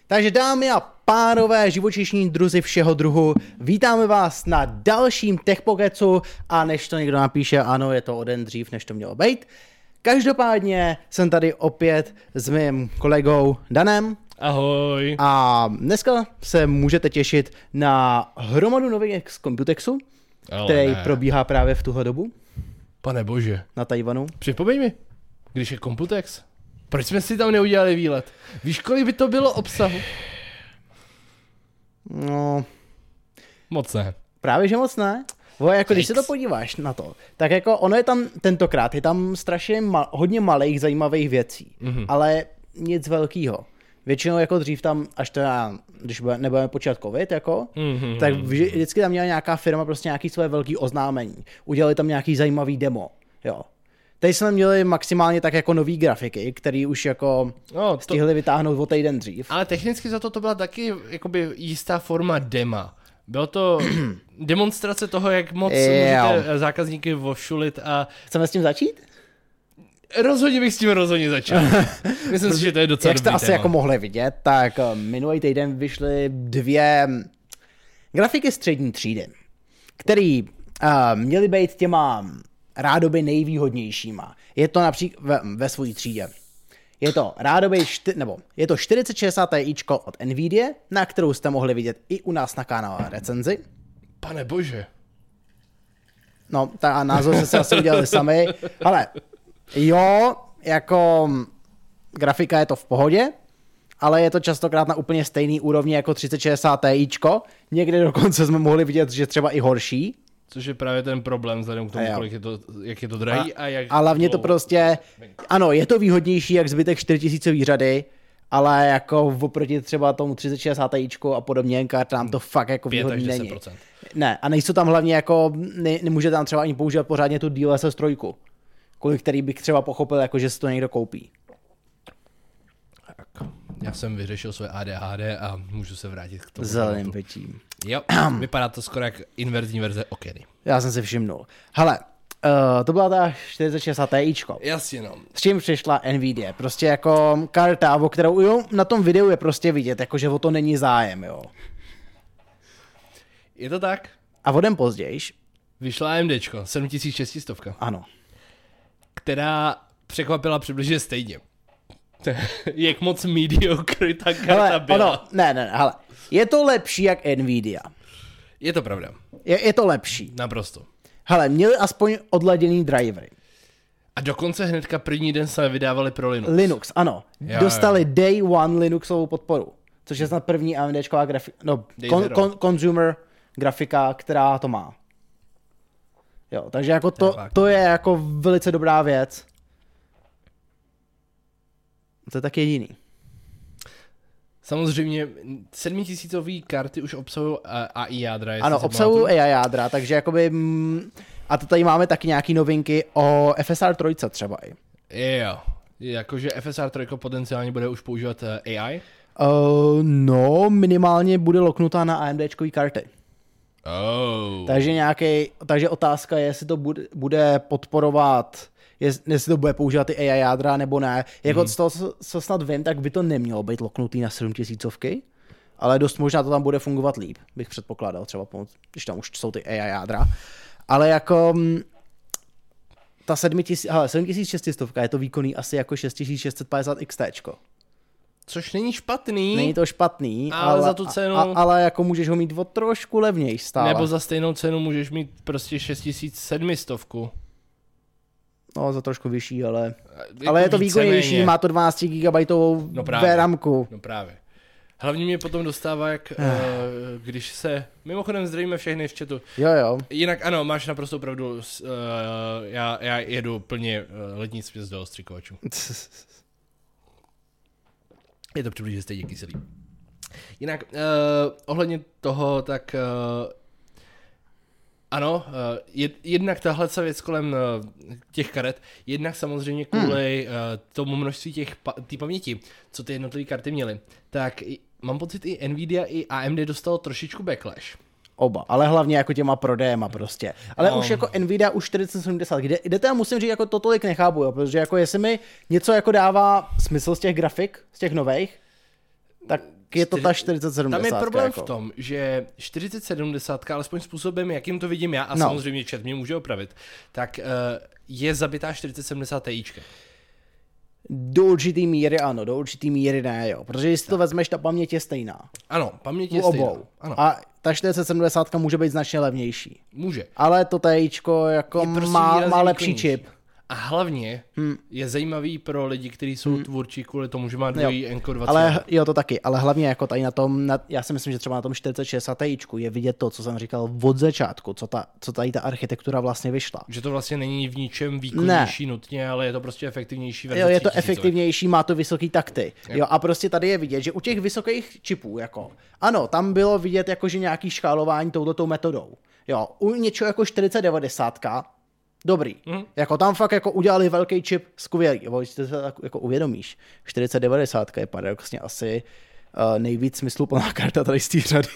Takže dámy a pánové, živočišní druzi všeho druhu, vítáme vás na dalším TechPokecu a než to někdo napíše, ano, je to o den dřív, než to mělo být. Každopádně jsem tady opět s mým kolegou Danem. Ahoj. A dneska se můžete těšit na hromadu novinek z Computexu, který probíhá právě v tuhle dobu. Pane bože. Na Tajvanu. Připomeň mi, když je Computex, proč jsme si tam neudělali výlet? Víš, kolik by to bylo obsahu? No... Moc ne. Právě, že moc ne. Jako když se to podíváš na to, tak jako ono je tam tentokrát, je tam strašně hodně malých zajímavých věcí, ale nic velkýho. Většinou jako dřív tam, až teda, když nebudeme počítat covid, jako, tak vždycky tam měla nějaká firma prostě nějaký své velký oznámení. Udělali tam nějaký zajímavý demo, jo. Teď jsme měli maximálně tak jako nový grafiky, který už jako stihli vytáhnout o týden dřív. Ale technicky za to byla taky jakoby jistá forma dema. Bylo to demonstrace toho, jak moc můžete zákazníky vošulit a... Chceme s tím začít? Rozhodně bych s tím začal. Myslím si, že to je docela jak jste dobrý asi téma. jako mohli vidět, tak minulý týden vyšly 2 grafiky střední třídy, které měly být těma rádoby nejvýhodnějšíma. Je to například ve své třídě. Je to rádoby, je to 4060 Ti od Nvidia, na kterou jste mohli vidět i u nás na kanále recenzi. Pane bože. No, ta názor jste si asi udělali sami, ale jo, jako grafika je to v pohodě, ale je to častokrát na úplně stejný úrovni jako 3060 Ti. Někde dokonce jsme mohli vidět, že třeba i horší. Což je právě ten problém vzhledem k tomu, jak je to drahý a jak... A hlavně to prostě, ano, je to výhodnější jak zbytek 4000 řady, ale jako oproti třeba tomu 3060 Ti a podobně, kartám to fakt jako výhodný není. Ne, a nejsou tam hlavně jako, nemůže tam třeba ani používat pořádně tu DLSS 3, kvůli který bych třeba pochopil, jako že si to někdo koupí. Tak, já jsem vyřešil své ADHD a můžu se vrátit k tomu. Zeleným pečím. Jo, vypadá to skoro jak inverzní verze Okeny. Já jsem si všimnul. Hele, to byla ta 4060 Ti. Jasně no. S čím přišla Nvidia? Prostě jako karta, o kterou jo, na tom videu je prostě vidět, jako že o to není zájem, jo. Je to tak? A o den později vyšla AMDčko, 7600. Ano. Která překvapila přibližně stejně. Jak moc mediocre ta karta byla. Hele, je to lepší jak Nvidia. Je to pravda. Je to lepší. Naprosto. Hele, měli aspoň odladěný drivery. A dokonce hnedka první den se vydávali pro Linux. Linux, ano. Dostali Day One Linuxovou podporu. Což je snad první AMDčková grafika, consumer grafika, která to má. Jo, takže jako to je jako velice dobrá věc. To je tak jediný. Samozřejmě 7000 karty už obsahují AI jádra. Ano, obsahují AI jádra, takže jakoby... A to tady máme taky nějaký novinky o FSR 3 třeba i. Jo, jakože FSR 3 potenciálně bude už používat AI? No, minimálně bude loknutá na AMDčkový karty. Takže otázka je, jestli to bude podporovat, jestli to bude používat ty AI jádra nebo ne. Jako z toho, co snad vím, tak by to nemělo být loknutý na 7000, ale dost možná to tam bude fungovat líp, bych předpokládal třeba, když tam už jsou ty AI jádra. Ale jako ta 7600 je to výkonný asi jako 6650 XT. Což není špatný. Není to špatný, ale za tu cenu... ale jako můžeš ho mít o trošku levněji stále. Nebo za stejnou cenu můžeš mít prostě 6700. No, za trošku vyšší, ale je to výkonnější, má to 12 GB VRAMku. No právě. Hlavně mě potom dostává, jak když se... Mimochodem zdravíme všechny v chatu. Jo. Jinak ano, máš naprosto pravdu. Já jedu plně letní směs do ostřikovačů. Je to přibližně stejně kyselý. Jinak ohledně toho, tak ano, jednak tahle věc kolem těch karet, jednak samozřejmě kvůli tomu množství té paměti, co ty jednotlivé karty měly, tak mám pocit i Nvidia i AMD dostalo trošičku backlash. Oba, ale hlavně jako těma prodejema prostě. Ale už jako Nvidia už 4070, kde teda musím říct, jako to tolik nechápu, jo, protože jako jestli mi něco jako dává smysl z těch grafik, z těch nových, tak tak je to ta 4070. Tam je problém jako. v tom, že 4070, alespoň způsobem, jakým to vidím já, a samozřejmě chat mě může opravit, tak je zabitá 4070 Tička. Do určitý míry ano, do určitý míry ne, jo. Protože jestli to vezmeš, ta paměť je stejná. Ano, paměť je obou. stejná. Ano. A ta 4070 může být značně levnější. Může. Ale to TIčko jako prostě má lepší čip. A hlavně je zajímavý pro lidi, kteří jsou tvůrčí kvůli tomu, že má dvojí encode 20. Ale jo, to taky, ale hlavně jako tady na tom, já si myslím, že třeba na tom 4060 Tičku je vidět to, co jsem říkal od začátku, co tady ta architektura vlastně vyšla. Že to vlastně není v ničem výkonnější nutně, ale je to prostě efektivnější verze. Jo, je to efektivnější, má to vysoký takty. Jo, a prostě tady je vidět, že u těch vysokých čipů, jako, ano, tam bylo vidět jako, že nějaký škálování touhletou metodou. Jo, u něčeho jako 4090 dobrý. Jako tam fakt jako udělali velký čip skvělý. Když se jako uvědomíš, 4090 je paradoxně asi nejvíc smysluplná karta tady z té řady.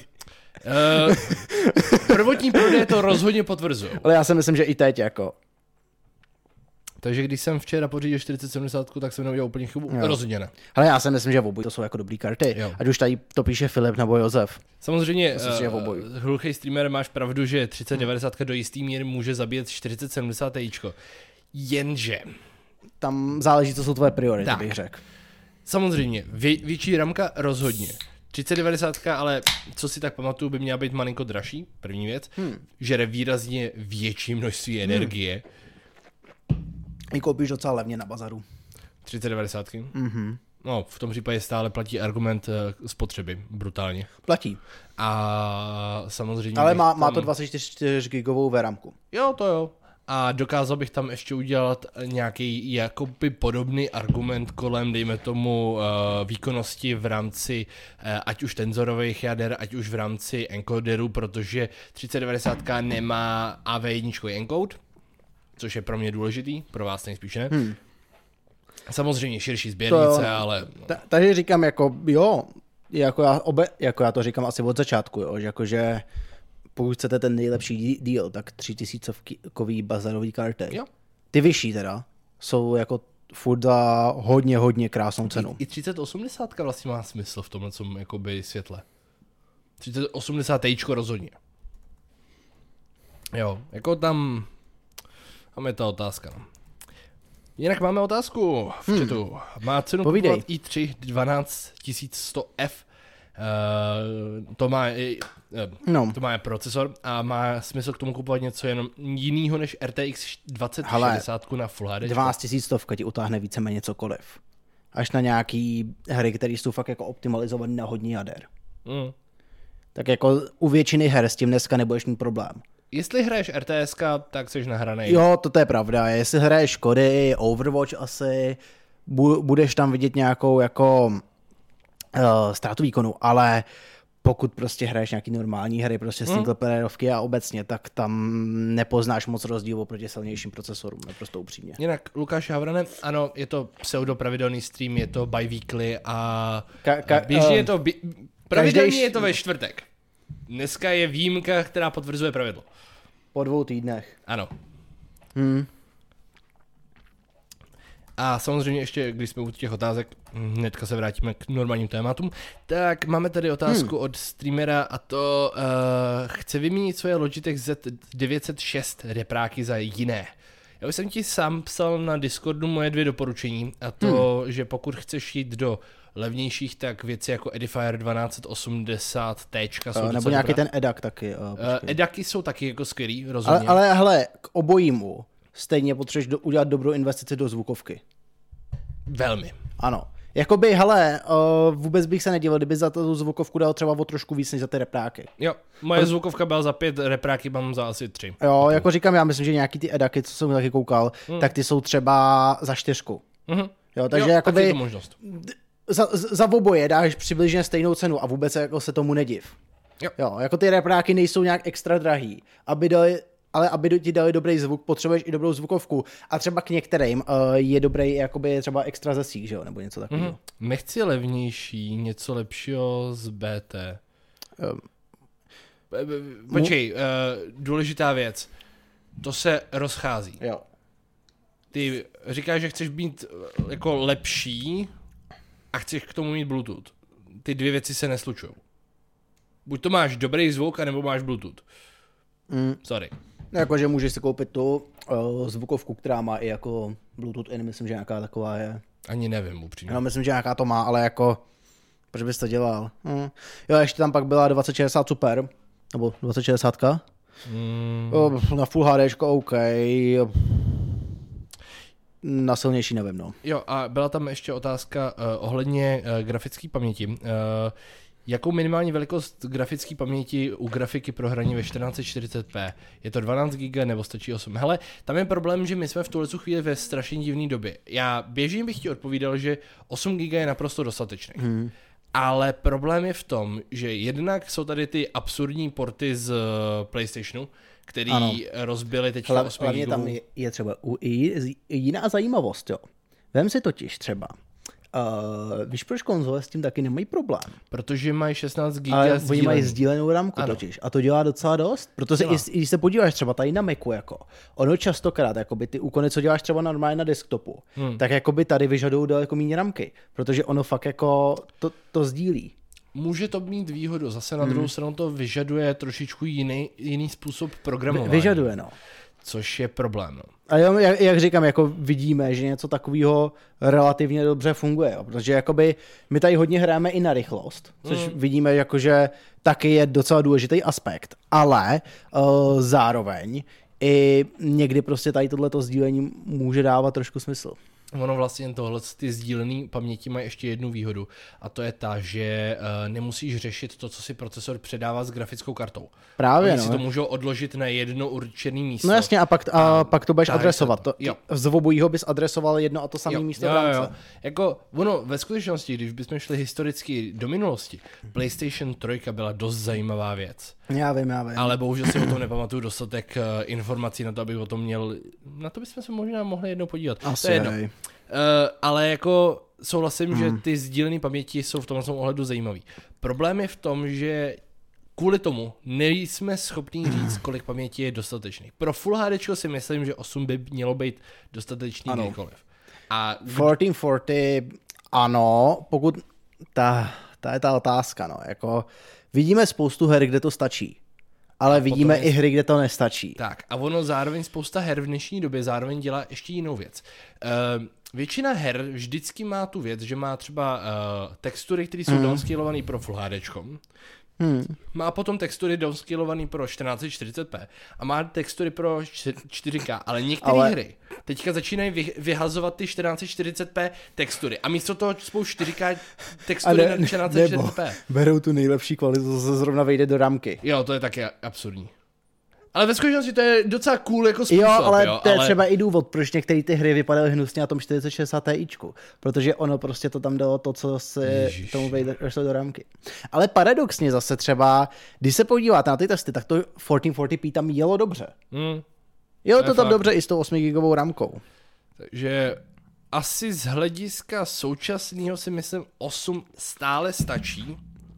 Prvotní prodeje to rozhodně potvrzují. Ale já si myslím, že i teď jako. Takže když jsem včera pořídil 4070, tak jsem neudělal úplně chybu. Jo. Rozhodně ne. Ale já si myslím, že obojí to jsou jako dobrý karty. Jo. Ať už tady to píše Filip nebo Josef. Samozřejmě, hluchý streamer, máš pravdu, že 3090 do jistý míry může zabít 4070 Tičko. Jenže tam záleží, co jsou tvoje priority, bych řekl. Samozřejmě, větší ramka rozhodně. 3090, ale co si tak pamatuju, by měla být malinko dražší, první věc. Žere výrazně větší množství energie. I koupíš docela levně na bazaru. 3090. No, v tom případě stále platí argument spotřeby, brutálně. Platí. A samozřejmě... Ale má to 24 gigovou VRAMku. Jo, to jo. A dokázal bych tam ještě udělat nějaký jakoby podobný argument kolem, dejme tomu, výkonnosti v rámci ať už tenzorových jader, ať už v rámci encoderů, protože 3090 nemá AV1 encode, což je pro mě důležitý, pro vás nejspíš ne. Samozřejmě širší sběrnice, ale... Takže říkám, jako jo, jako já to říkám asi od začátku, jo, že jakože pokud chcete ten nejlepší deal, tak 3000kový bazarový karty. Jo. Ty vyšší teda jsou jako furt za hodně krásnou cenu. I 3080 vlastně má smysl v tomhle jakoby světle. 3080 Tičko rozhodně. Jo, jako tam je ta otázka. No. Jinak máme otázku v chatu. Má cenu kupovat i3 12100F. To má procesor a má smysl k tomu kupovat něco jenom jinýho než RTX 2060 na Full HD. 12100 ti utáhne víceméně cokoliv. Až na nějaký hry, které jsou fakt jako optimalizované na hodně jader. Tak jako u většiny her s tím dneska nebudeš mít problém. Jestli hraješ RTS, tak jsi nahranej. Jo, to je pravda. Jestli hraješ Kody, Overwatch asi, budeš tam vidět nějakou jako ztrátu výkonu, ale pokud prostě hraješ nějaký normální hry, prostě singleplayerovky a obecně, tak tam nepoznáš moc rozdíl oproti silnějším procesorům, naprosto upřímně. Jinak, Lukáš Havranen, ano, je to pseudopravidelný stream, je to bi-weekly a běžně je to, pravidelně je to ve čtvrtek. Dneska je výjimka, která potvrzuje pravidlo. Po 2 týdnech. Ano. A samozřejmě ještě, když jsme u těch otázek, hnedka se vrátíme k normálním tématům, tak máme tady otázku od streamera a to chce vyměnit svoje Logitech Z906 repráky za jiné. Já už jsem ti sám psal na Discordu moje 2 doporučení a to, že pokud chceš jít do levnějších, tak věci jako Edifier 1280T jsou nebo nějaký ten EDAC taky. EDACy jsou taky jako skvělý, rozhodně. Ale hele, k obojímu stejně potřebuješ udělat dobrou investici do zvukovky. Velmi. Ano. Jakoby, hele, vůbec bych se nedivil, kdyby za tu zvukovku dal třeba o trošku víc než za ty repráky. Jo, moje zvukovka byla za 5, repráky mám za asi 3. Jo, jako říkám, já myslím, že nějaký ty edaky, co jsem taky koukal, tak ty jsou třeba za 4. Jo, takže jakoby... Tak je to možnost. Za oboje dáš přibližně stejnou cenu a vůbec jako se tomu nediv. Jo, jako ty repráky nejsou nějak extra drahý, ale aby ti dali dobrý zvuk, potřebuješ i dobrou zvukovku. A třeba k některým je dobrý jakoby třeba extra zasík, že jo, nebo něco takového. Nechci levnější, něco lepšího z BT. Počkej, důležitá věc. To se rozchází. Jo. Ty říkáš, že chceš být jako lepší a chceš k tomu mít Bluetooth. ty dvě věci se neslučují. Buď to máš dobrý zvuk, anebo máš Bluetooth. Sorry. Jakože můžeš si koupit tu zvukovku, která má i jako Bluetooth in, myslím, že nějaká taková je. Ani nevím upřímně. No, myslím, že nějaká to má, ale jako, proč bys to dělal? Jo, ještě tam pak byla 2060 Super, nebo 2060. Na Full HDčko OK. Na silnější nevím, no. Jo, a byla tam ještě otázka ohledně grafické paměti. Jakou minimální velikost grafické paměti u grafiky pro hraní ve 1440p? Je to 12 GB nebo stačí 8? Hele, tam je problém, že my jsme v tuhle chvíli ve strašně divné době. Já běžně bych ti odpovídal, že 8 GB je naprosto dostatečný. Ale problém je v tom, že jednak jsou tady ty absurdní porty z PlayStationu, který rozbili teďka 8 GB. Hlavně tam je třeba jiná zajímavost, jo. Vem si totiž třeba. Víš, proč konzole s tím taky nemají problém? Protože mají 16 GB. Ale oni mají sdílenou ramku totiž. A to dělá docela dost. Protože když se podíváš třeba tady na Macu, jako, ono častokrát, jakoby ty úkony, co děláš třeba normálně na desktopu, tak jakoby tady vyžadují daleko méně ramky. Protože ono fakt jako to sdílí. Může to mít výhodu, zase na druhou stranu to vyžaduje trošičku jiný způsob programování. Vyžaduje, no. Což je problém. No. A jak říkám, jako vidíme, že něco takového relativně dobře funguje, jo? Protože jakoby my tady hodně hrajeme i na rychlost, což vidíme, jakože taky je docela důležitý aspekt, ale zároveň i někdy prostě tady tohleto sdílení může dávat trošku smysl. Ono vlastně tohle, ty sdílené paměti mají ještě jednu výhodu a to je ta, že nemusíš řešit to, co si procesor předává s grafickou kartou. Právě, Oni si to můžou odložit na jedno určené místo. No jasně, a pak to budeš adresovat. Z obojího bys adresoval jedno a to samé místo v rámci. Jo. Jako, ono, ve skutečnosti, když bychom šli historicky do minulosti, PlayStation 3 byla dost zajímavá věc. Já vím. Ale bohužel si o tom nepamatuju dostatek informací na to, abych o tom měl. Na to bychom se možná mohli jednou podívat. Asi to je jedno. Ale jako souhlasím, že ty sdílené paměti jsou v tomhle ohledu zajímavý. Problém je v tom, že kvůli tomu nejsme schopní říct, kolik paměti je dostatečný. Pro Full HD si myslím, že 8 by mělo být dostatečný kdykoliv. A 1440 ano, pokud ta je ta otázka, no, jako vidíme spoustu her, kde to stačí. Ale vidíme i hry, kde to nestačí. Tak a ono zároveň spousta her v dnešní době zároveň dělá ještě jinou věc. Většina her vždycky má tu věc, že má třeba textury, které jsou downscalované pro Full HD. Má potom textury downscalované pro 1440p a má textury pro 4K, ale některé hry teďka začínají vyhazovat ty 1440p textury a místo toho spou 4K textury na 1440p. Berou tu nejlepší kvalitu, co se zrovna vejde do ramky. Jo, to je taky absurdní. Ale ve skutečnosti to je docela cool jako způsob. Jo, ale to je třeba i důvod, proč některé ty hry vypadaly hnusně na tom 4060 Tičku. Protože ono prostě to tam dalo to, co se tomu vejde do rámky. Ale paradoxně zase třeba, když se podíváte na ty testy, tak to 1440p tam jelo dobře. Jo, to tam fakt dobře i s tou 8 GB rámkou. Takže asi z hlediska současného si myslím 8 stále stačí.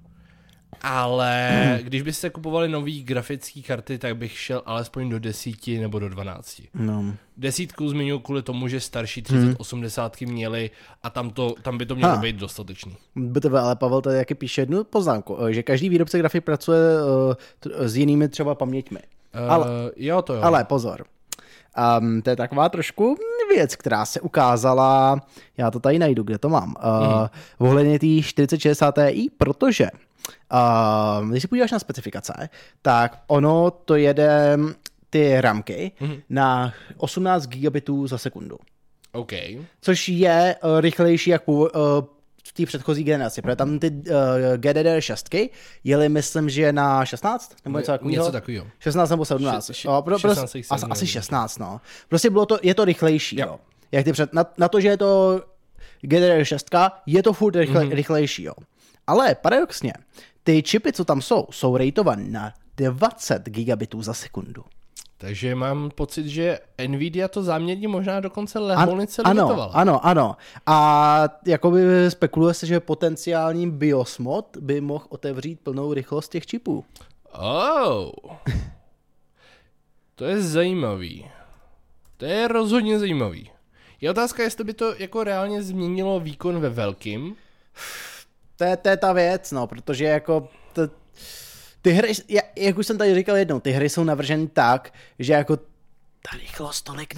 Ale když byste kupovali nový grafické karty, tak bych šel alespoň do 10 nebo do 12. No. 10 zmiňuji kvůli tomu, že starší 3080 měli a tam by to mělo být dostatečný. Ale Pavel tady taky píše jednu poznámku, že každý výrobce grafik pracuje s jinými třeba paměťmi. Ale pozor. To je taková trošku věc, která se ukázala, já to tady najdu, kde to mám, ohledně té 4060 Ti, protože když si podíváš na specifikace, tak ono to jede ty ramky na 18 gigabitů za sekundu. OK. Což je rychlejší jak v té předchozí generaci, protože tam ty GDDR6 jeli, myslím, že na 16? Nebo něco takového. 16 nebo 17. Asi 16, no. Prostě je to rychlejší, jo. Jak ty na to, že je to GDDR6, je to furt rychlejší, jo. Ale paradoxně, ty čipy, co tam jsou rateované na 20 gigabitů za sekundu. Takže mám pocit, že Nvidia to záměrně možná dokonce lehvolnice limitovala. Ano. A jakoby spekuluje se, že potenciální BIOS mod by mohl otevřít plnou rychlost těch čipů. To je zajímavý. To je rozhodně zajímavý. Je otázka, jestli by to jako reálně změnilo výkon ve velkým. To je ta věc, no, protože jako ty hry, jak už jsem tady říkal jednou, ty hry jsou navrženy tak, že jako ta rychlost tolik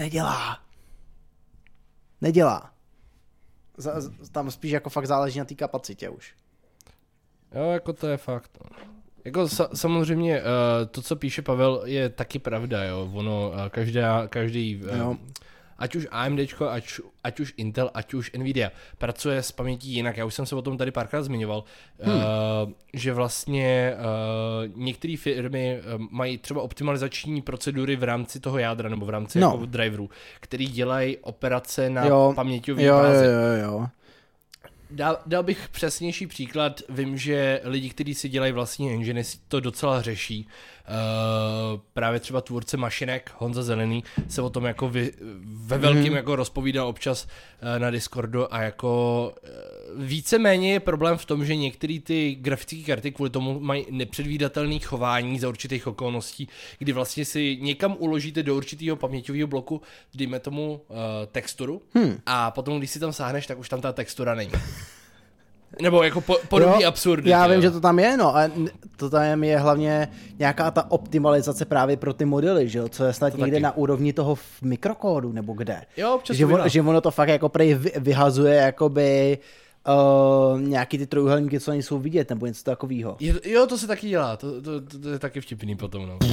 nedělá. Tam spíš jako fakt záleží na té kapacitě už. Jo, jako to je fakt. No. Jako samozřejmě to, co píše Pavel, je taky pravda, jo. Ono, každý ať už AMDčko, ať už Intel, ať už Nvidia, pracuje s pamětí jinak. Já už jsem se o tom tady párkrát zmiňoval, že vlastně některé firmy mají třeba optimalizační procedury v rámci toho jádra nebo v rámci jako driverů, který dělají operace na paměťové bázi. Jo. Dal bych přesnější příklad, vím, že lidi, kteří si dělají vlastní engine, to docela řeší. Právě třeba tvůrce mašinek, Honza Zelený, se o tom jako ve velkým jako rozpovídal občas na Discordu a jako víceméně je problém v tom, že některé ty grafické karty kvůli tomu mají nepředvídatelné chování za určitých okolností, kdy vlastně si někam uložíte do určitého paměťového bloku, dejme tomu texturu a potom, když si tam sáhneš, tak už tam ta textura není. Nebo jako podobný absurdity. Já vím, že to tam je, no, a to tam je hlavně nějaká ta optimalizace právě pro ty modely, že jo, co je snad to někde taky na úrovni toho v mikrokódu, nebo kde. Jo, občas že ono to fakt jako prej vyhazuje jakoby nějaký ty trojuhelníky, co nejsou vidět, nebo něco takového. Jo, to se taky dělá, to je taky vtipný potom, no.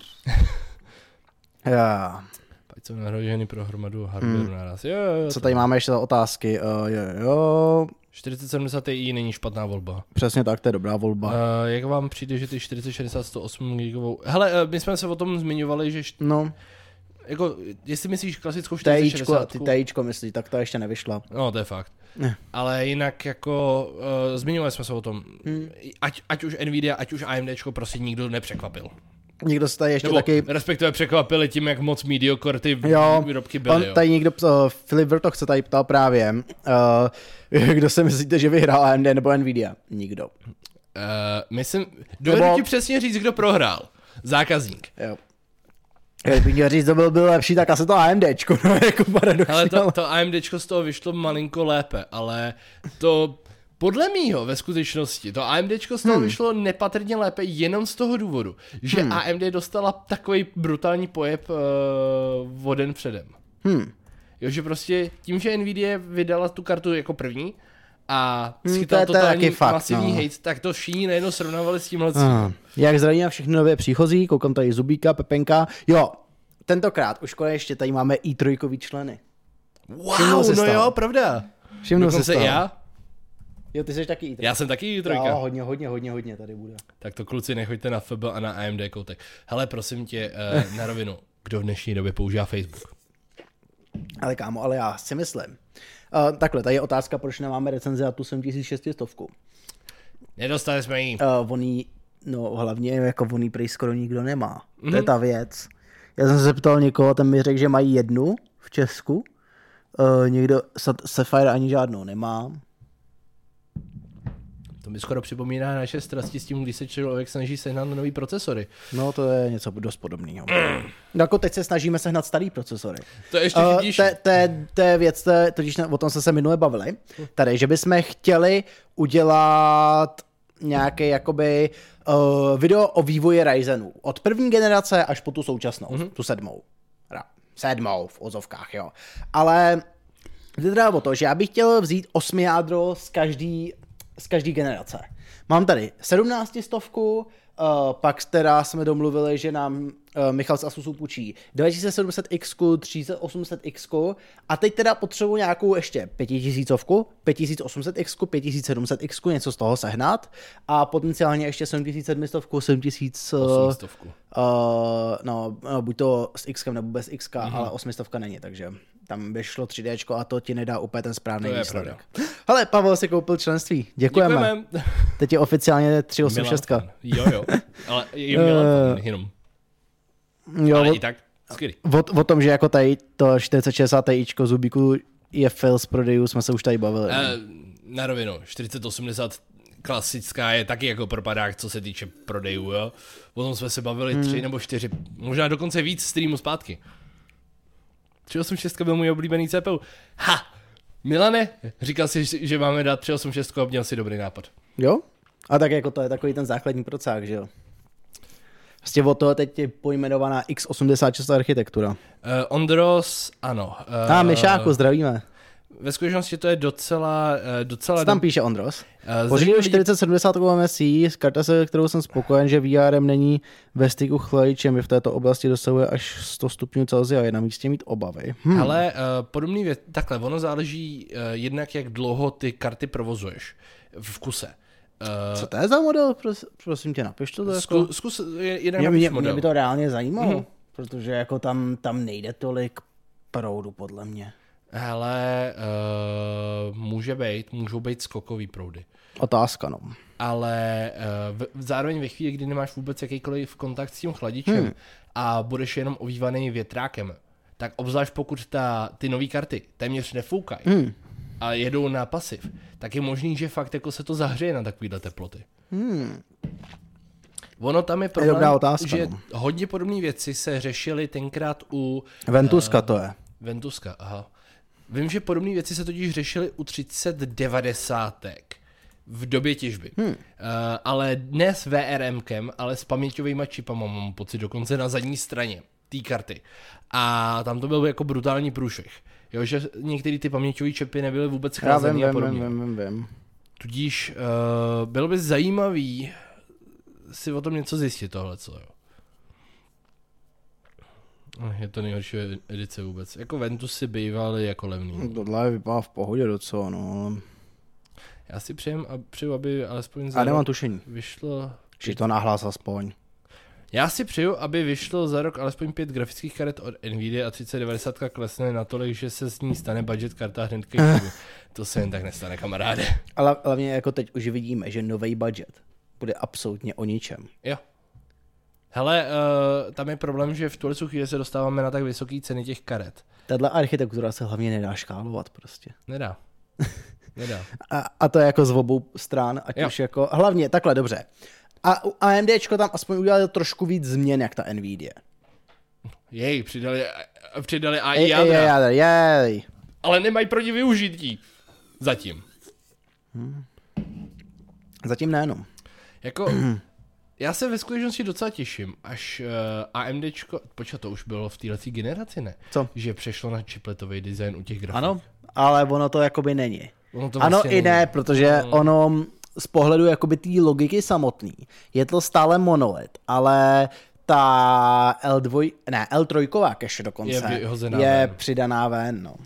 Já. Pať jsou nahrožený pro hromadu hardwareu naraz. Jo, co tady máme ještě za otázky? Jo. 4070 Ti není špatná volba. Přesně tak, to je dobrá volba. Jak vám přijde, že ty 4060 108 gigovou... Hele, my jsme se o tom zmiňovali, že... No. Jako, jestli myslíš klasickou 4060... Ty TIčko myslíš, tak to ještě nevyšla. No, to je fakt. Ale jinak jako... zmiňovali jsme se o tom. Ať už Nvidia, ať už AMDčko, prostě nikdo nepřekvapil. Někdo se tady ještě nebo taky... respektive překvapili tím, jak moc mediocre ty výrobky byly. Tady někdo, Filip Vrtok se tady ptal právě, kdo se myslíte, že vyhrál AMD nebo Nvidia? Nikdo. Dovedu ti přesně říct, kdo prohrál. Zákazník. Jo. Kdybych měl říct, to byl lepší, tak asi to AMDčko, no, jako paradoxně. Ale to AMDčko z toho vyšlo malinko lépe, ale to... Podle mýho ve skutečnosti to AMDčko z toho vyšlo nepatrně lépe jenom z toho důvodu, že AMD dostala takový brutální pojeb o den předem. Jo, že prostě tím, že Nvidia vydala tu kartu jako první a schytala totální masivní hate, tak to všichni najednou srovnávali s tímhle. Jak zraní na všechny nové příchozí, koukám tady Zubíka, Pepenka. Jo, tentokrát už konečně tady máme i3 členy. Wow, no jo, pravda. Všimnul se já. Jo, ty jsi taky i3. Já jsem taky i3. Jo, hodně tady bude. Tak to kluci, nechoďte na FB a na AMD koutek. Hele, prosím tě, na rovinu, kdo v dnešní době používá Facebook? Ale kámo, ale já si myslím. Takhle, tady je otázka, proč nemáme recenzi na tu 7600. Nedostali jsme jí. No hlavně jako voný prej skoro nikdo nemá. To je ta věc. Já jsem se zeptal někoho, ten mi řekl, že mají jednu v Česku. Někdo Sapphire ani žádnou nemá. To mi skoro připomíná naše strasti s tím, když se člověk snaží sehnat nový procesory. No to je něco dost podobného. Jako teď se snažíme sehnat starý procesory. To je ještě chytíš. To je věc, totiž o tom jsme se minule bavili. Tady, že bychom chtěli udělat nějaké jakoby video o vývoji Ryzenu. Od první generace až po tu současnou, tu 7. 7 v ozovkách, jo. Ale jde teda o to, že já bych chtěl vzít 8 jádro z každé generace. Mám tady 17 stovku, pak teda jsme domluvili, že nám Michal z Asusu půjčí 2700X, 3800X a teď teda potřebuji nějakou ještě 5000, 5800X, 5700X, něco z toho sehnat a potenciálně ještě 7700, 7800. No, buď to s X nebo bez X, ale 800 není, takže tam by šlo 3D a to ti nedá úplně ten správný výsledek. Hele, Pavel si koupil členství, děkujeme. Teď je oficiálně 386. Jo, ale je Milan jenom. Jo, ale i tak, skvělý. O tom, že jako tady to 4060 Tičko Zubíku je fail z prodejů, jsme se už tady bavili. Na rovinu, 4080 klasická je taky jako propadák, co se týče prodejů, jo. Potom jsme se bavili 3 nebo 4, možná dokonce víc streamů zpátky. 386 byl můj oblíbený CPU. Ha! Milane, říkal jsi, že máme dát 386 a měl si dobrý nápad. Jo? A tak jako to je takový ten základní procák, že jo? Vlastně od toho teď je pojmenovaná x86 architektura. Ondros, ano. Myšáku, zdravíme. Ve skutečnosti to je docela Co tam píše Ondros? Pořídil 4070 MSI, karta, se kterou jsem spokojen, že VRM není ve styku chladičem, je v této oblasti dosahuje až 100 stupňů Celsia, je na místě mít obavy. Ale podobný věc, takhle, ono záleží jednak, jak dlouho ty karty provozuješ v kuse. Co to je za model? Prosím tě, napiš to. Jako... Zkus jeden napiš model. Mě by to reálně zajímalo, protože jako tam nejde tolik proudu, podle mě. Hele, můžou být skokový proudy. Otázka, no. Ale zároveň ve chvíli, kdy nemáš vůbec jakýkoliv kontakt s tím chladičem a budeš jenom ovývaný větrákem, tak obzvlášť pokud ty nové karty téměř nefoukají a jedou na pasiv, tak je možný, že fakt jako se to zahřeje na takovýhle teploty. Ono tam je problém, otázka, že hodně podobné věci se řešily tenkrát u... Ventuska to je. Ventuska, aha. Vím, že podobné věci se totiž řešily u 3090 v době těžby. Ale ne s VRMkem, ale s paměťovýma čipama, mám pocit, dokonce na zadní straně té karty. A tam to byl jako brutální průšvih. Jo, že některé ty paměťové čipy nebyly vůbec chlazený a podobně. Vím. Tudíž bylo by zajímavý si o tom něco zjistit tohleto, jo. Je to nejhorší edice vůbec. Jako Ventusy bývaly jako levný. Tohle vypadá v pohodě docela, no. Já si přeju, aby alespoň za nemám tušení. Vyšlo... Či to nahlás aspoň. Já si přeju, aby vyšlo za rok alespoň 5 grafických karet od Nvidia a 3090 klesne natolik, že se s ní stane budget karta hned To se jen tak nestane, kamaráde. Ale hlavně jako teď už vidíme, že nový budget bude absolutně o ničem. Jo. Hele, tam je problém, že v tuhle chvíli se dostáváme na tak vysoké ceny těch karet. Tahle architektura se hlavně nedá škálovat prostě. Nedá. A to je jako z obou stran, ať už jako, hlavně takhle dobře. A u AMDčko tam aspoň udělali trošku víc změn, jak ta Nvidia. Přidali AI jádra. Jej. Ale nemají proti využití. Zatím. Zatím nejenom. Jako... Já se ve skutečnosti docela těším, až AMDčko, to už bylo v této generaci, ne? Co? Že přešlo na chipletový design u těch grafik. Ano, ale ono to jakoby není. Ono to ano vlastně i ne, protože ono z pohledu jakoby té logiky samotný je to stále monolit, ale ta L3 cache dokonce je přidaná ven, no.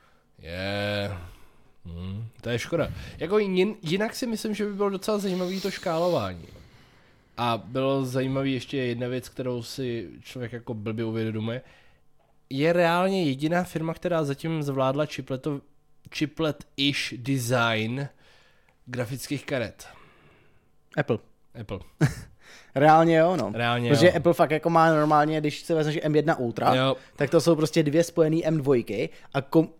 To je škoda. Jako jinak si myslím, že by bylo docela zajímavý to škálování. A bylo zajímavý ještě jedna věc, kterou si člověk jako blbě uvědomuje. Je reálně jediná firma, která zatím zvládla chiplet-ish design grafických karet. Apple. Reálně jo, no. Protože Apple fakt jako má normálně, když se vezmeš M1 Ultra, tak to jsou prostě dvě spojený M2 a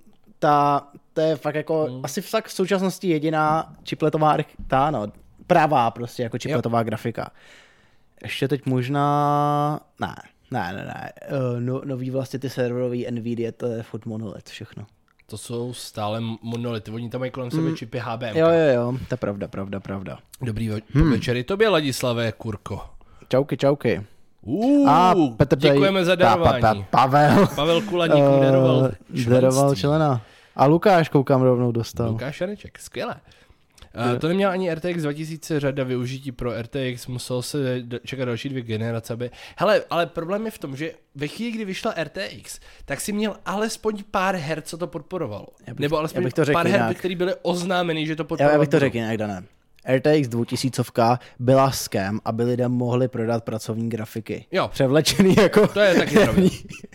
to je fakt jako asi fakt v současnosti jediná chipletová pravá prostě jako chipletová grafika. Ještě teď možná... Ne. Nový vlastně ty serverový Nvidia, to je furt monolit všechno. To jsou stále monolity, oni tam mají kolem sebe čipy HBM. Jo, to je pravda. Dobrý večer, tobě Ladislavé, kurko. Čauky. Petr děkujeme za darování. Pavel Kulaník daroval člena. A Lukáš koukám rovnou dostal. Lukáš Janeček, skvěle. To neměl ani RTX 2000 řada využití pro RTX, musel se čekat další 2 generace, aby... Hele, ale problém je v tom, že ve chvíli, kdy vyšla RTX, tak si měl alespoň pár her, co to podporovalo. Nebo alespoň pár her, které byly oznámeny, že to podporovalo. Já bych to řekl jinak, Dané. RTX 2000 byla scam, aby lidem mohli prodat pracovní grafiky. Jo. Převlečený jako... To je taky pravda.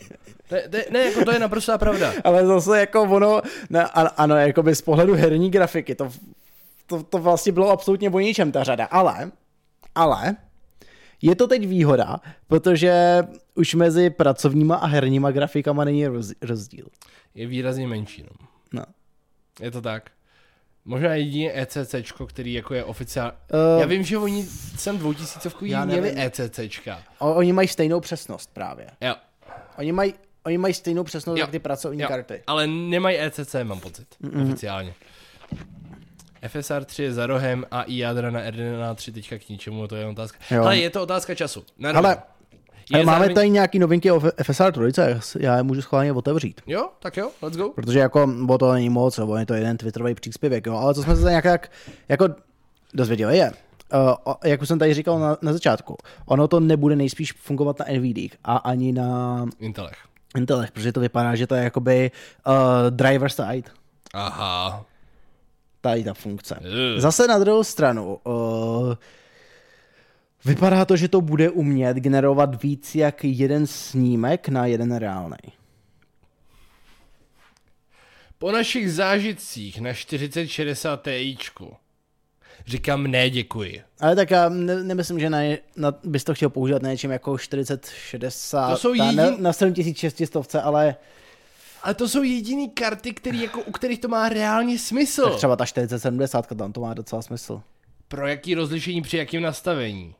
Jako to je naprostá pravda. Ale zase jako ono, ano, jako by z pohledu herní grafiky, to vlastně bylo absolutně o ničem ta řada, ale je to teď výhoda, protože už mezi pracovníma a herníma grafikama není rozdíl. Je výrazně menší, no. Je to tak. Možná jedině ECCčko, který jako je oficiální. Já vím, že oni sem 2000 měli ECCčka. Oni mají stejnou přesnost právě. Jo. Oni mají stejnou přesnost jak ty pracovní karty. Ale nemají ECC, mám pocit. Oficiálně. FSR 3 je za rohem a i jádra na RDNA 3 teďka k ničemu, to je otázka. Jo. Ale je to otázka času. Ale máme tady nějaký novinky o FSR 3, já je můžu schválně otevřít. Jo, tak jo, let's go. Protože jako, bo to není moc, nebo je to jeden twitterový příspěvek, jo, ale co jsme se tady nějak jako dozvěděli je, jak už jsem tady říkal na začátku, ono to nebude nejspíš fungovat na NVIDIích a ani na Intelech, protože to vypadá, že to je jakoby driver side. Aha. Tady ta funkce. Zase na druhou stranu, vypadá to, že to bude umět generovat víc jak jeden snímek na jeden reálnej. Po našich zážitcích na 4060 Tičku říkám ne, děkuji. Ale tak já nemyslím, že bys to chtěl používat na něčem jako 4060 to jsou na 7600, ale... Ale to jsou jediný karty, u kterých to má reálně smysl. Tak třeba ta 4070, tam to má docela smysl. Pro jaký rozlišení při jakém nastavení?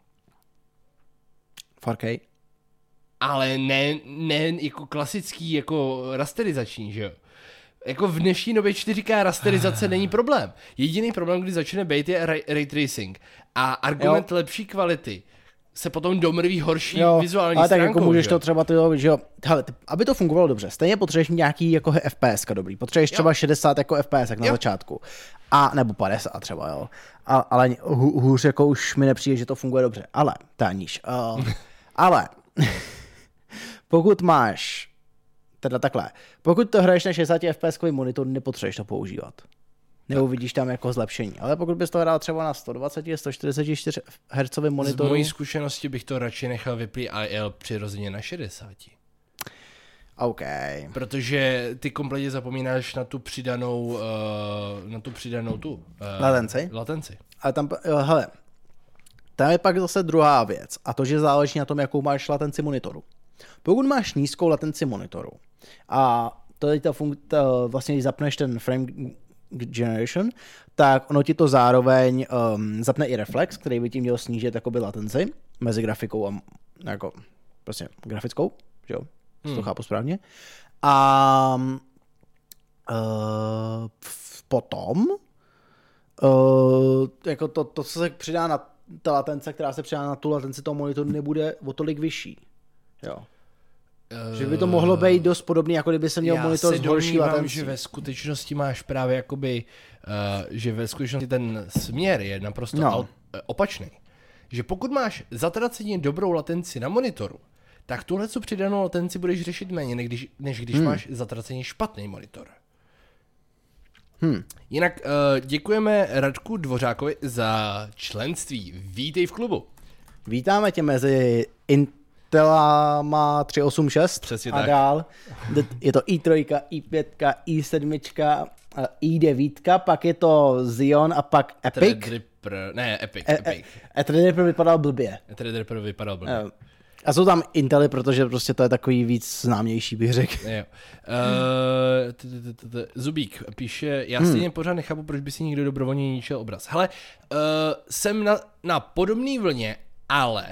4K? Ale ne jako klasický, jako rasterizační, že jo? Jako v dnešní době 4K rasterizace není problém. Jediný problém, kdy začne být, je ray tracing. A argument lepší kvality se potom domrví horší vizuální ale stránkou. tak jako můžeš to třeba že jo, hele, aby to fungovalo dobře, stejně potřebuješ nějaký jako FPS dobrý, potřebuješ třeba 60 jako FPS na začátku, a nebo 50 třeba, jo, ale hůř jako už mi nepřijde, že to funguje dobře, ale táníš, ale pokud máš, teda takhle, pokud to hraješ na 60 FPS monitor, nepotřebuješ to používat. Neuvidíš tam jako zlepšení. Ale pokud bys to hrál třeba na 120, 144 Hz monitoru... Z mojí zkušenosti bych to radši nechal vyplý IL přirozeně na 60. OK. Protože ty kompletně zapomínáš na tu přidanou latenci. Ale tam, hele, tam je pak zase druhá věc. A to, že záleží na tom, jakou máš latenci monitoru. Pokud máš nízkou latenci monitoru a to je vlastně, když zapneš ten frame generation, tak ono ti to zároveň zapne i reflex, který by ti měl snížit jakoby latenci mezi grafikou a jako prostě grafickou, že jo, to chápu správně. A potom jako to, co se přidá na ta latence, která se přidá na tu latenci toho monitoru, nebude o tolik vyšší. Jo. Že by to mohlo být dost podobný, jako kdyby se měl monitor s horší latencí. Že ve skutečnosti máš právě jakoby, že ve skutečnosti ten směr je naprosto opačný. Že pokud máš zatraceně dobrou latenci na monitoru, tak tuhle co přidanou latenci budeš řešit méně, než když máš zatraceně špatný monitor. Jinak děkujeme Radku Dvořákovi za členství. Vítej v klubu. Vítáme tě mezi Intelama 386 přesně a tak. dál. Je to i3, i5, i7, i9, pak je to Xeon a pak Epic. Epic. Threadripper vypadal blbě. A jsou tam Intely, protože prostě to je takový víc známější, bych řekl. Zubík píše, já stejně pořád nechápu, proč by si někdo dobrovolně ničil obraz. Hele, jsem na podobný vlně, ale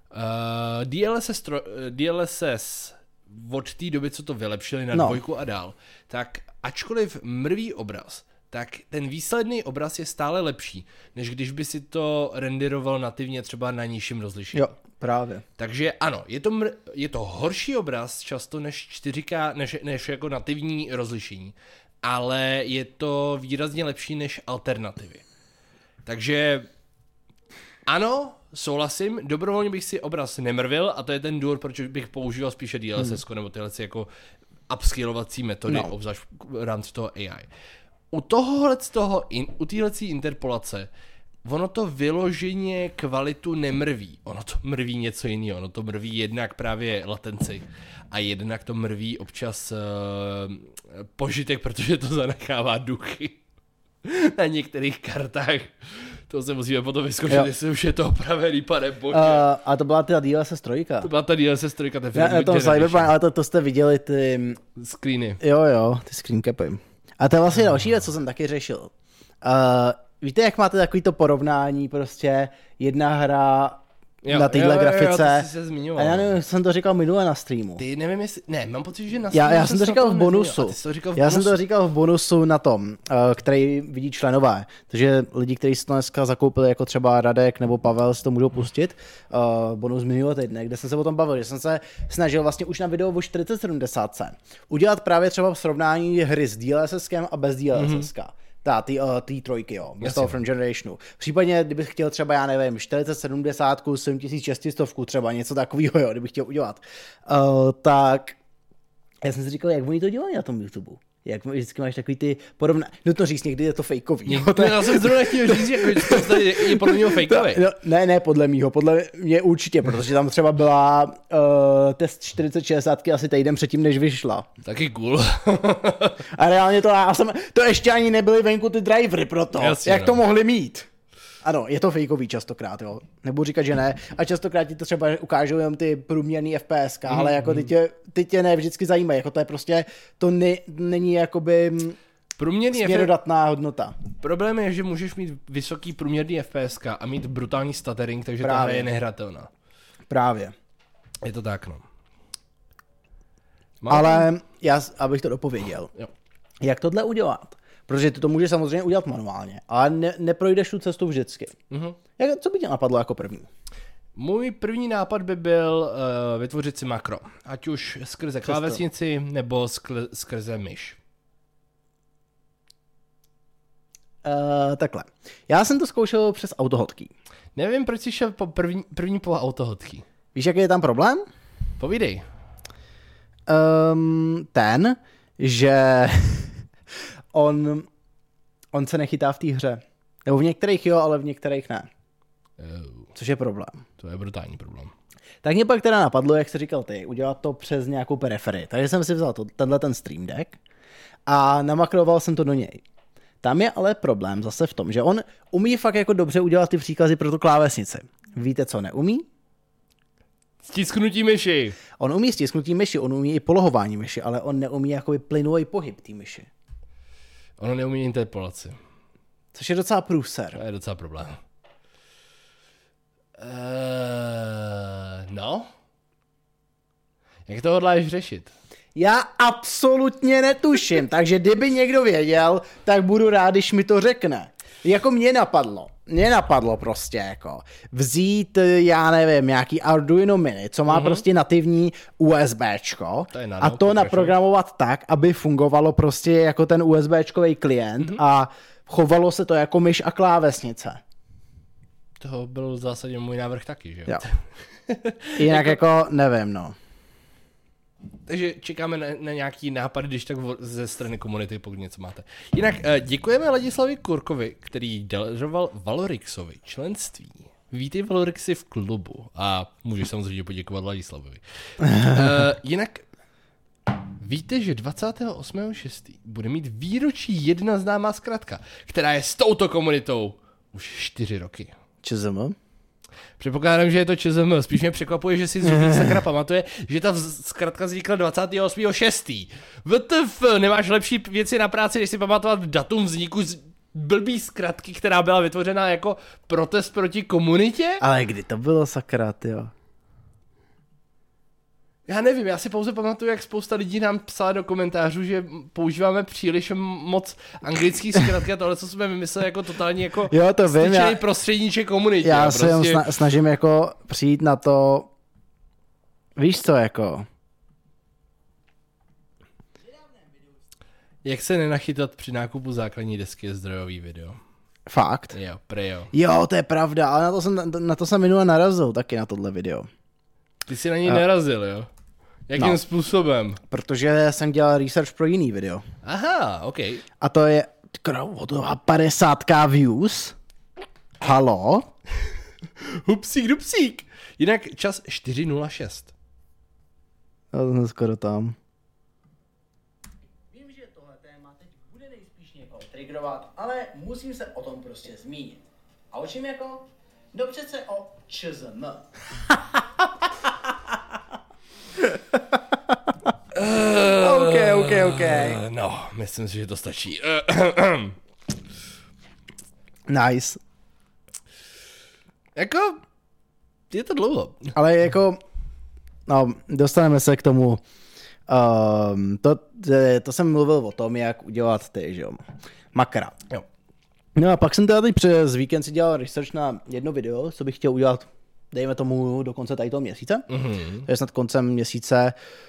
DLSS od té doby, co to vylepšili na 2 a dál, tak ačkoliv mrví obraz, tak ten výsledný obraz je stále lepší, než když by si to renderoval nativně třeba na nižším rozlišení. Jo, právě. Takže ano, je to horší obraz často než 4K, než jako nativní rozlišení, ale je to výrazně lepší než alternativy. Takže ano, souhlasím, dobrovolně bych si obraz nemrvil a to je ten důvod, proč bych používal spíše DLSS nebo tyhle jako upscalovací metody, obzvlášť v rámci toho AI. U téhlecí interpolace, ono to vyloženě kvalitu nemrví. Ono to mrví něco jiného. Ono to mrví jednak právě latenci a jednak to mrví občas požitek, protože to zanechává duchy na některých kartách. To se musíme potom vyzkoušet, jestli už je to opravený, pane bože. A to byla ta DLSS 3. To byla ta DLSS 3. To Cyberpunk, ale to jste viděli ty... Screeny. Jo, ty screen capy. A to je vlastně další věc, co jsem taky řešil. Víte, jak máte takový to porovnání, prostě jedna hra na téhle grafice. To jsi se zmiňoval. A já nevím, jsem to říkal minule na streamu. Ty nevím, jestli... Ne, mám pocit, že na streamu Já jsem to říkal v bonusu. Já jsem to říkal v bonusu na tom, který vidí členové. Takže lidi, kteří si to dneska zakoupili, jako třeba Radek nebo Pavel, si to můžou pustit. Bonus minulého týdne, kde jsem se o tom bavil, že jsem se snažil vlastně už na video o 4070 udělat právě třeba srovnání hry s DLSSkem a bez DLSSka. Tý trojky, jo, bez toho Front Generationu. Případně, kdybych chtěl třeba, já nevím, 4070, 7600 třeba, něco takového, jo, kdybych chtěl udělat, tak já jsem si říkal, jak oni to dělají na tom YouTube. Jak vždycky máš takový ty podobné, to říct, někdy je to fejkový. Já jsem zrovna chtěl říct, jako, že to je podle něho fejkový. No, ne podle mýho, podle mě určitě, protože tam třeba byla test 4060 asi týden předtím, než vyšla. Taky cool. A reálně to ještě ani nebyly venku ty drivery pro to, jasně, jak to mohli mít. Ano, je to fejkový častokrát, jo. Nebudu říkat, že ne. A častokrát ti to třeba ukážou jenom ty průměrný FPS, ale jako ty tě ne vždycky zajímají. Jako to je prostě, to není jakoby směrodatná hodnota. Problém je, že můžeš mít vysoký průměrný FPS a mít brutální stuttering, takže ta hra je nehratelná. Právě. Je to tak, no. Ale abych to dopověděl. Jo. Jak tohle udělat? Protože ty to můžeš samozřejmě udělat manuálně, ale neprojdeš tu cestu vždycky. Co by tě napadlo jako první? Můj první nápad by byl vytvořit si makro. Ať už skrze klávesnici, nebo skrze myš. Takhle. Já jsem to zkoušel přes autohotkey. Nevím, proč jsi šel první po autohotkey. Víš, jaký je tam problém? Povídej. Ten, že on se nechytá v té hře. Nebo v některých jo, ale v některých ne. Což je problém. To je brutální problém. Tak mě pak teda napadlo, jak jsi říkal ty, udělat to přes nějakou periferii. Takže jsem si vzal ten Stream Deck a namakroval jsem to do něj. Tam je ale problém zase v tom, že on umí fakt jako dobře udělat ty příkazy pro tu klávesnici. Víte, co neumí? Stisknutí myši. On umí stisknutí myši, on umí i polohování myši, ale on neumí jakoby plynulý pohyb té myši. Ono neumí interpolaci. Což je docela průser. To je docela problém. No? Jak to hodláš řešit? Já absolutně netuším, takže kdyby někdo věděl, tak budu rád, když mi to řekne. Jako mě napadlo prostě jako vzít, já nevím, nějaký Arduino Mini, co má prostě nativní USBčko a to naprogramovat tak, aby fungovalo prostě jako ten USBčkový klient a chovalo se to jako myš a klávesnice. To byl v zásadě můj návrh taky, že jo? Jinak jako nevím, no. Takže čekáme na nějaký nápad, když tak ze strany komunity, pokud něco máte. Jinak děkujeme Ladislavi Kurkovi, který deležoval Valorixovi členství. Vítej Valorixy v klubu. A můžeš samozřejmě poděkovat Ladislavovi. Jinak víte, že 28.6. bude mít výročí jedna známá zkratka, která je s touto komunitou už 4 roky. ČSM? Předpokládám, že je to ČSM. Spíš mě překvapuje, že si Zubík sakra pamatuje, že ta zkratka vznikla 28.6. WTF, nemáš lepší věci na práci, než si pamatovat datum vzniku blbý zkratky, která byla vytvořena jako protest proti komunitě? Ale kdy to bylo sakra, tyjo? Já nevím, já si pouze pamatuju, jak spousta lidí nám psala do komentářů, že používáme příliš moc anglický zkratky a tohle, co jsme vymysleli jako totálně jako styčený prostředníček komunitě. Já se prostě snažím jako přijít na to, víš co, jako... Jak se nenachytat při nákupu základní desky je zdrojový video. Fakt? Jo, prejo. Jo, to je pravda, ale na to jsem minule narazil taky na tohle video. Ty jsi na něj narazil, jo? Jakým způsobem? Protože jsem dělal research pro jiný video. Aha, ok. A to je 50k views. Halo? Hupsík dupsík. Jinak čas 4:06. Já jsem skoro tam. Vím, že tohle téma teď bude nejspíš někoho triggerovat, ale musím se o tom prostě zmínit. A o čem jako? No přece o ČSM. OK. No, myslím si, že to stačí. Nice. Jako, je to dlouho. Ale jako, no, dostaneme se k tomu. To jsem mluvil o tom, jak udělat ty, že jo, makra. Jo. No a pak jsem teda teď přes víkend si dělal research na jedno video, co bych chtěl udělat, dejme tomu do konce tady toho měsíce. To je snad koncem měsíce.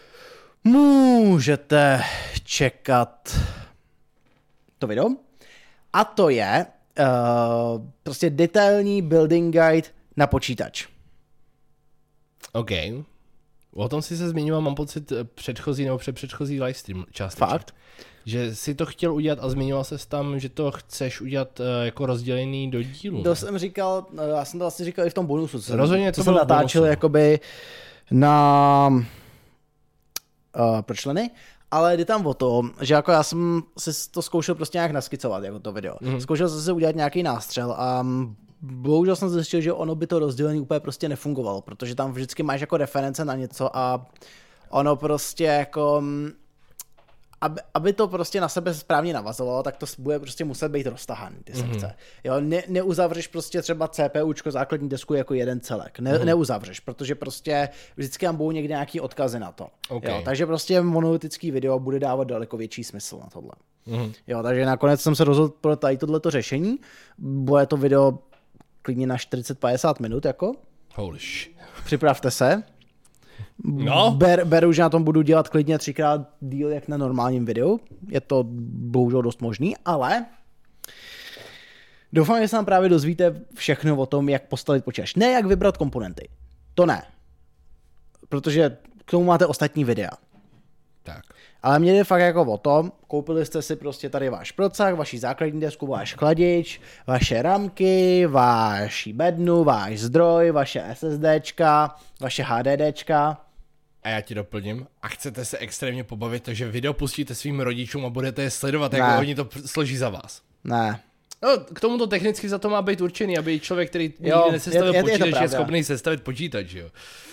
Můžete čekat to video. A to je prostě detailní building guide na počítač. OK. O tom si se zmiňoval, mám pocit, předchozí nebo předchozí livestream částečně. Fakt? Že jsi to chtěl udělat a zmiňoval ses tam, že to chceš udělat jako rozdělený do dílů. To jsem říkal, já jsem to vlastně říkal i v tom bonusu, Rozhodně to jsem bylo natáčel bonusu. jakoby na pro členy, ale jde tam o to, že jako já jsem si to zkoušel prostě nějak naskicovat, jako to video. Zkoušel jsem si udělat nějaký nástřel a bohužel jsem zjistil, že ono by to rozdělení úplně prostě nefungovalo, protože tam vždycky máš jako reference na něco a ono prostě jako aby to prostě na sebe správně navazovalo, tak to bude prostě muset být roztahaný, ty sekce. Jo, neuzavřeš prostě třeba CPUčko, základní desku jako jeden celek. Neuzavřeš, protože prostě vždycky tam budou někde nějaký odkazy na to. Okay. Jo, takže prostě monolitický video bude dávat daleko větší smysl na tohle. Jo, takže nakonec jsem se rozhodl pro tady tohleto řešení. Bude to video klidně na 40-50 minut, jako. Holy shit. Připravte se. No. Beru, že na tom budu dělat klidně 3x díl jak na normálním videu. Je to bohužel dost možný, ale doufám, že se nám právě dozvíte všechno o tom, jak postavit počítač. Ne jak vybrat komponenty. To ne. Protože k tomu máte ostatní videa. Tak. Ale mě jde fakt jako o tom, koupili jste si prostě tady váš procak, vaši základní desku, váš chladič, vaše ramky, váš bednu, váš zdroj, vaše SSDčka, vaše HDDčka. A já ti doplním. A chcete se extrémně pobavit, takže video pustíte svým rodičům a budete je sledovat, jak oni to složí za vás. Ne. No, k tomu to technicky za to má být určený, aby člověk, který nikdy nesestavil počítač, je schopný sestavit počítač, jo.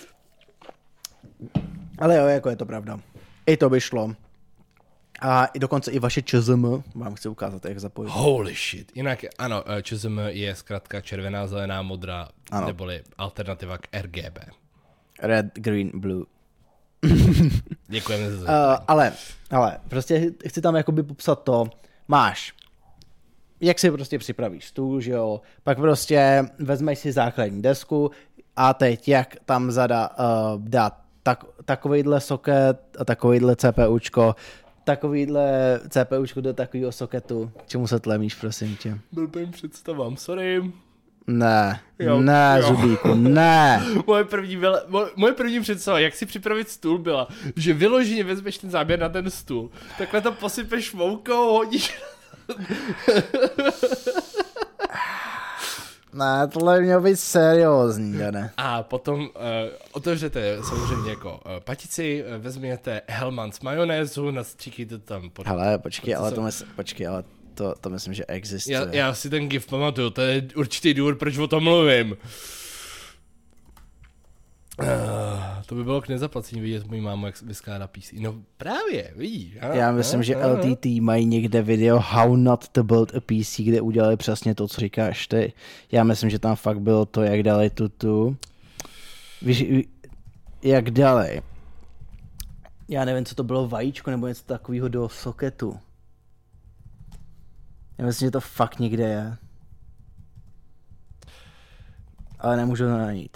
Ale jo, jako je to pravda. I to by šlo. A i dokonce i vaše ČSM vám chci ukázat, jak zapojit. Holy shit. Jinak ano, ČSM je zkrátka červená, zelená, modrá, ano. Neboli alternativa k RGB. Red, green, blue. Děkujeme za to. Ale prostě chci tam jakoby popsat to, máš, jak si prostě připravíš stůl, že jo, pak prostě vezmeš si základní desku a teď jak tam dát takovejhle soket a takovejhle CPUčko, takovýhle CPUčko do takového soketu. Čemu se tlemíš, prosím tě? Blbým představám, sorry. Ne, Zubíku, ne. Moje první představa, jak si připravit stůl, byla, že vyloženě vezmeš ten záběr na ten stůl, takhle to posypeš moukou, hodíš. Ne, tohle mělo být seriózní, ne? A potom otevřete samozřejmě jako patici, vezměte Hellmann's majonézu, nastříkejte tam. Hele, počkej, ale to myslím, že existuje. Já si ten gif pamatuju, to je určitý důvod, proč o tom mluvím. To by bylo k nezaplacení vidět mojí mámu, jak vyskládá PC. No právě, vidíš. Já myslím, že LTT mají někde video How not to build a PC, kde udělali přesně to, co říkáš ty. Já myslím, že tam fakt bylo to, jak dali tu. Víš, jak dali. Já nevím, co to bylo, vajíčko nebo něco takového do soketu. Já myslím, že to fakt někde je. Ale nemůžu to najít.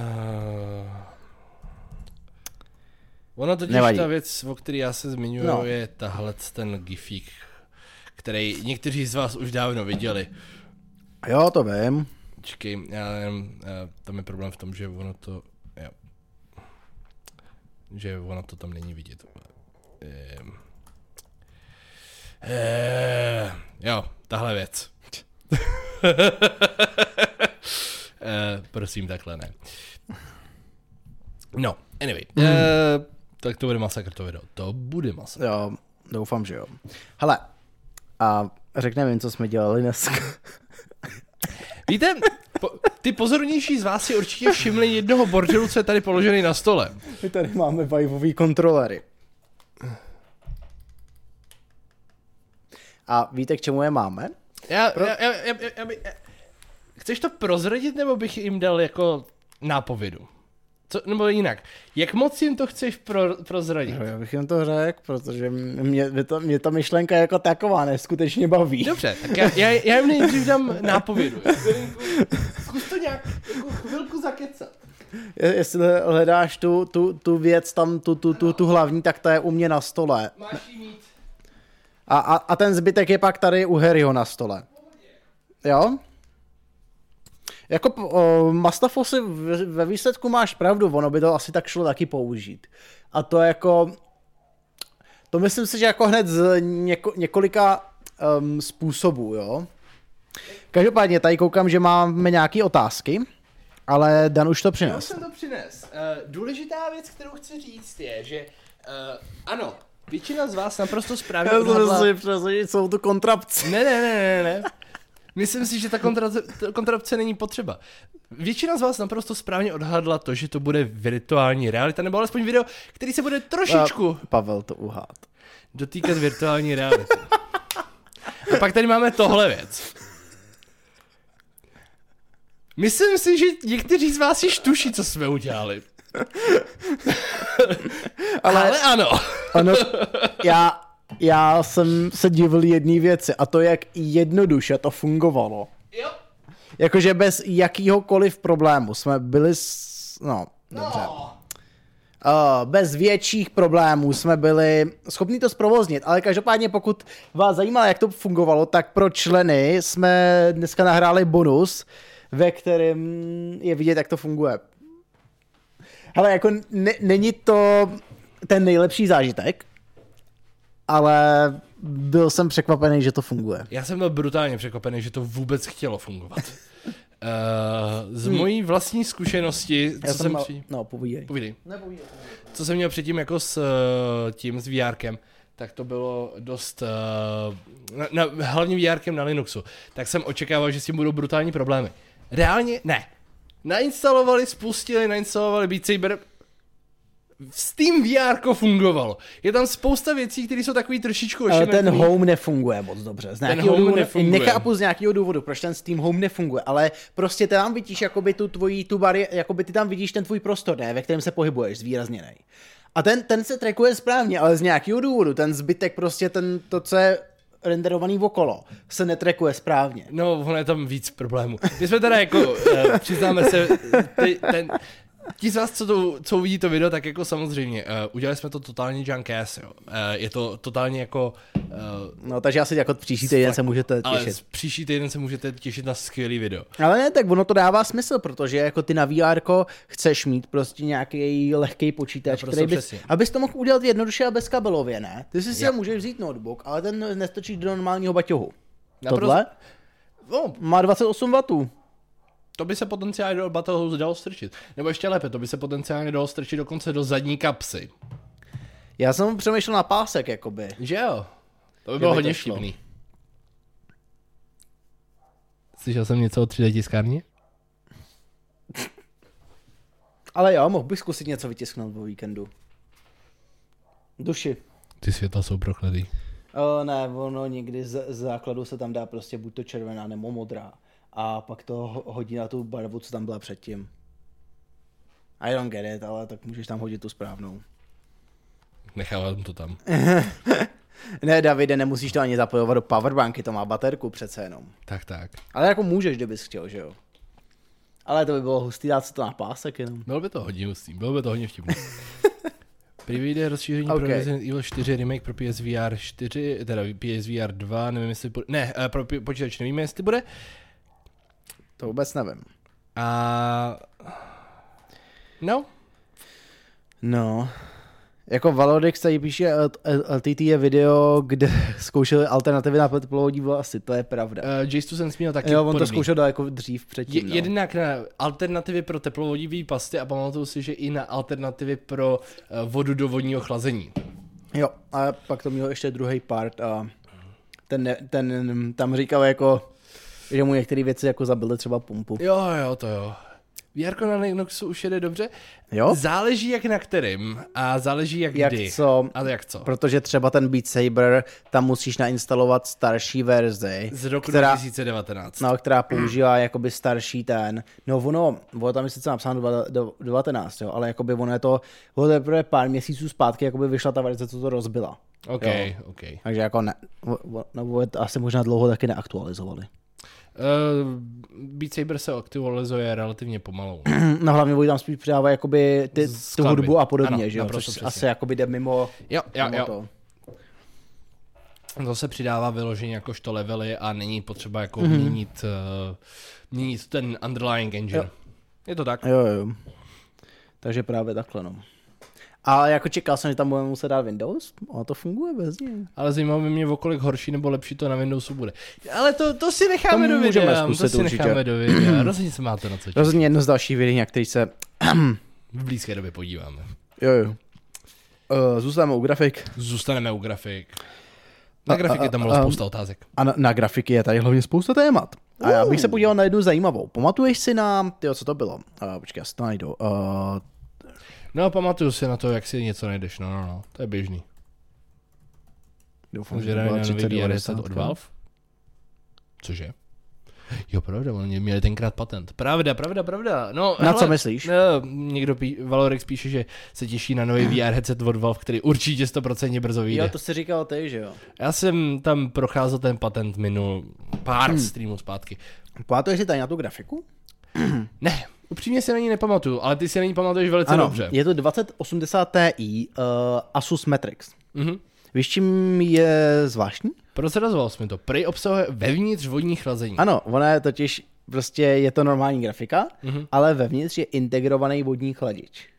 Ono totiž Nevadí. ta věc, o které já se zmiňuji, je tahle ten gifík, který někteří z vás už dávno viděli. Jo, to vím. Počkej, tam je problém v tom, že ono to, jo. Že ono to tam není vidět. Jo, tahle věc. Prosím, takhle ne. No, anyway. Tak to bude masakr to video. To bude masakr. Jo, doufám, že jo. Hele, a řekneme jim, co jsme dělali dneska. Víte, ty pozornější z vás si určitě všimli jednoho bordelu, co je tady položený na stole. My tady máme Viveový kontrolery. A víte, k čemu je máme? Chceš to prozradit, nebo bych jim dal jako nápovědu. Nebo jinak, jak moc jim to chceš prozradit? No, já bych jim to řekl, protože mě ta myšlenka jako taková neskutečně baví. Dobře, tak já jim nejdřív dám nápovědu. Zkus to nějak jako chvilku zakecat. Jestli hledáš tu věc tam, tu hlavní, tak ta je u mě na stole. Máš jí mít. A ten zbytek je pak tady u Harryho na stole. Jo? Jako Mastafosy ve výsledku máš pravdu, ono by to asi tak šlo taky použít. A to jako, to myslím si, že jako hned z několika způsobů, jo. Každopádně tady koukám, že máme nějaké otázky, ale Dan už to přines. Já už jsem to přines. Důležitá věc, kterou chci říct je, že ano, většina z vás naprosto správně odhadla... Já jsem jsou tu kontrapce. Ne. Myslím si, že ta kontrapce není potřeba. Většina z vás naprosto správně odhadla to, že to bude virtuální realita, nebo alespoň video, který se bude trošičku... Pavel to uhád. Dotýkat virtuální reality. A pak tady máme tohle věc. Myslím si, že někteří z vás již tuší, co jsme udělali. Ale ano. Ano, já jsem se divil jedné věci a to, jak jednoduše to fungovalo. Jo. Jakože bez jakýhokoliv problému jsme byli... dobře. Bez větších problémů jsme byli schopni to zprovoznit, ale každopádně pokud vás zajímalo, jak to fungovalo, tak pro členy jsme dneska nahráli bonus, ve kterém je vidět, jak to funguje. Hele, jako není to ten nejlepší zážitek, ale byl jsem překvapený, že to funguje. Já jsem byl brutálně překvapený, že to vůbec chtělo fungovat. Z mojí vlastní zkušenosti, povídej. Co jsem měl předtím jako s VRkem, tak to bylo dost, hlavně VRkem na Linuxu, tak jsem očekával, že s tím budou brutální problémy. Reálně ne. Nainstalovali Beat Saber, Steam VR fungovalo. Je tam spousta věcí, které jsou takový trošičku ošemetný. Ale ten Home nefunguje moc dobře. Nechápu z nějakého důvodu, proč ten Steam Home nefunguje, ale prostě ty tam vidíš jakoby jakoby ty tam vidíš ten tvůj prostor, ne, ve kterém se pohybuješ, zvýrazněnej. A ten se trackuje správně, ale z nějakého důvodu, ten zbytek prostě to, co je renderovaný okolo, se netrackuje správně. No, ono je tam víc problémů. My jsme teda jako, přiznáme se, ti z vás, co uvidí to video, tak jako samozřejmě, udělali jsme to totálně junk-ass, jo. Je to totálně jako... No, takže asi jako příští týden se můžete těšit. Ale příští týden se můžete těšit na skvělý video. Ale ne, tak ono to dává smysl, protože jako ty na VR chceš mít prostě nějaký lehký počítač, který abys to mohl udělat jednoduše a bezkabelově, ne? Ty si můžeš vzít notebook, ale ten nestočí do normálního baťohu. Tohle má 28 W. To by se potenciálně do batohu dalo strčit. Nebo ještě lépe, to by se potenciálně dalo strčit dokonce do zadní kapsy. Já jsem přemýšlel na pásek, jakoby. Že jo? To by bylo hodně vtipný. Slyšel jsem něco o 3D tiskárně? Ale jo, mohl bych zkusit něco vytisknout po víkendu. Duši. Ty světla jsou prokletý. Ne, ono někdy z základu se tam dá prostě buď to červená nebo modrá. A pak to hodí na tu barvu, co tam byla předtím. I don't get it, ale tak můžeš tam hodit tu správnou. Nechávám to tam. Ne, Davide, nemusíš to ani zapojovat do powerbanky, to má baterku přece jenom. Tak. Ale jako můžeš, kdybys chtěl, že jo? Ale to by bylo hustý, dát se to na pásek jenom. Bylo by to hodně hustý, bylo by to hodně vtipný. Prý vyjde rozšíření pro Resident Evil 4 remake pro PSVR 4, teda PSVR 2, nevím jestli bude, ne, pro počítač nevíme jestli bude. To vůbec nevím. No. Jako Valorix tady píše, LTT je video, kde zkoušeli alternativy na teplovodní vlasy, to je pravda. Jace tu jsem směl taky jo, on podobný. to zkoušel daleko dřív předtím. Jednak na alternativy pro teplovodní pasty a pamatuju si, že i na alternativy pro vodu do vodního chlazení. Jo, a pak to mělo ještě druhý part a ten tam říkal jako, že mu některé věci jako zabily třeba pumpu. Jo, to jo. VR na Linuxu už jede dobře. Jo? Záleží jak na kterým a záleží jak kdy. Co? A jak co. Protože třeba ten Beat Saber, tam musíš nainstalovat starší verzi. Z roku 2019. No, která používá jakoby starší ten. No ono tam je sice napsáno 19, jo, ale jakoby ono je to teprve pár měsíců zpátky jakoby vyšla ta verze, co to rozbila. OK. Takže jako ne, no, asi možná dlouho taky neaktualizovali. Beat Saber se aktualizuje relativně pomalu. No hlavně oni tam spíš přidávají jakoby tu hudbu a podobně, ano, že jo, což přesně. asi jakoby jde mimo to. To se přidává vyloženě jakožto levely a není potřeba jako měnit ten underlying engine. Jo. Je to tak? Jo. Takže právě takhle, no. A jako čekal jsem, že tam budeme muset dát Windows, a to funguje bez něj. Ale zajímavé by mě, okolik horší nebo lepší to na Windowsu bude. Ale to si necháme do videa. Necháme do videa. Rozhodně se máte na co čekat. Rozhodně jedno z dalších videí, na který se v blízké době podíváme. Jo. Zůstaneme u grafik. Na grafiky tam bylo spousta otázek. A na grafiky je tady hlavně spousta témat. A já bych se podíval na jednu zajímavou. Pamatuješ si na, co to bylo? Počkej, já si to najdu. No, pamatuju si na to, jak si něco najdeš. No, to je běžný. Doufám, že dají na nový VR od Valve. Cože? Jo, pravda, oni měli tenkrát patent. Pravda. No, na co myslíš? No, někdo Valorix píše, že se těší na nový VR headset od Valve, který určitě 100% brzo vyjde. Jo, to jsi říkal ty, že jo? Já jsem tam procházel ten patent minul pár streamů zpátky. Pamatuješ si tady na tu grafiku? Ne, upřímně si na ní nepamatuju, ale ty si na ní pamatuješ velice dobře. Je to 2080 Ti Asus Matrix. Mhm. Víš, čím je zvláštní? Prozrazoval jsme to. Prej obsahuje vevnitř vodní chlazení. Ano, ona je totiž, prostě je to normální grafika, ale vevnitř je integrovaný vodní chladič.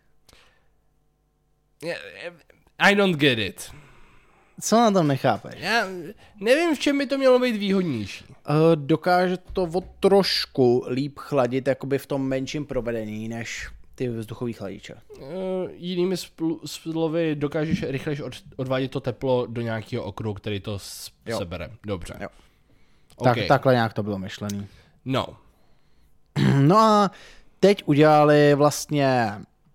I don't get it. Co na tom nechápeš? Já nevím, v čem by to mělo být výhodnější. Dokáže to o trošku líp chladit jakoby v tom menším provedení, než ty vzduchový chladiče. Jinými slovy, dokážeš rychleji odvádět to teplo do nějakého okruhu, který to sebere. Dobře. Jo. Okay. Takhle nějak to bylo myšlený. No. No a teď udělali vlastně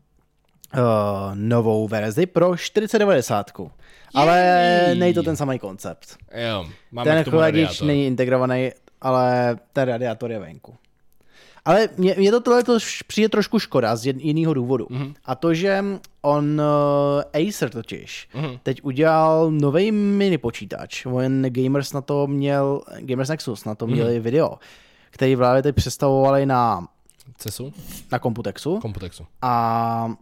novou verzi pro 4090. Ale nejde to ten samý koncept. Jo, ten chladič není integrovaný, ale ten radiátor je venku. Ale mě to přijde trošku škoda z jiného důvodu. A to, že Acer totiž teď udělal nový mini počítač. Gamers Nexus na to měli video, který právě teď představovali na CESu? Na Computexu. A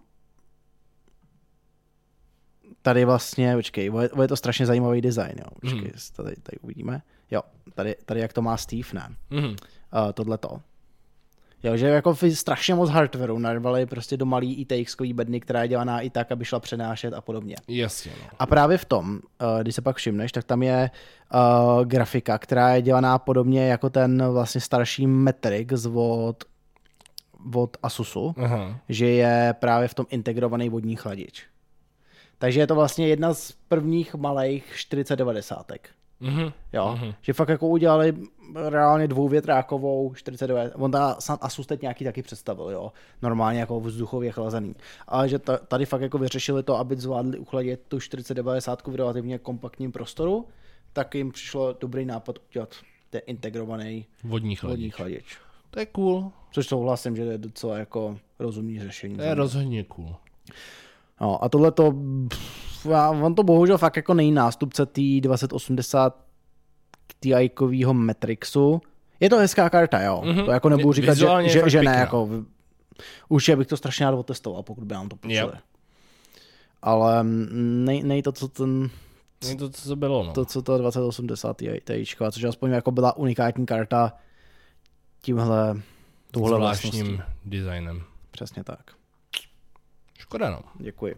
tady vlastně, počkej, je to strašně zajímavý design, jo. Počkej, tady uvidíme. Jo, tady jak to má Steve, ne? Tohleto. Jo, že jako strašně moc hardwareu narvali prostě do malý ITX-kový bedny, která je dělaná i tak, aby šla přenášet a podobně. Jasně. No. A právě v tom, když se pak všimneš, tak tam je grafika, která je dělaná podobně jako ten vlastně starší Matrix od Asusu, že je právě v tom integrovaný vodní chladič. Takže je to vlastně jedna z prvních malých 4090. Jo, že fakt jako udělali reálně dvouvětrákovou 49, on Asus teď nějaký taky představil, jo, normálně jako vzduchově chlazený, ale že tady fakt jako vyřešili to, aby zvládli uchladit tu 4090 v relativně kompaktním prostoru, tak jim přišlo dobrý nápad udělat ten integrovaný vodní chladič. To je cool. Což souhlasím, že je docela jako rozumný řešení. To je rozhodně cool. No a tohleto, on to bohužel fakt jako není nástupce té 2080 Ti-kovýho Matrixu. Je to hezká karta, jo. To jako nebudu říkat, že ne, jako už bych to strašně rád otestoval, pokud by nám to počuli. Ale nej to, co ten... Nej to, co bylo, no. To, co to 2080 Tička, což aspoň jako byla unikátní karta touhle zvláštním designem. Přesně tak. Škoda, no. Děkuji.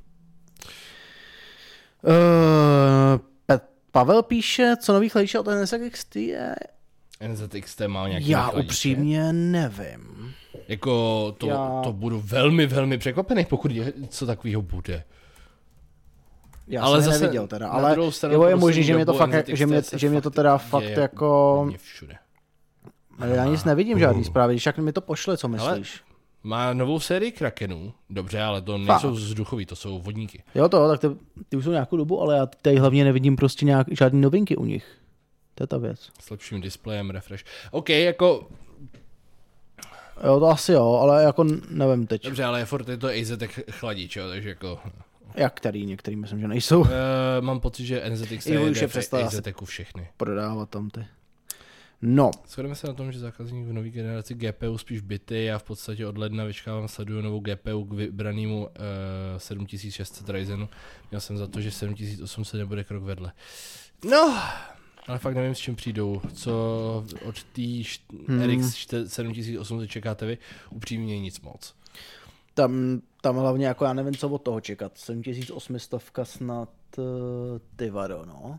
Pavel píše, co nový chladiče od NZXT je? NZXT má nějaký Já chladiče? Upřímně nevím. Jako to budu velmi, velmi překvapený, pokud co takového bude. Já ale jsem neviděl teda, ale je možný, že mě to fakt, že mě to teda fakt jako... Všude. Já nic nevidím, žádný zprávy, když jak mi to pošle, co myslíš? Má novou sérii Krakenů. Dobře, ale to nejsou vzduchový, to jsou vodníky. Jo tak ty už jsou nějakou dobu, ale já tady hlavně nevidím prostě žádný novinky u nich. To je ta věc. S lepším displejem, refresh. OK, jako... Jo, to asi jo, ale jako nevím teď. Dobře, ale furt je to AZ chladič, jo, takže jako... Jak tady, některý myslím, že nejsou. Mám pocit, že NZX je AZ všechny. Prodávat tam ty. No. Shodeme se na tom, že zákazník v nové generaci GPU spíš bity, já v podstatě od ledna vyčkávám, sleduju novou GPU k vybranému 7600 Ryzenu. Měl jsem za to, že 7800 nebude krok vedle. No, ale fakt nevím, s čím přijdou. Co od té RX 7800 čekáte vy? Upřímně nic moc. Tam hlavně jako já nevím, co od toho čekat. 7800 snad ty vado, no.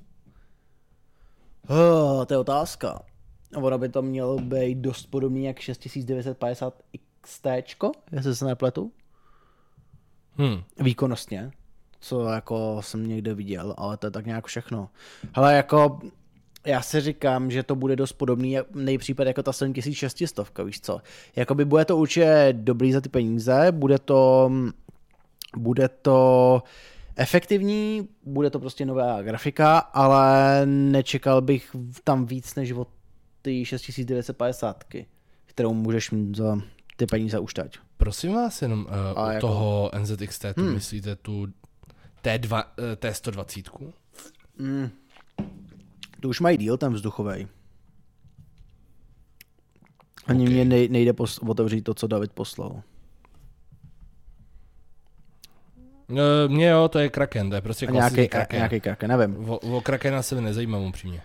To je otázka. Ono by to mělo být dost podobný jak 6950 XT, jestli se nepletu. Výkonnostně, co jako jsem někde viděl, ale to je tak nějak všechno. Hele, jako já si říkám, že to bude dost podobný nejpřípad jako ta 7600, víš co. Jakoby bude to určitě dobrý za ty peníze, bude to efektivní, bude to prostě nová grafika, ale nečekal bych tam víc než od ty 6950, kterou můžeš mít za ty peníze už teď. Prosím vás, jenom jako... toho NZXT, tu myslíte tu T120? To už mají díl, ten vzduchovej. Ani mě nejde otevřít to, co David poslal. Mně jo, to je Kraken, to je prostě klasický Kraken. Nějaký Kraken, nevím. O Krakena se mi nezajímám upřímně.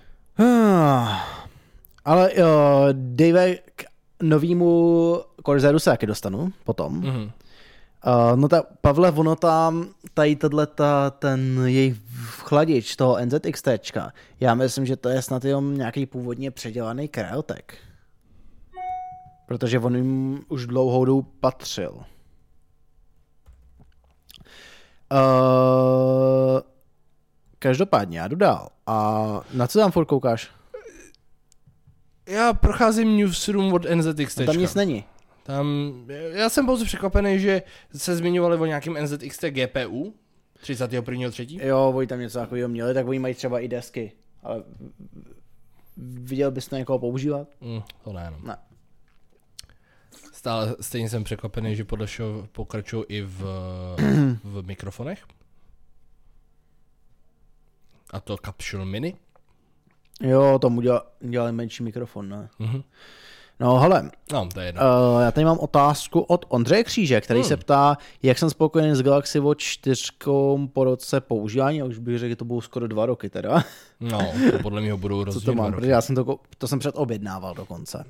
Ale Dave, k novýmu Corsairu se taky dostanu potom. Mm-hmm. Pavle, ono tam, tady ten jejich chladič toho NZXTčka, já myslím, že to je snad jenom nějaký původně předělaný Cryotech. Protože on jim už dlouhou dobu patřil. Každopádně, já jdu dál. A na co tam furt koukáš? Já procházím newsroom od NZXT. Tam nic není. Já jsem pouze překvapený, že se zmiňovali o nějakém NZXT GPU 31.3. Jo, oni tam něco takového měli, tak oni mají třeba i desky. Ale viděl bys to někoho používat? To ne. Ne. Stejně jsem překvapený, že podle všeho pokračují i v mikrofonech. A to Capsule Mini. Jo, tomu dělali menší mikrofon, ne? Mm-hmm. No, hele, to je jedno. Já tady mám otázku od Ondřeje Kříže, který se ptá, jak jsem spokojený s Galaxy Watch 4 po roce používání, a už bych řekl, že to budou skoro 2 roky teda. No, to podle mě budou rozdíl. Co to mám, protože já jsem to jsem předobjednával dokonce.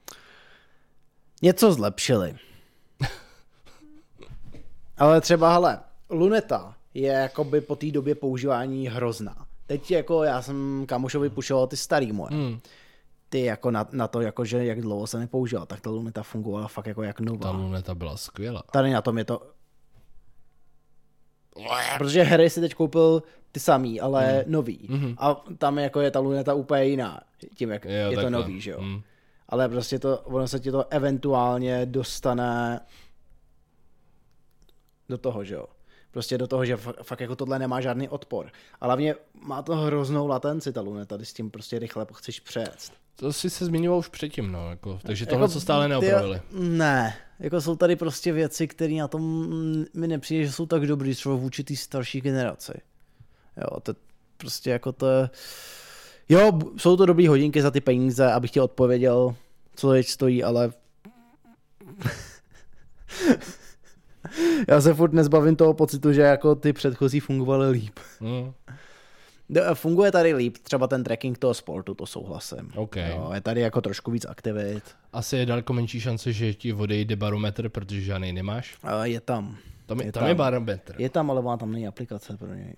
Něco zlepšili. Ale třeba, hele, Luneta je jakoby po té době používání hrozná. Teď jako já jsem kamošovi pušoval ty starý moje. Ty jako na to, jako, že jak dlouho se nepoužíval, tak ta Luneta fungovala fakt jako jak nová. Ta Luneta byla skvělá. Tady na tom je to... Protože Harry si teď koupil ty samý, ale nový. A tam jako je ta Luneta úplně jiná, tím jak je to nový, že jo. Ale prostě ono se ti to eventuálně dostane do toho, že jo. Prostě do toho, že fakt jako tohle nemá žádný odpor. A hlavně má to hroznou latenci ta Luneta, když s tím prostě rychle chceš přejet. To si se zmiňoval už předtím, no, jako, takže tohle jako, co stále neopravili. Ne, jako jsou tady prostě věci, které na tom mi nepřijde, že jsou tak dobrý, třeba vůči té starší generaci. Jo, to prostě jako to je... Jo, jsou to dobrý hodinky za ty peníze, abych ti odpověděl, co teď stojí, ale... Já se furt nezbavím toho pocitu, že jako ty předchozí fungovaly líp. Funguje tady líp, třeba ten tracking toho sportu, to souhlasím. Okay. Jo, je tady jako trošku víc aktivit. Asi je daleko menší šance, že ti odejde barometr, protože žádný nemáš? Je tam. Tam je barometr. Je tam, ale tam není aplikace pro něj.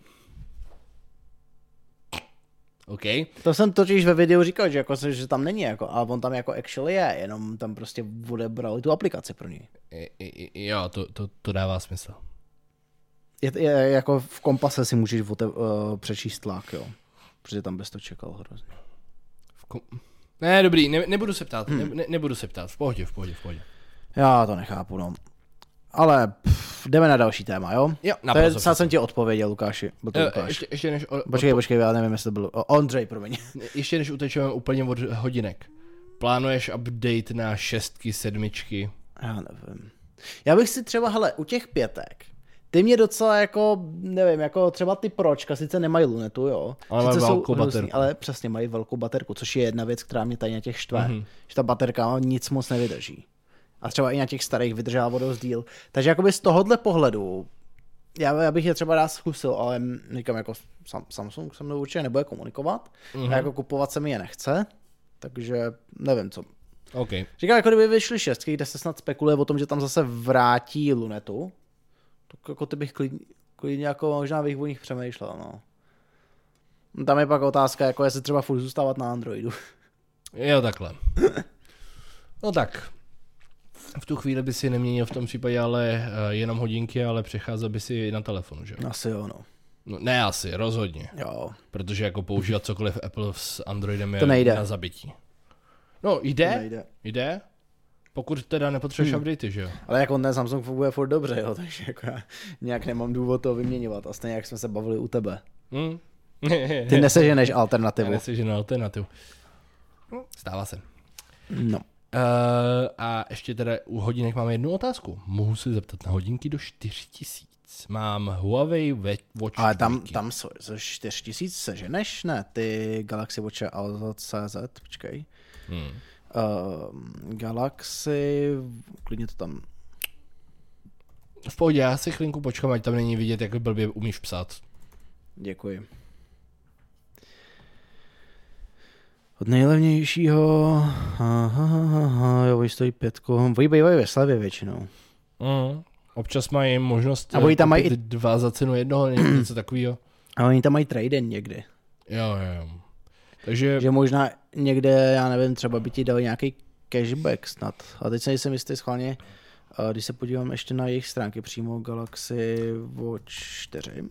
Okay. To jsem totiž ve videu říkal, že, jako, že tam není, jako, a on tam jako actually je, jenom tam prostě odebrali tu aplikaci pro něj. Jo, to dává smysl. Je jako v kompase si můžeš přečíst tlak, jo. Protože tam bys to čekal hrozně. Ne, dobrý, nebudu se ptát, nebudu se ptát, v pohodě. Já to nechápu, no. Ale jdeme na další téma, jo? Jo, to je, snad jsem ti odpověděl, Lukáši. Byl to Lukáš. Ještě než... Počkej, já nevím, jestli to byl... Ondřej, promiň. Ještě než utečeme úplně od hodinek. Plánuješ update na 6, 7? Já nevím. Já bych si třeba, hele, u těch 5, ty mě docela jako, nevím, jako třeba ty Pročka sice nemají lunetu, jo. Ale mají velkou baterku. Ale přesně mají velkou baterku, což je jedna věc, která mě tady na těch štve. Že ta baterka nic moc nevydrží. A třeba i na těch starých vydržela o dost díl. Takže jakoby z tohohle pohledu, já bych je třeba rád zkusil, ale říkám, jako Samsung se mnou určitě nebude komunikovat. A jako kupovat se mi je nechce. Takže nevím co. Okay. Říkám, jako kdyby vyšly 6, kde se snad spekuluje o tom, že tam zase vrátí lunetu, tak jako ty bych klidně jako možná bych o nich přemýšlel, no. Tam je pak otázka, jako jestli třeba furt zůstávat na Androidu. Jo, takhle. No tak. V tu chvíli by si neměnil v tom případě ale jenom hodinky, ale přecházel by si na telefonu, že jo? Asi jo, no. No, ne asi, rozhodně. Jo. Protože jako používat cokoliv Apple s Androidem to nejde. Je na zabití. No, jde. Pokud teda nepotřebuješ updatey, že jo? Ale jako ten Samsung funguje furt dobře, jo, takže jako já nějak nemám důvod to vyměňovat. A stejně jak jsme se bavili u tebe. Ty neseženeš alternativu. Já neseženu alternativu. Stává se. No. A ještě teda u hodinek máme jednu otázku. Mohu se zeptat na hodinky do 4000. Mám Huawei Watch. Ale tam jsou 4000 seženeš? Ne, ty Galaxy Watch Alza.cz, počkej. Galaxy, klidně to tam. V pohodě, já si chvilinku počkám, ať tam není vidět, jak blbě umíš psát. Děkuji. Od nejlevnějšího, jo, stojí 5. Oni bývají ve slevě většinou. Občas mají možnost tam mají 2 za cenu jednoho, něco takového. A oni tam mají trade-in někdy. Jo. Takže... Že možná někde, já nevím, třeba by ti dali nějaký cashback snad. A teď se nejsem jistý schválně, když se podívám ještě na jejich stránky, přímo Galaxy Watch 4.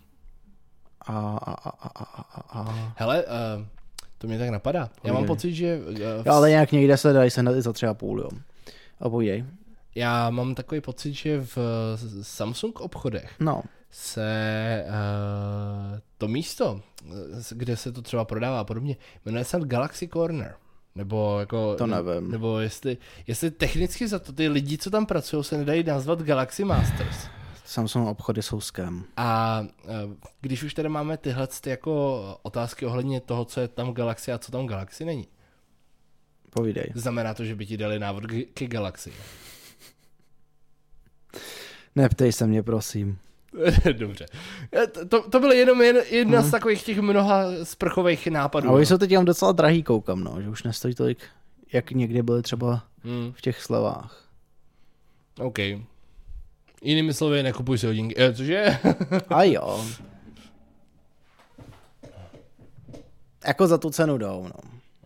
Hele, to mě tak napadá. Já mám pocit, že... Jo, ale nějak někde se dají sehnat i za 3,5, jo. A povídej. Já mám takový pocit, že v Samsung obchodech se to místo, kde se to třeba prodává a podobně, jmenuje se Galaxy Corner. Nebo jako... To nevím. Nebo jestli technicky za to ty lidi, co tam pracují, se nedají nazvat Galaxy Masters. Samsung obchody jsou scam. A když už teda máme tyhle jako otázky ohledně toho, co je tam Galaxy a co tam Galaxy není. Povídej. Znamená to, že by ti dali návod ke Galaxy. Neptej se mě, prosím. Dobře. To bylo jenom jedna z takových těch mnoha sprchových nápadů. A oni jsou teď jenom docela drahý, koukám, no, že už nestojí tolik, jak někdy byly třeba v těch slevách. OK. Jinými slovy, nekupuj si hodinky. Cože? A jo. Jako za tu cenu jdou, no.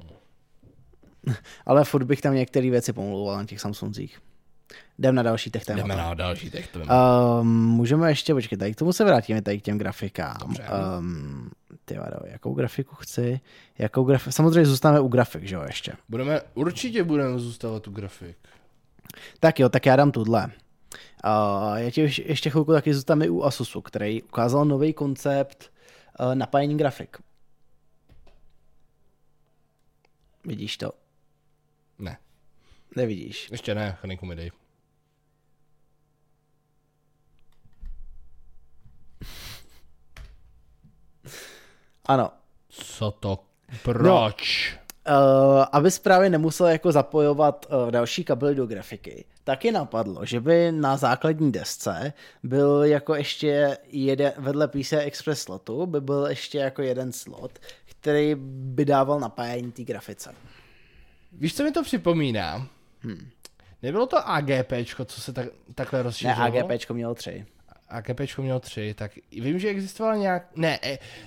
Ale furt bych tam některé věci pomlouval na těch Samsungích. Jdem na další tech témata. Jdeme na další tech můžeme ještě, počkej, tady k tomu se vrátíme, tady k těm grafikám. Jakou grafiku chci? Samozřejmě zůstáváme u grafik, že jo, ještě. Určitě budeme zůstávat u grafik. Tak jo, tak já dám tuhle. Já ti ještě chvilku taky zůstáváme u Asusu, který ukázal nový koncept napájení grafik. Vidíš to? Ne. Nevidíš. Ještě ne, chvilku mi dej. Ano. Co to? Proč? Abys právě nemusel jako zapojovat další kabely do grafiky, tak je napadlo, že by na základní desce byl jako ještě vedle PCI Express slotu, by byl ještě jako jeden slot, který by dával napájení té grafice. Víš, co mi to připomíná? Nebylo to AGPčko, co se takhle rozšířilo? Ne, AGPčko mělo 3. AGPčko mělo 3, tak vím, že existovala nějak... Ne,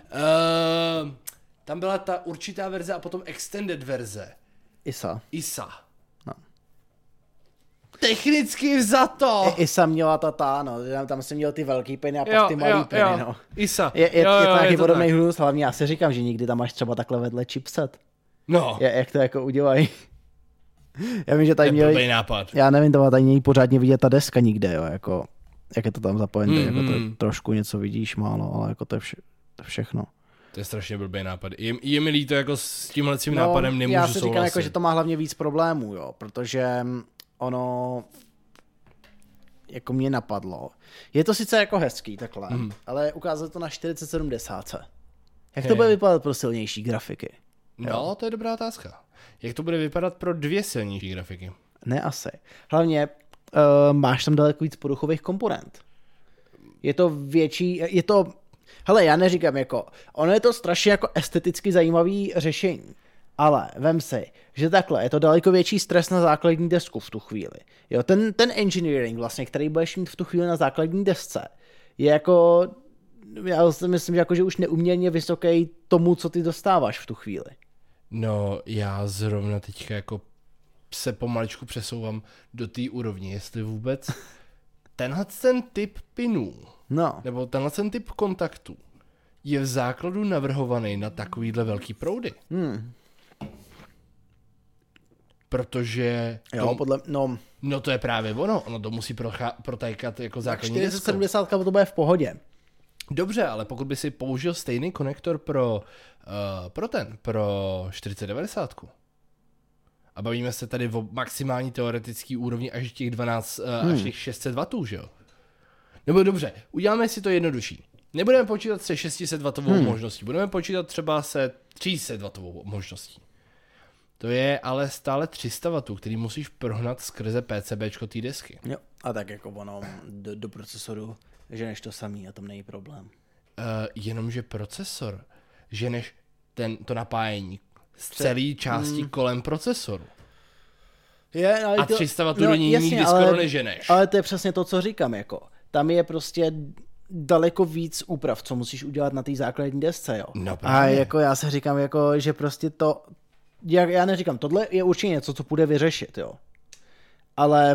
tam byla ta určitá verze a potom extended verze. ISA. No. Technicky vzato! ISA měla tam jsem měl ty velký peny a pak ty malý peny, no. ISA. Je to nějaký podobný hnus, hlavně já si říkám, že nikdy tam máš třeba takhle vedle chipset. No. Jak to jako udělají. Já vím, že tady měli... nápad. Já nevím, to tady není pořádně vidět ta deska nikde, jo, jako, jak je to tam zapojené, jako to trošku něco vidíš málo, ale jako to je všechno. To je strašně blbý nápad. Je mi líto, jako s tímhlecím nápadem nemůžu souhlasit. Já si říkám, jako, že to má hlavně víc problémů, jo, protože ono jako mě napadlo. Je to sice jako hezký takhle, ale ukázalo to na 4070. Jak to bude vypadat pro silnější grafiky? No, to je dobrá otázka. Jak to bude vypadat pro 2 silnější grafiky? Ne asi. Hlavně máš tam daleko víc poruchových komponent. Je to větší, hele, já neříkám jako, ono je to strašně jako esteticky zajímavý řešení, ale vem si, že takhle, je to daleko větší stres na základní desku v tu chvíli. Jo, ten engineering vlastně, který budeš mít v tu chvíli na základní desce, je jako, já si myslím, že, jako, že už neuměrně vysoký tomu, co ty dostáváš v tu chvíli. No, já zrovna teďka jako se pomaličku přesouvám do té úrovně, jestli vůbec tenhle ten typ pinů, nebo tenhle ten typ kontaktů je v základu navrhovaný na takovýhle velký proudy. Protože... Jo, No to je právě ono to musí protékat jako základní deskou. 4070 to bude v pohodě. Dobře, ale pokud by si použil stejný konektor pro 4090, a bavíme se tady o maximální teoretický úrovni až těch 12, až těch 600 W, že jo? Nebo dobře, uděláme si to jednodušší. Nebudeme počítat se 600 W možností, budeme počítat třeba se 300 W možností. To je ale stále 300 W, který musíš prohnat skrze PCBčko té desky. Jo, a tak jako ono do procesoru ženeš to samý a tam není problém. Jenomže procesor ženeš to napájení z celé části kolem procesoru. Ale a 300 W do ní nikdy skoro neženeš. Ale to je přesně to, co říkám. Jako. Tam je prostě daleko víc úprav, co musíš udělat na té základní desce. Jo. No, a jako já se říkám, jako, že prostě to... Já neříkám, tohle je určitě něco, co půjde vyřešit. Jo. Ale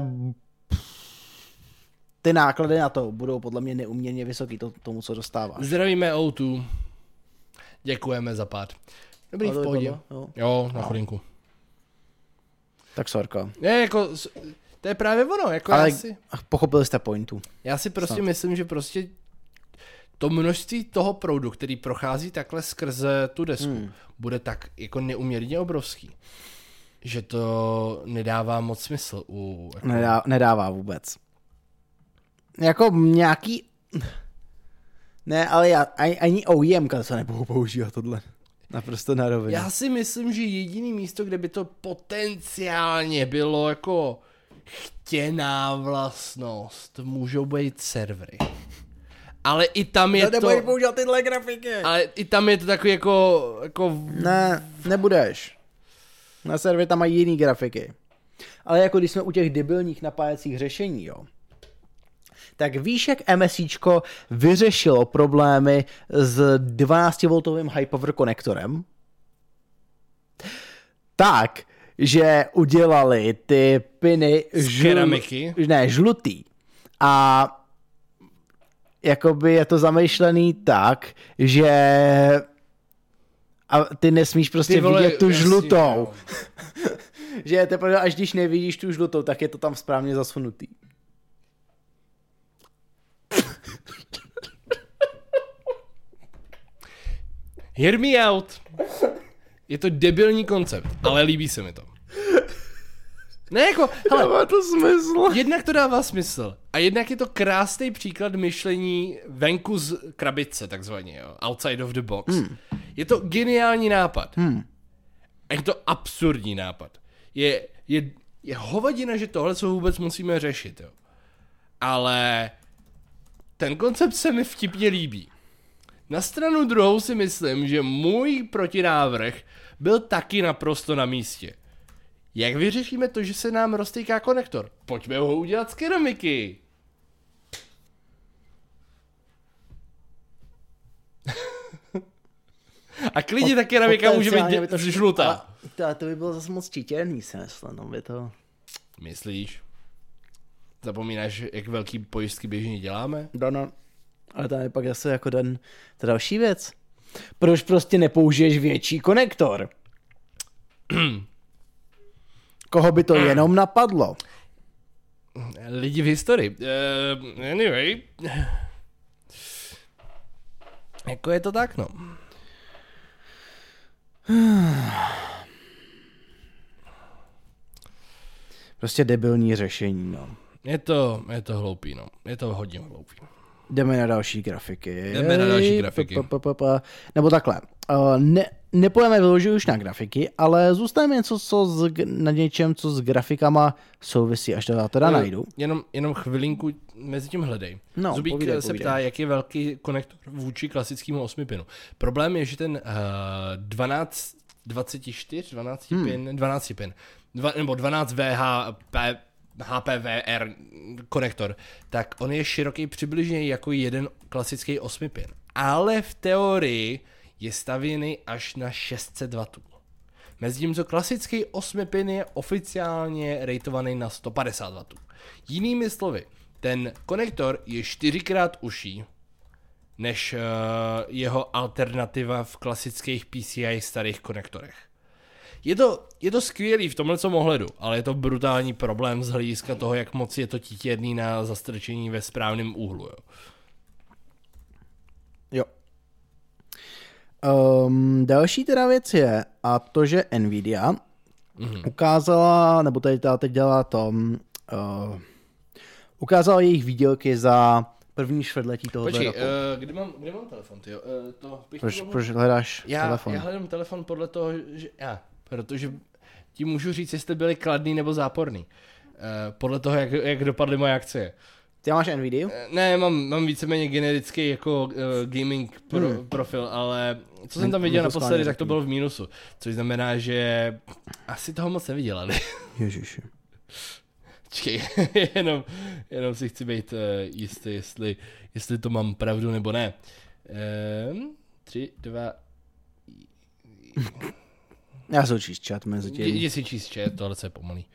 ty náklady na to budou podle mě neuměrně vysoký tomu, co dostáváš. Zdravíme O2. Děkujeme za pád. Dobrý, v pohodě. Jo, na chodinku. Tak sorka. Ne, jako, to je právě ono. Jako ale pochopili jste pointu. Já si prostě myslím, že prostě to množství toho proudu, který prochází takhle skrze tu desku, bude tak jako neuměrně obrovský, že to nedává moc smysl. Jako... Nedává vůbec. Jako nějaký... Ne, ale ani OEM se nebudou používat tohle. Naprosto na rovinu. Já si myslím, že jediný místo, kde by to potenciálně bylo jako chtěná vlastnost, můžou být servery. Ale i tam je to... Nebudeš používat tyhle grafiky. Ale i tam je to takový jako... Ne, nebudeš. Na servery tam mají jiný grafiky. Ale jako když jsme u těch debilních napájecích řešení, jo, tak víš, jak MSIčko vyřešilo problémy s 12V high power konektorem? Tak, že udělali ty piny keramiky? Žlutý. A jakoby je to zamýšlený tak, že a ty nesmíš prostě vidět tu žlutou. Že teprve až když nevidíš tu žlutou, tak je to tam správně zasunutý. Hear me out. Je to debilní koncept, ale líbí se mi to. Ne, jako, hele, dává to smysl. Jednak to dává smysl. A jednak je to krásný příklad myšlení venku z krabice, takzvaně, jo. Outside of the box. Je to geniální nápad. A je to absurdní nápad. Je hovadina, že tohle co vůbec musíme řešit, jo. Ale ten koncept se mi vtipně líbí. Na stranu druhou si myslím, že můj protinávrh byl taky naprosto na místě. Jak vyřešíme to, že se nám roztýká konektor? Pojďme ho udělat z keramiky. A klidně ta keramika může být žlutá. To by bylo zase moc čítěrný, si myslím. No by to... Myslíš? Zapomínáš, jak velký pojistky běžně děláme? No. Ale tam je pak zase jako ta další věc. Proč prostě nepoužiješ větší konektor? Koho by to jenom napadlo? Lidi v historii. Anyway. Jako je to tak, no. Prostě debilní řešení, no. Je to hloupý, no. Je to hodně hloupý. Jdeme na další grafiky. Nebo takhle. Nepojeme vyložit už na grafiky, ale zůstaneme na něčem, co s grafikama souvisí, až to teda najdu. Jenom chvilinku mezi tím hledej. No, Zubík povídej. ptá, jak je velký konektor vůči klasickému 8 pinu. Problém je, že ten 12 pin, nebo 12 HPVR konektor, tak on je široký přibližně jako jeden klasický 8 pin. Ale v teorii je stavěný až na 600 W. Mezitím, co klasický 8 pin je oficiálně rateovaný na 150 W. Jinými slovy, ten konektor je 4x užší než jeho alternativa v klasických PCI starých konektorech. Je to skvělý v tomhle ohledu, ale je to brutální problém z hlediska toho, jak moc je to titěrný na zastrčení ve správném úhlu. Jo. Další teda věc je, a to, že Nvidia ukázala, nebo teď dělá to, ukázala jejich výdělky za první čtvrtletí tohoto roku. Počkej, kde mám telefon, tyjo? Proč hledáš telefon? Já hledám telefon podle toho, že protože ti můžu říct, jestli byli kladný nebo záporný. Podle toho, jak dopadly moje akcie. Ty máš Nvidia? Ne, mám víceméně generický jako gaming profil, ale co jsem tam viděl naposledy, tak to bylo v mínusu. Což znamená, že asi toho moc neviděla, ne? Ježiši. Čekej, jenom si chci být jistý, jestli to mám pravdu nebo ne. 3, 2... Já se číst chat mezi tím. Jdi si číst chat, tohle je pomalý.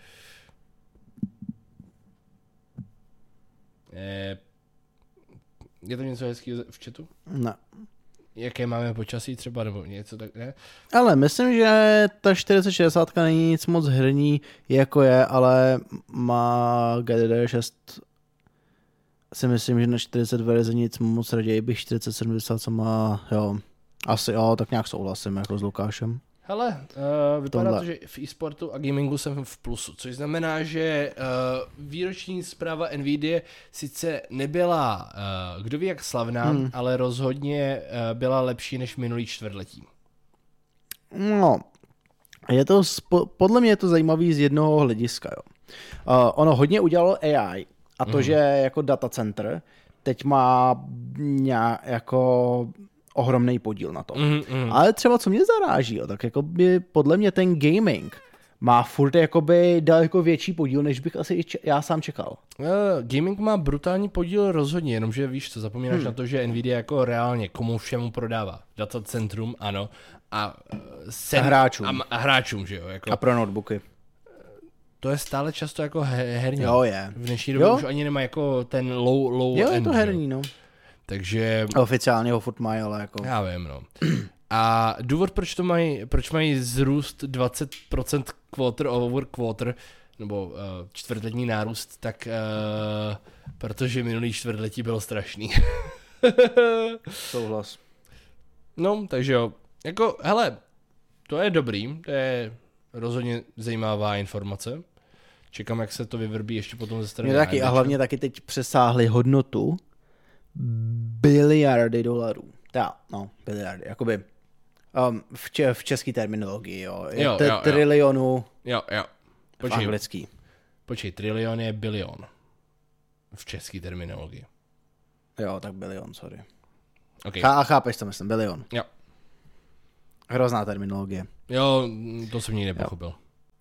Je tam něco hezkého v chatu? Ne. Jaké máme počasí třeba, nebo něco tak, ne? Ale myslím, že ta 4060 není nic moc herní, jako je, ale má GDDR6. Si myslím, že na 40 verzi nic moc raději bych 4070 má, jo. Asi jo, tak nějak souhlasím jako s Lukášem. Hele, vypadá to, že v e-sportu a gamingu jsem v plusu, což znamená, že výroční zpráva Nvidia sice nebyla, kdo ví jak slavná, ale rozhodně byla lepší než minulý čtvrtletí. No, podle mě je to zajímavý z jednoho hlediska, jo. Ono hodně udělalo AI a to, že jako data center teď má jako ohromný podíl na to. Ale třeba co mě zaráží, jo, tak jako by podle mě ten gaming má furt jakoby daleko větší podíl, než bych asi já sám čekal. Gaming má brutální podíl rozhodně, jenomže víš co, zapomínáš na to, že Nvidia jako reálně komu všemu prodává. Datacentrum, ano. A hráčům. A hráčům, že jo. Jako. A pro notebooky. To je stále často jako herní. Jo, je. V dnešní době už ani nemá jako ten low jo, end. Je to herní, no. Takže... Oficiálně ho furt mají, ale jako... Já vím, no. A důvod, proč mají zrůst 20% quarter over quarter, nebo čtvrtletní nárůst, tak protože minulý čtvrtletí bylo strašný. Souhlas. No, takže jo. Jako, hele, to je dobrý, to je rozhodně zajímavá informace. Čekám, jak se to vyvrbí ještě potom ze strany. Taky, a hlavně taky teď přesáhli hodnotu biliardy dolarů. Biliardy, jakoby v české terminologii, jo. Trilionu v anglický. Počkej, trilion je bilion v české terminologii. Jo, tak bilion, sorry. Okay. Chápeš, co myslím, bilion. Jo. Hrozná terminologie. Jo, to jsem nikdy nepochopil.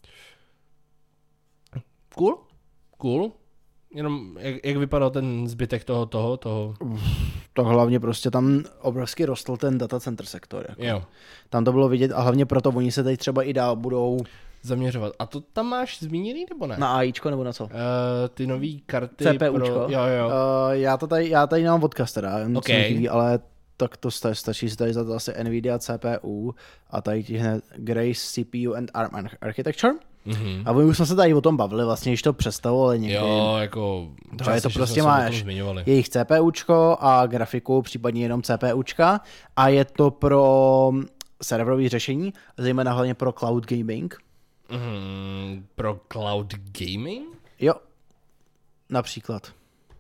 Cool. Jenom jak vypadal ten zbytek toho? To hlavně prostě tam obrovsky rostl ten data center sektor. Jako. Jo. Tam to bylo vidět a hlavně proto oni se teď třeba i dál budou zaměřovat. A to tam máš zmíněný nebo ne? Na AIčko nebo na co? Ty nový karty CPUčko. Jo. Já tady mám od Castera, okay. ale tak to stačí si tady za to asi NVIDIA CPU a tady ti hned Grace CPU and ARM Architecture. Mm-hmm. A už jsme se tady o tom bavili, vlastně, když to představovali někdy. Jo, jako... Že to prostě máš jejich CPUčko a grafiku, případně jenom CPUčka a je to pro serverové řešení, zejména hlavně pro cloud gaming. Pro cloud gaming? Jo, například.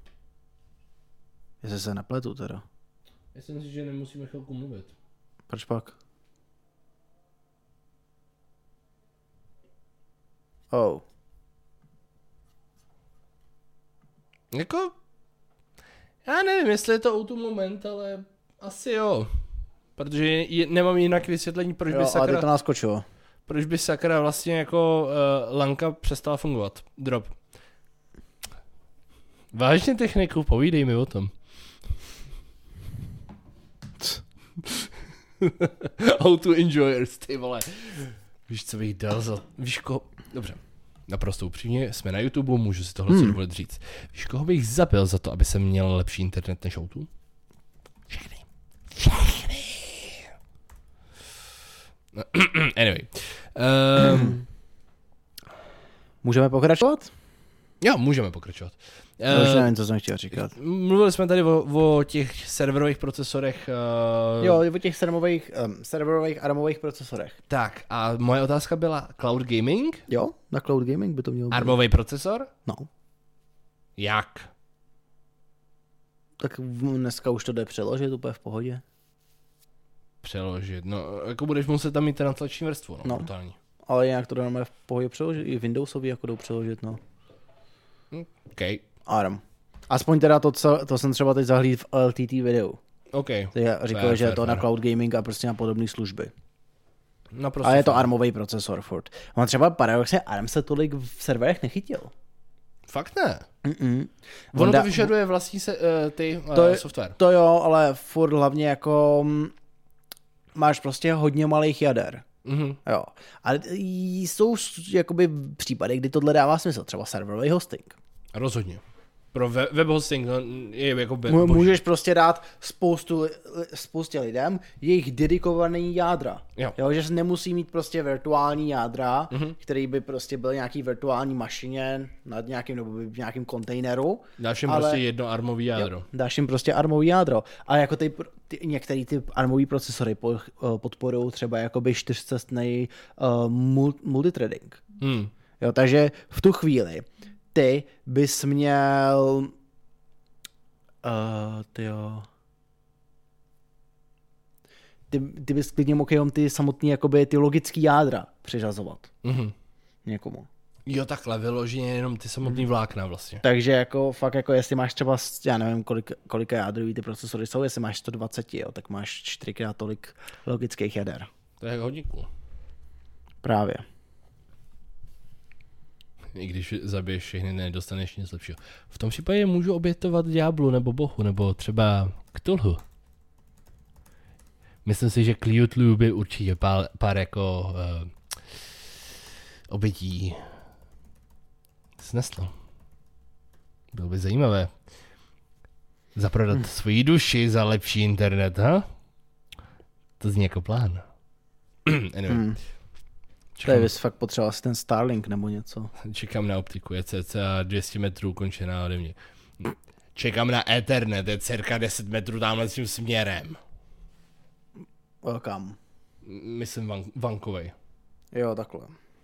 Jestli se nepletu teda. Já si myslím, že nemusíme chvilku mluvit. Proč pak? Oh. Jako... Já nevím, jestli je to O2 moment, ale asi jo. Protože nemám jinak vysvětlení, proč by sakra... ale ty to naskočilo. Proč by sakra vlastně jako lanka přestala fungovat. Drop. Vážně techniku, povídej mi o tom. O2 enjoyers, ty vole. Víš, co bych dal za... Víš Dobře. Naprosto upřímně, jsme na YouTube, můžu si tohle dovolit říct. Víš, koho bych zabil za to, aby jsem měl lepší internet než O2? Všechny. Anyway. Můžeme pokračovat? Jo, můžeme pokračovat. Už nevím, co jsem chtěl říkat. Mluvili jsme tady o těch serverových procesorech. Jo, o těch serverových ARMových procesorech. Tak, a moje otázka byla cloud gaming? Jo, na cloud gaming by to mělo být. ARMový procesor? No. Jak? Tak dneska už to jde přeložit úplně v pohodě. Přeložit, no, jako budeš muset tam mít translační vrstvu, no. Totální. Ale jinak to dáme v pohodě přeložit, i Windowsový jako jdou přeložit, no. OK. ARM. Aspoň teda to jsem třeba teď zahlídl v LTT videu. OK. Říkal, že je to na cloud gaming a prostě na podobné služby. Naprosto a je to ARMový procesor furt. On třeba paradoxně ARM se tolik v serverech nechytil. Fakt ne? Ono to vyžaduje vlastní software. To jo, ale furt hlavně jako máš prostě hodně malých jader. Mm-hmm. Jo. Ale jsou jakoby případy, kdy tohle dává smysl. Třeba serverový hosting. Rozhodně. Pro web hosting je jako můžeš prostě dát spoustě lidem jejich dedikovaný jádra. Jo, že nemusí mít prostě virtuální jádra, který by prostě byl nějaký virtuální mašině nad nějakým nebo v nějakým kontejneru. Dáš jim prostě jedno armový jádro. Jo, dáš jim prostě armový jádro. A jako některý ty armový procesory podporují třeba jakoby 4cestný multithreading. Jo, takže v tu chvíli ty bys měl ty bys klidně mohl jenom ty samotný jakoby ty logický jádra přiřazovat někomu. Jo, takhle, vyloženě jenom ty samotný vlákna vlastně. Takže jako fakt jako jestli máš třeba, já nevím, kolika jádrový ty procesory jsou, jestli máš 120, jo, tak máš 4x tolik logických jader. To je hodně cool. Právě. I když zabiješ všechny, nedostaneš nic lepšího. V tom případě můžu obětovat ďáblu nebo bohu, nebo třeba Cthulhu. Myslím si, že Cthulhu by určitě pár jako obětí snesl. Bylo by zajímavé zaprodat svoji duši za lepší internet, ha? To zní jako plán. Anyway. Tady bys fakt potřeboval asi ten Starlink nebo něco. Čekám na optiku, je cca 200 metrů končená ode mě. Čekám na Ethernet, je cirka 10 metrů tamhle tím směrem. Kam? Myslím vankovej. Jo, takhle.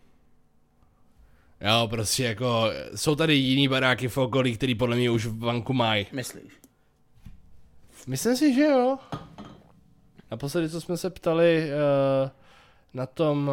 Jo, prostě jako, jsou tady jiný baráky v okolí, který podle mě už vanku mají. Myslíš? Myslím si, že jo. Naposledy, co jsme se ptali na tom,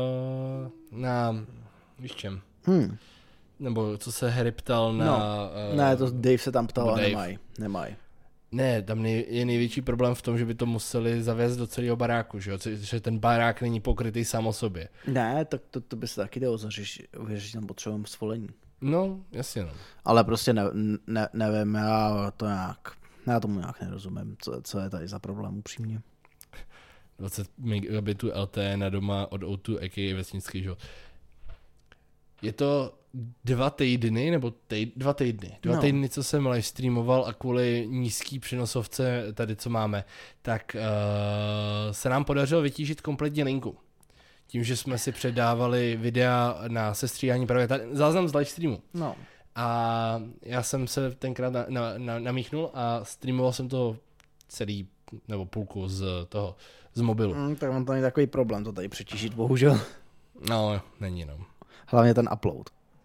víš čem? Nebo co se Harry ptal na... ne, to Dave se tam ptal, ale nemají. Ne, tam je největší problém v tom, že by to museli zavést do celého baráku, že jo? Že ten barák není pokrytý sám o sobě. Ne, tak to by se taky dalo zařešit, že tam potřebujeme svolení. No, jasně no. Ale prostě nevím, já tomu nějak nerozumím, co je tady za problém upřímně. 20 megabitů LTE na doma od O2, a.k.a. vesnický život. Je to 2 týdny, nebo 2 týdny. 2 týdny, co jsem live streamoval a kvůli nízký přenosovce tady, co máme, tak se nám podařilo vytížit kompletně linku. Tím, že jsme si předávali videa na sestříhání právě tady, záznam z live streamu. No. A já jsem se tenkrát namíchnul a streamoval jsem to celý, nebo půlku z mobilu. Tak mám to není takový problém to tady přetížit, bohužel. No, není no. Hlavně ten upload.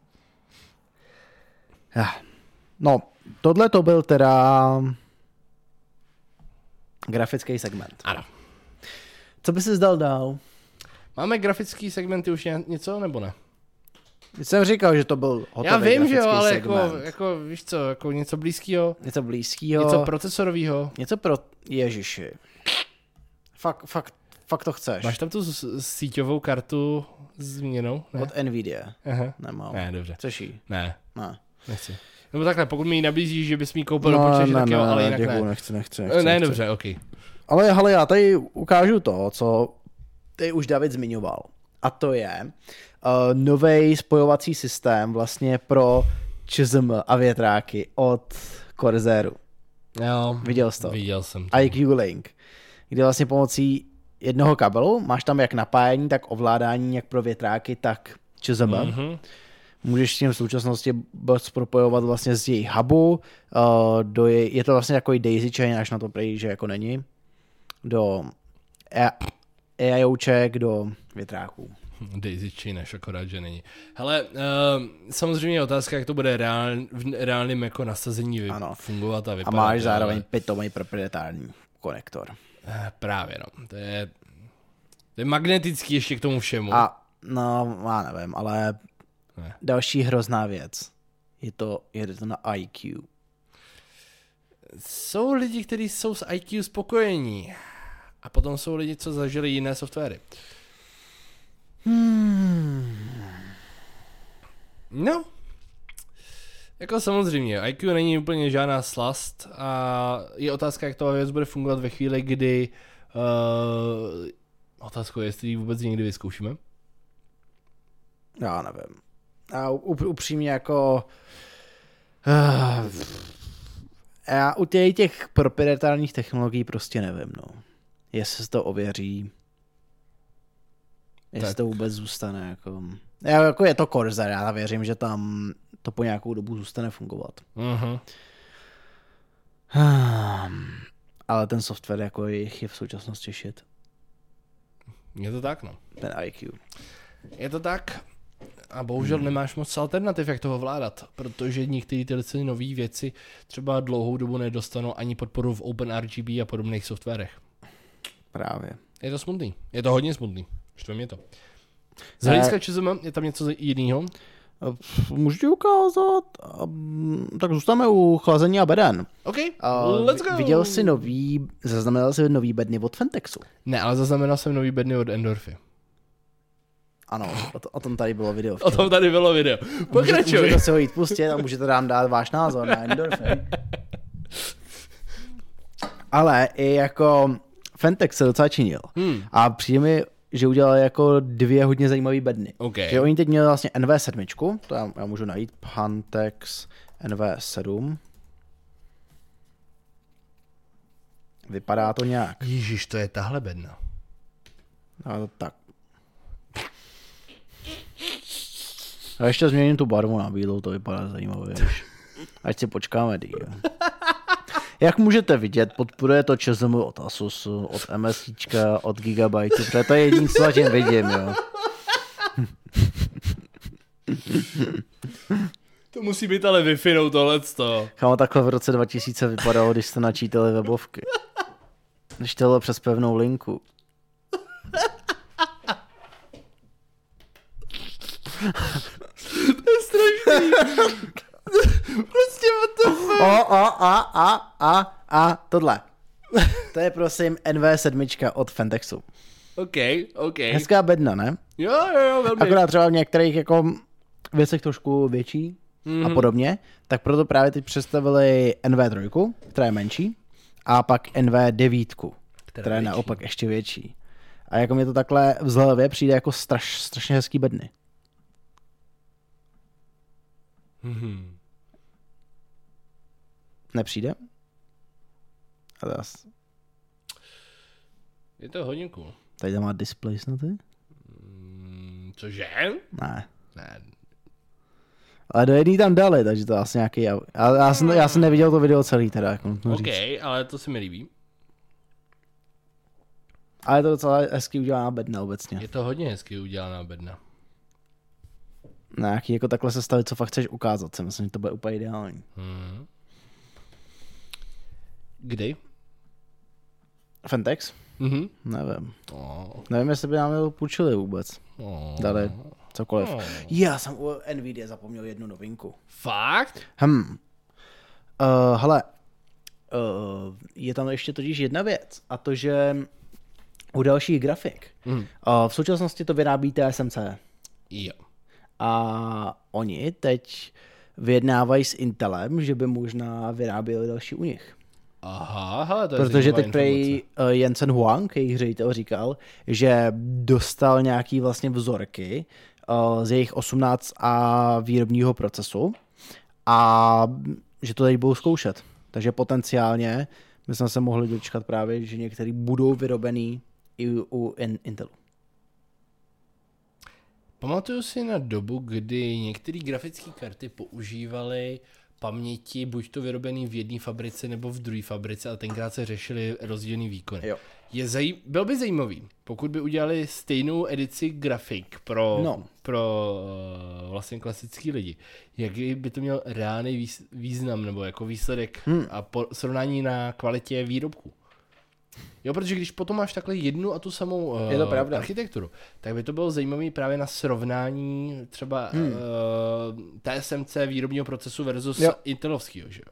No, tohle to byl teda grafický segment. Ano. Co by si zdal dál? Máme grafický segmenty už něco, nebo ne? Jsem říkal, že to byl hotový. Já vím, že jo, ale segment. jako víš co, jako něco blízkýho. Něco blízkýho. Něco procesorovýho. Něco pro Ježiši. Fakt to chceš. Máš tam tu síťovou kartu změnou? Ne? Od Nvidia. Aha. Nemám. Ne, dobře. Chceš jí? Ne, Ne. nechci. Nebo takhle, pokud mi ji nabízíš, že bys mi ji koupil do počítače, tak jo, ale jinak děkuju, ne. Nechci. Ne, dobře, ok. Ale hele, já tady ukážu to, co tady už David zmiňoval. A to je nový spojovací systém vlastně pro ČSM a větráky od Corsairu. Jo, Viděl jsi to? Viděl jsem to. IQ Link, kde vlastně pomocí jednoho kabelu máš tam jak napájení, tak ovládání jak pro větráky, tak ČSM. Mm-hmm. Můžeš s tím v současnosti propojovat vlastně z její hubu, je to vlastně takový daisy chain, až na to prý, že jako není, do AIOček, do větráků. Daisy chain, až akorát, že není. Hele, samozřejmě je otázka, jak to bude v reálném jako nasazení fungovat a vypadat. A máš zároveň pitomý proprietární konektor. Právě, no. To je magnetický ještě k tomu všemu. A no, já nevím, ale další hrozná věc. Jede to na IQ. Jsou lidi, kteří jsou s IQ spokojení. A potom jsou lidi, co zažili jiné softwary. No. Jako samozřejmě, IQ není úplně žádná slast a je otázka, jak to věc bude fungovat ve chvíli, kdy otázkou je, jestli ji vůbec někdy vyzkoušíme. Já nevím. A upřímně jako já u těch proprietárních technologií prostě nevím, no. Jestli se to ověří, jestli to vůbec zůstane, jako je to Corsair, já věřím, že tam to po nějakou dobu zůstane fungovat. Uh-huh. Ale ten software jako je v současnosti shit. Je to tak, no. Ten IQ. Je to tak a bohužel nemáš moc alternativ, jak toho ovládat, protože některé ty nové věci třeba dlouhou dobu nedostanou ani podporu v OpenRGB a podobných softwarech. Právě. Je to smutný. Je to hodně smutný. Štve mě to. Z hlediska ČSM je tam něco jiného? Můžu ti ukázat? Tak zůstaneme u chlazení a beden. OK, let's go. Viděl jsi zaznamenal jsi nový bedny od Fentexu? Ne, ale zaznamenal jsem nový bedny od Endorphy. Ano, o tom tady bylo video. O tom tady bylo video. Pokračuj. Můžete si ho jít pustit a můžete nám dát váš názor na Endorphy. Ale i jako Fentex se docela činil. A přijde mi, že udělali jako 2 hodně zajímavé bedny. Okay. Že oni teď měli vlastně NV7, to já můžu najít, Pantex NV7. Vypadá to nějak. Ježíš, to je tahle bedna. No, tak. A ještě změním tu barvu na bílou, to vypadá zajímavě. Ať si počkáme díl. Jak můžete vidět, podporuje to ČSM od Asusu, od MSIčka, od Gigabyte, protože to je jediné, co zatím vidím, jo. To musí být ale Wi-Fi tohleto. Kámo, takhle v roce 2000 vypadalo, když jste načítali webovky. Když to bylo přes pevnou linku. To je strašný. Prostě tohle. To je prosím NV7 od Fentexu. OK. Hezká bedna, ne? Jo, velmi. Akorát třeba v některých jako věcech trošku větší a podobně, tak proto právě teď představili NV3, která je menší, a pak NV9, která je naopak ještě větší. A jako mě to takhle vzhledově přijde jako strašně hezký bedny. Nepřijde? Ale Je to hodně cool. tady tam má display snad ty? Cože? Ne. Ne. Ale do jedný tam dali, takže to asi nějaký... Já jsem neviděl to video celý teda. Jako OK, říct. ale to se mi líbí. Ale to docela hezky udělaná bedna obecně. Je to hodně hezky udělaná bedna. Nějaký jako takhle se stavit, co fakt chceš ukázat. Si myslím, že to bude úplně ideální. Kdy? Fentex? Mhm. Nevím. Oh. Nevím, jestli by nám to půjčili vůbec. Oh. Dali cokoliv. Oh. Já jsem u Nvidia zapomněl jednu novinku. Fakt? Hele, je tam ještě totiž jedna věc. A to, že u dalších grafik v současnosti to vyrábí TSMC. Jo. A oni teď vyjednávají s Intelem, že by možná vyráběli další u nich. Aha, hele, to je Protože zajímavá teď prej Jensen Huang, jejich ředitel, říkal, že dostal nějaký vlastně vzorky z jejich 18 a výrobního procesu a že to teď budou zkoušet. Takže potenciálně my jsme se mohli dočkat právě, že některý budou vyrobený i u Intelu. Pamatuju si na dobu, kdy některé grafické karty používaly paměti buď to vyrobený v jedné fabrice nebo v druhé fabrice, ale tenkrát se řešily rozdílný výkony. Jo. Byl by zajímavý, pokud by udělali stejnou edici grafik pro vlastně klasický lidi. Jaký by to měl reálný význam nebo jako výsledek a srovnání na kvalitě výrobku. Jo, protože když potom máš takhle jednu a tu samou architekturu, tak by to bylo zajímavé právě na srovnání třeba TSMC výrobního procesu versus Intelovského, že jo?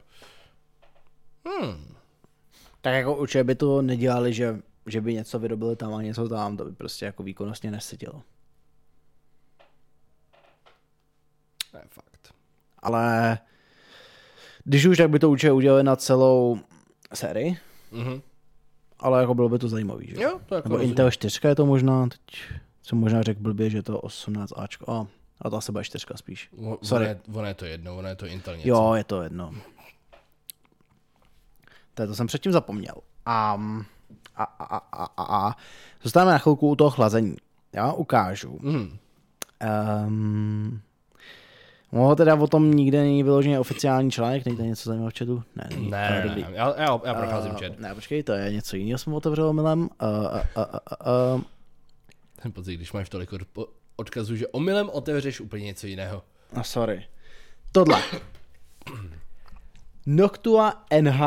Tak jako určitě by to nedělali, že by něco vyrobili tam a něco tam, to by prostě jako výkonnostně nesedělo. To je fakt. Ale když už, tak by to určitě udělali na celou sérii. Ale jako bylo by to zajímavý, že? Jo, to jako nebo Intel 4 je to možná, teď jsem možná řekl blbě, že je to 18Ačko. A to asi bude 4 spíš. Sorry. Ono je to jedno, ono je to Intel něco. Jo, je to jedno. To jsem předtím zapomněl. Zůstáváme na chvilku u toho chlazení. Já ukážu. Mohlo teda o tom nikde není vyloženě oficiální článek, nejde něco zajímavého v chatu? Ne, já procházím chat. Ne, počkej, to je něco jiného, jsem otevřel omylem. Ten pocit, když máš tolik odkazů, že omylem otevřeš úplně něco jiného. Sorry. Tohle. Noctua NH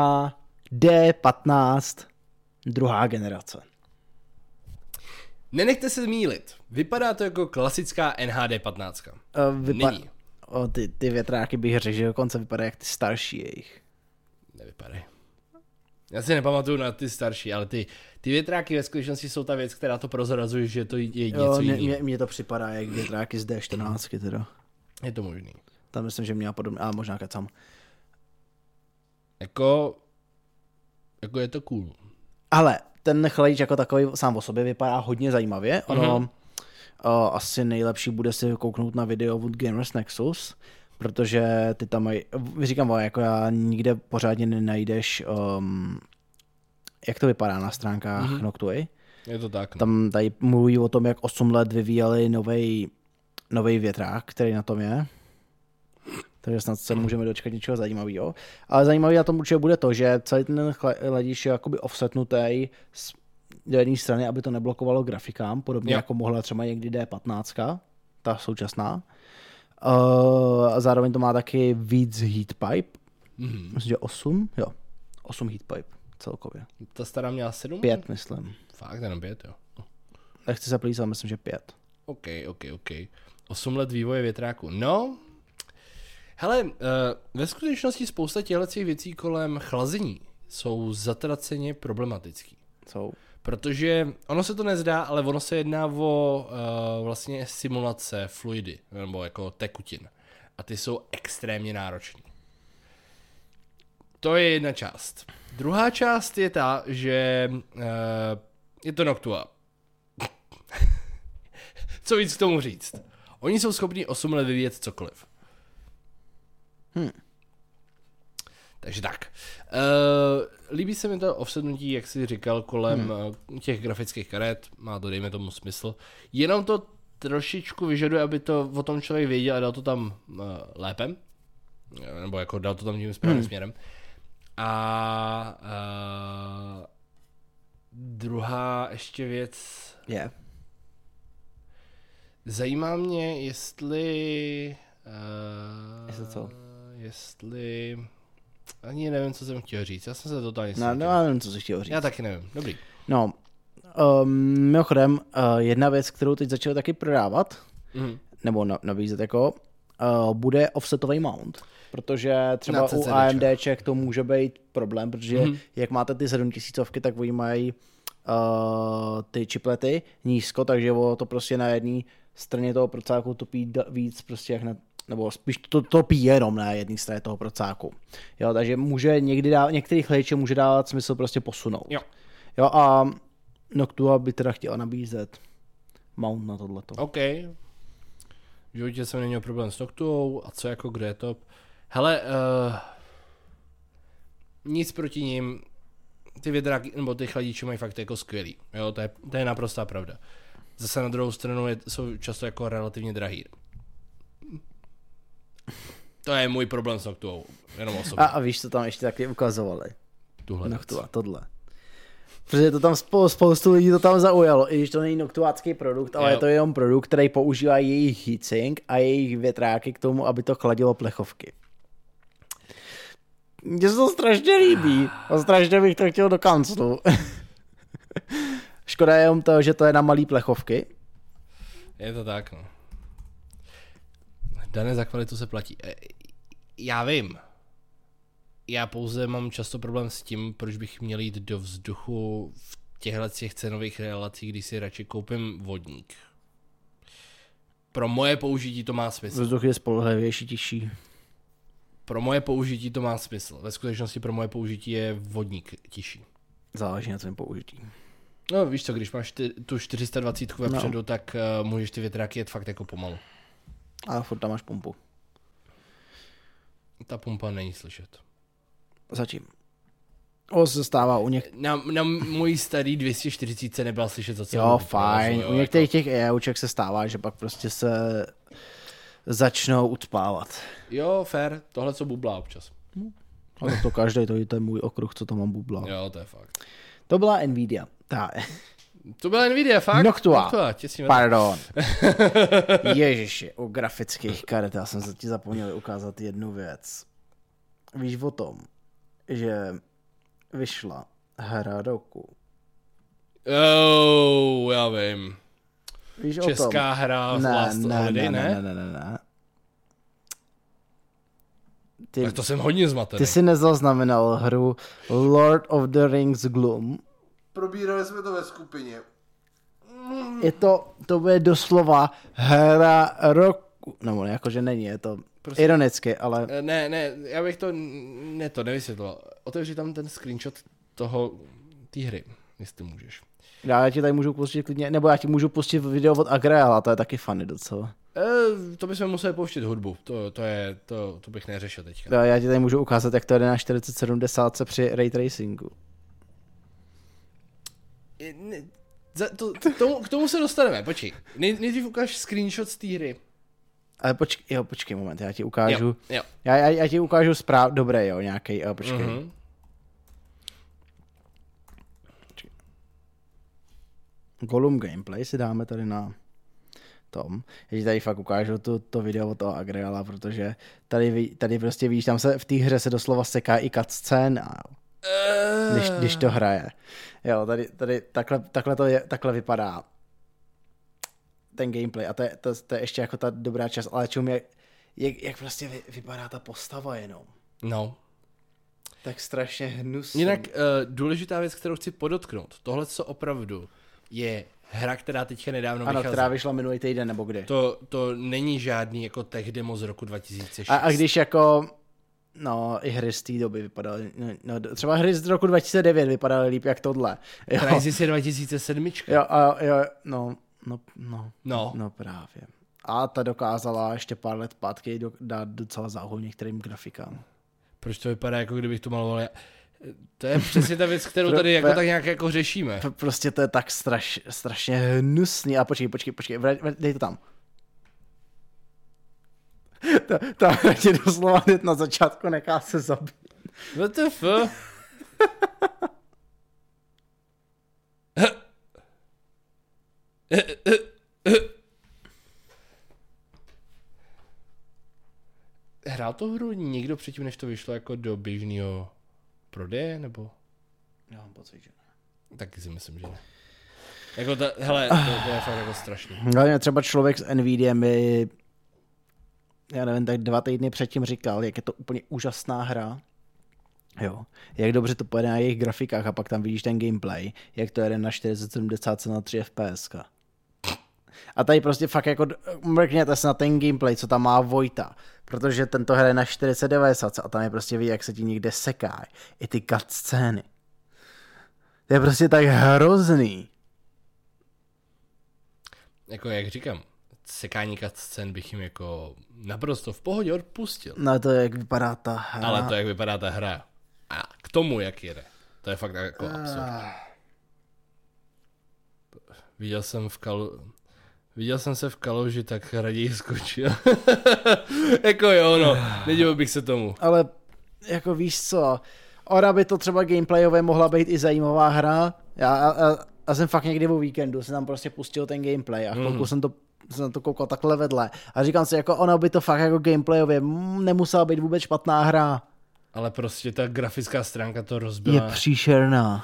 D15 druhá generace. Nenechte se zmýlit. Vypadá to jako klasická NHD15. Není. Ty větráky bych řekl, že dokonce vypadají jak ty starší jejich. Nevypadají. Já si nepamatuju na ty starší, ale ty větráky ve skutečnosti jsou ta věc, která to prozrazuje, že to je něco jiného. Mně to připadá jak větráky z D14 teda. Je to možný. Tam myslím, že měla podobně, ale možná kecam. Jako je to cool. Ale ten chladič jako takový sám o sobě vypadá hodně zajímavě. Ono asi nejlepší bude si kouknout na video od Gamers Nexus, protože ty tam mají, říkám, jako já nikde pořádně nenajdeš, jak to vypadá na stránkách Noctuy. Je to tak. No. Tam tady mluví o tom, jak 8 let vyvíjeli novej větrák, který na tom je. Takže snad se můžeme dočkat něčeho zajímavého. Ale zajímavý na tom určitě bude to, že celý ten chladič je jakoby offsetnutý do jedné strany, aby to neblokovalo grafikám, podobně jako mohla třeba někdy D15, ta současná. A zároveň to má taky víc heat pipe. Myslím, že 8? Jo, 8 heat pipe celkově. Ta stará měla 7? 5, myslím. Fakt, jenom 5, jo. Nechci se plísat, myslím, že 5. OK. 8 let vývoje větráku. No, hele, ve skutečnosti spousta těchto věcí kolem chlazení jsou zatraceně problematický. Protože ono se to nezdá, ale ono se jedná o vlastně simulace fluidy, nebo jako tekutin. A ty jsou extrémně náročné. To je jedna část. Druhá část je ta, že je to Noctua. Co víc k tomu říct? Oni jsou schopni 8 let vyvíjet cokoliv. Takže tak. Líbí se mi to ovsednutí, jak jsi říkal, kolem těch grafických karet. Má to, dejme tomu, smysl. Jenom to trošičku vyžaduje, aby to o tom člověk věděl a dal to tam lépe. Nebo jako dal to tam tím správným směrem. A druhá ještě věc. Zajímá mě, jestli co? Jestli... Ani nevím, co jsem chtěl říct. Já jsem se totálně já nevím, co jsi chtěl říct. Já taky nevím. Dobrý. No, mimochodem, jedna věc, kterou teď začal taky prodávat, nebo nabízet jako, bude offsetový mount. Protože třeba u AMDček to může být problém, protože jak máte ty 7000, tak oni mají ty čiplety nízko, takže to prostě na jedné straně toho procáku topí víc prostě jak na, nebo spíš to topí jenom na jedné straně toho procáku. Jo, takže může některých léčů může dávat smysl prostě posunout. Jo, a Noctua by teda chtěla nabízet mount na tohleto. OK. V životě jsem neměl problém s Noctuou a co jako kde je top. Hele, nic proti ním, ty vědráky, nebo ty chladiče mají fakt jako skvělý, jo, to je naprostá pravda. Zase na druhou stranu jsou často jako relativně drahý. To je můj problém s Noctuou, jenom osobně. A víš, co tam ještě taky ukazovali? Noctua, tohle. Protože to tam spoustu lidí to tam zaujalo, i když to není noctuácký produkt, ale je to jenom produkt, který používá jejich heatsink a jejich větráky k tomu, aby to chladilo plechovky. Mně se to strašně líbí a strašně bych to chtěl do kanclu. Škoda je jenom to, že to je na malý plechovky. Je to tak, no. Dané za kvalitu se platí. Já vím. Já pouze mám často problém s tím, proč bych měl jít do vzduchu v těch cenových relacích, když si radši koupím vodník. Pro moje použití to má smysl. Vzduch je spolehlivější, těžší. Pro moje použití to má smysl. Ve skutečnosti pro moje použití je vodník tižší. Záleží na tvém použití. No víš co, když máš tu 420 vepředu, tak můžeš ty větráky jet fakt jako pomalu. Ale furt tam máš pumpu. Ta pumpa není slyšet. Zatím. Se stává u Na můj starý 240 nebyla slyšet za celou. Jo, fajn. U některých těch EUček se stává, že pak prostě se začnou ucpávat. Jo, fair. Tohle co bublá občas. Ale to každý, to je můj okruh, co to mám bublá. Jo, to je fakt. To byla Nvidia. To byla Nvidia, fakt? Noctua. Pardon. Ježiši, u grafických karet, já jsem se ti zapomněl ukázat jednu věc. Víš o tom, že vyšla hra roku. Já vím. Víš Česká hra Last Holiday, ne? Ne. Tak to jsem hodně zmatený. Ty jsi nezaznamenal hru Lord of the Rings Gloom. Probírali jsme to ve skupině. To bude doslova hra roku. No, jakože není, je to prostě ironicky, ale... Ne, já bych to nevysvětloval. Otevři tam ten screenshot té hry, jestli můžeš. Já ti tady můžu pustit klidně, nebo já ti můžu pustit video od Agreala, to je taky funny docela. To bychom museli pouštět hudbu, to bych neřešil teďka. Já ti tady můžu ukázat, jak to jde na 4070 při ray tracingu. K tomu se dostaneme, počkej. Nejdřív ukáž screenshot z té hry. Ale počkej moment, já ti ukážu. Jo. Já ti ukážu dobré, jo, nějaký, počkej. Mm-hmm. Gollum gameplay si dáme tady na tom. Já ti tady fakt ukážu to video od toho Agreala, protože tady prostě víš, tam se v té hře se doslova seká i cutscene, když to hraje. Jo, tady takhle vypadá ten gameplay a to je ještě jako ta dobrá část, ale jak prostě vypadá ta postava jenom. No. Tak strašně hnusný. Jinak důležitá věc, kterou chci podotknout, tohle co opravdu je hra, která teďka nedávno vychází. Ano, která vyšla minulý týden nebo kdy. To není žádný jako tech demo z roku 2006. A když jako i hry z té doby vypadaly, třeba hry z roku 2009 vypadaly líp jak tohle. Crysis je 2007. Jo, no právě. A ta dokázala ještě pár let zpátky dát docela záhul některým grafikám. Proč to vypadá, jako kdybych to maloval? To je přesně ta věc, kterou tady jako tak nějak jako řešíme. Prostě to je tak strašně hnusný. A počkej, dej to tam. Ta tě doslova hned na začátku nechá se zabít. What the f? Hrál to hru někdo předtím, než to vyšlo jako do běžného prodeje, nebo? Já mám pocit, že ne. Taky si myslím, že ne. Jako hele, to je fakt jako strašný. Hlavně třeba člověk z Nvidia mi, já nevím, tak 2 týdny předtím říkal, jak je to úplně úžasná hra. Jo, jak dobře to pojede na jejich grafikách a pak tam vidíš ten gameplay, jak to jede na 4070 na 3 FPS. A tady prostě fakt jako mrkněte se na ten gameplay, co tam má Vojta, protože tento hraje na 4090 a tam je prostě vidět, jak se ti někde seká. I ty cutscény. To je prostě tak hrozný. Jako jak říkám, sekání scén bych jim jako naprosto v pohodě odpustil. No to je, jak vypadá ta hra. Ale to, jak vypadá ta hra. A k tomu, jak jede. To je fakt jako absurd. Viděl jsem se v kaluži, tak raději skočil. Jako jo, no, nedivil bych se tomu. Ale jako víš co, ona by to třeba gameplayově mohla být i zajímavá hra. Já jsem fakt někdy o víkendu jsem tam prostě pustil ten gameplay a chvilku jsem na to koukal takhle vedle. A říkám si, jako ona by to fakt jako gameplayově nemusela být vůbec špatná hra. Ale prostě ta grafická stránka to rozbila. Je příšerná.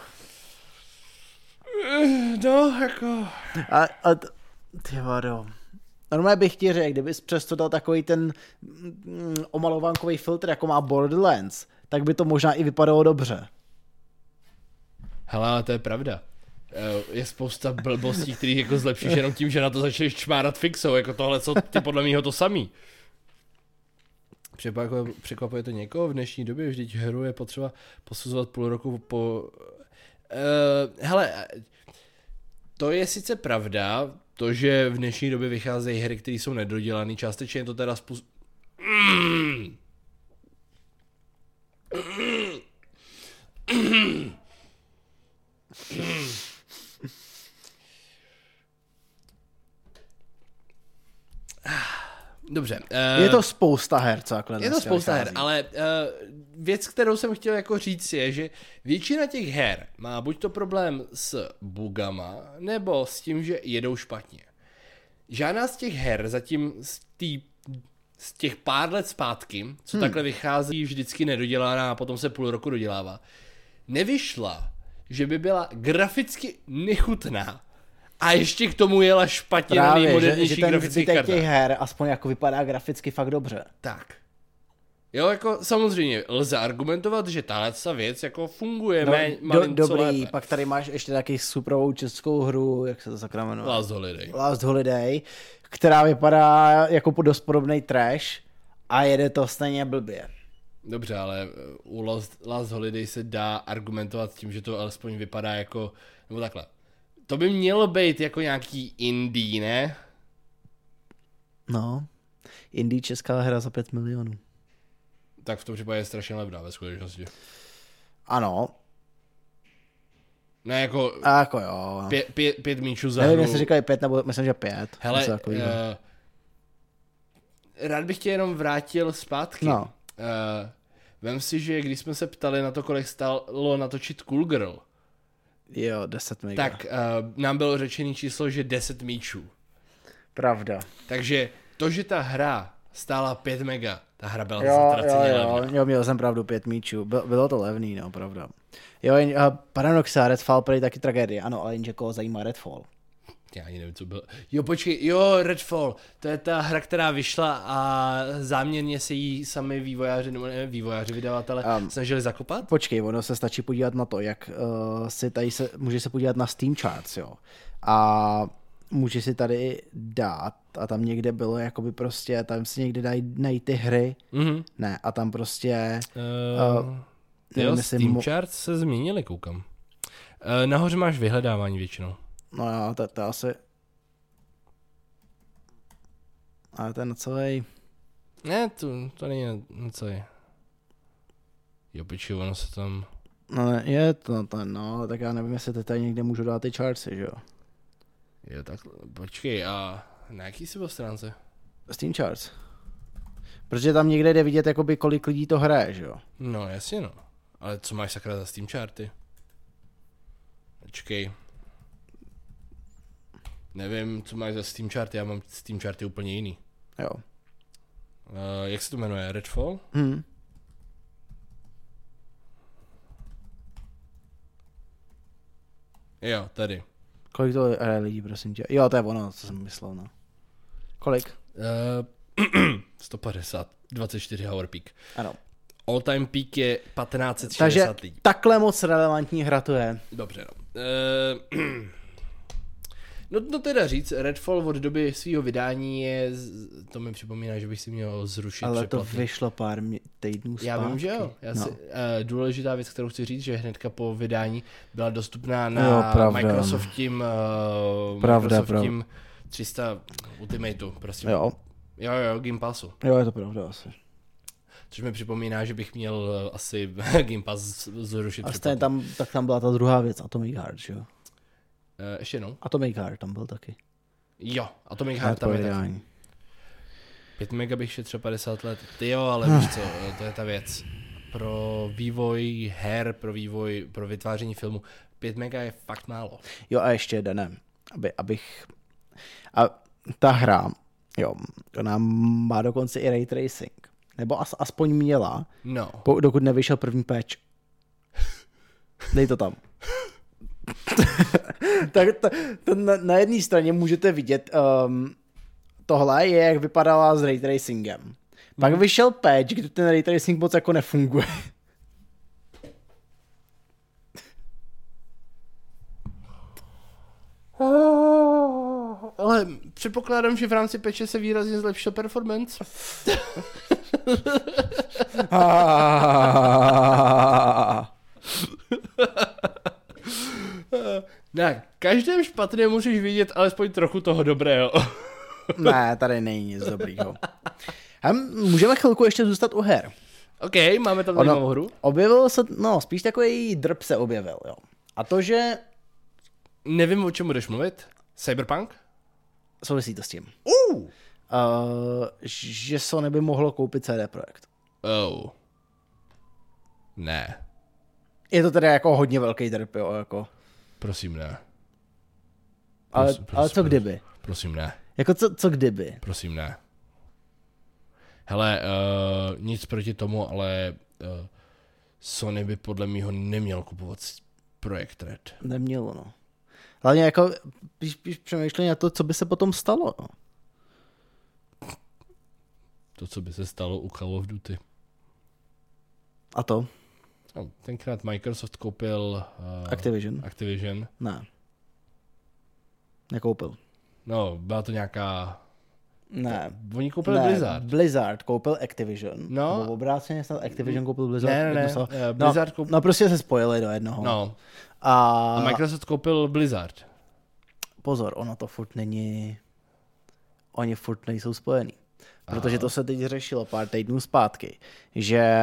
No, jako... Ty vado. Normálně bych ti řekl, kdybys přesto dal takový ten omalovánkový filtr, jako má Borderlands, tak by to možná i vypadalo dobře. Hele, ale to je pravda. Je spousta blbostí, který jako zlepšíš jenom tím, že na to začneš čmárat fixou, jako tohle, co ty podle mýho to samý. Překvapuje to někoho v dnešní době, vždyť hru je potřeba posuzovat půl roku po... Hele, to je sice pravda, to, že v dnešní době vycházejí hry, které jsou nedodělané, částečně je to teda Dobře. Je to spousta her, co takhle je to spousta her, ale věc, kterou jsem chtěl jako říct je, že většina těch her má buď to problém s bugama, nebo s tím, že jedou špatně. Žádná z těch her zatím z těch pár let zpátky, co takhle vychází vždycky nedodělaná a potom se půl roku dodělává, nevyšla, že by byla graficky nechutná. A ještě k tomu jela špatně na nejmodernější grafických kartách. Těch her aspoň jako vypadá graficky fakt dobře. Tak. Jo, jako samozřejmě lze argumentovat, že tahle věc jako funguje dobrý, lépe. pak tady máš ještě taky superovou českou hru, jak se to sakra jmenuje? Last Holiday, která vypadá jako dost podobnej trash a jede to stejně blbě. Dobře, ale u Last Holiday se dá argumentovat tím, že to alespoň vypadá jako, nebo takhle. To by mělo být jako nějaký indie, ne? No, indie česká hra za 5 milionů. Tak v tom případě je strašně levná ve skutečnosti. Ano. Ne, jako... A jako jo. 5 míčů za nevím, hru. jestli říkali 5, nebo myslím, že 5. Hele, rád bych tě jenom vrátil zpátky. No. Vem si, že když jsme se ptali na to, kolik stálo natočit Cool Girl, jo, 10 mega. tak nám bylo řečený číslo, že 10 míčů. Pravda. Takže to, že ta hra stála 5 mega, ta hra byla zatraceně levná. Jo, měl jsem pravdu 5 míčů. Bylo to levný, no, pravda. Jo, Paradoxa, Redfall prý taky tragédie. Ano, ale jenže koho zajímá Redfall? Já ani nevím, co bylo. Jo, počkej, jo, Redfall, to je ta hra, která vyšla a záměrně se jí sami vývojáři, nebo ne, vývojáři, vydavatele snažili zakopat? Počkej, ono se stačí podívat na to, jak může se podívat na Steam Charts, jo. A může si tady dát, a tam někde bylo jakoby prostě, tam si někde dají najít ty hry, ne, a tam prostě... jo, Steam Charts se změnily, koukám. Nahoře máš vyhledávání většinou. No jo, to asi... Ale ten celý... Ne, to není co je. Jo, piči, ono se tam... No je to, no, tak já nevím, jestli to tady někde můžu dát ty chartsy, že jo. Jo, tak počkej, a na jaký jsi byl stránce? Steam Charts. Protože tam někde jde vidět, jakoby, kolik lidí to hraje, že jo. No, jasně no. Ale co máš sakra za Steam charty? Počkej. Nevím, co máš za Steam charty, já mám Steam charty úplně jiný. Jo. Jak se to jmenuje? Redfall? Jo, tady. Kolik to hraje lidí, prosím tě? Jo, to je ono, co jsem myslel, no. Kolik? 150, 24 hour peak. Ano. All time peak je 1560 Takže lidí. takhle moc relevantní hra to je. Dobře, no. No teda říct, Redfall od doby svého vydání je, to mi připomíná, že bych si měl zrušit Ale přeplatný. to vyšlo pár týdnů zpátky. Já vím, že jo. Důležitá věc, kterou chci říct, že hnedka po vydání byla dostupná na Microsoftím 300 Ultimateu, prostě. Jo, Game Passu. Jo, je to pravda asi. Což mi připomíná, že bych měl asi Game Pass zrušit. A stejně tam byla ta druhá věc, Atomic Heart, že jo? Ještě jednou? Atomic Heart tam byl taky. Jo, Atomic Heart tam je taky. 5 mega bych šetřil 50 let. Ty jo, ale víš co, to je ta věc. Pro vývoj her, pro vytváření filmu, 5 mega je fakt málo. Jo a ještě jeden, abych... A ta hra, jo, ona má dokonce i ray tracing. Nebo aspoň měla, no. Dokud nevyšel první patch. Dej to tam. Tak na jedné straně můžete vidět, tohle je, jak vypadala s ray tracingem. Pak vyšel patch, kdy ten ray tracing moc jako nefunguje. Ale předpokládám, že v rámci patche se výrazně zlepšil performance. Na každém špatném můžeš vidět alespoň trochu toho dobrého. Ne, tady není nic dobrýho. Můžeme chvilku ještě zůstat u her. OK, máme tam zajímavou hru. Objevil se, spíš takový drb se objevil, jo. A to, že... Nevím, o čem budeš mluvit. Cyberpunk? Souvisí to s tím. Že Sony by mohlo koupit CD Projekt. Oh. Ne. Je to teda jako hodně velký drb, jo, jako. Prosím, ne. Ale co kdyby? Prosím, ne. Jako co kdyby? Prosím, ne. Hele, nic proti tomu, ale Sony by podle mýho neměl kupovat Projekt Red. Nemělo, no. Hlavně jako, spíš přemýšlím na to, co by se potom stalo, no. To, co by se stalo u Call of Duty. A to? No, tenkrát Microsoft koupil Activision. Ne. Nekoupil. No, byla to nějaká... Ne. Oni koupili Blizzard. Blizzard koupil Activision. No. Nebo obráceně snad Activision koupil Blizzard. Ne. Blizzard koupil... No prostě se spojili do jednoho. No. A Microsoft koupil Blizzard. Pozor, ono to furt není... Oni furt nejsou spojený. Protože to se teď řešilo pár týdnů zpátky, že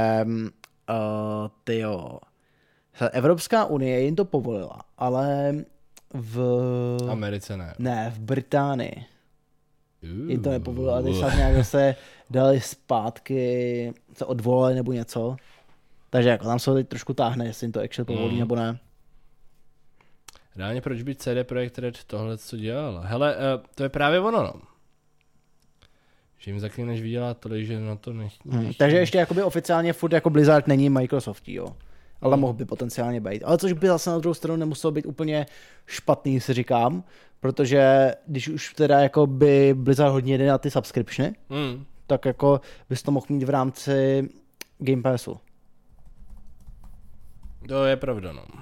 Evropská unie jim to povolila, ale v Americe ne. Ne, v Británii. Jim to nepovolila, a teď se nějak zase dali zpátky, se odvolali nebo něco. Takže jako tam se teď trošku táhne, jestli jim to actually povolí nebo ne. Reálně proč by CD Projekt Red tohle co dělala? Hele, to je právě ono, no. Že jim zaklíneš vydělat tolik, že na to nechtějí. Takže ještě jakoby oficiálně furt jako Blizzard není Microsoftí, jo. Ale mohl by potenciálně být. Ale což by zase na druhou stranu nemuselo být úplně špatný, si říkám, protože když už teda jako by Blizzard hodně jde na ty subscriptiony, tak jako bys to mohl mít v rámci Game Passu. To je pravda, no.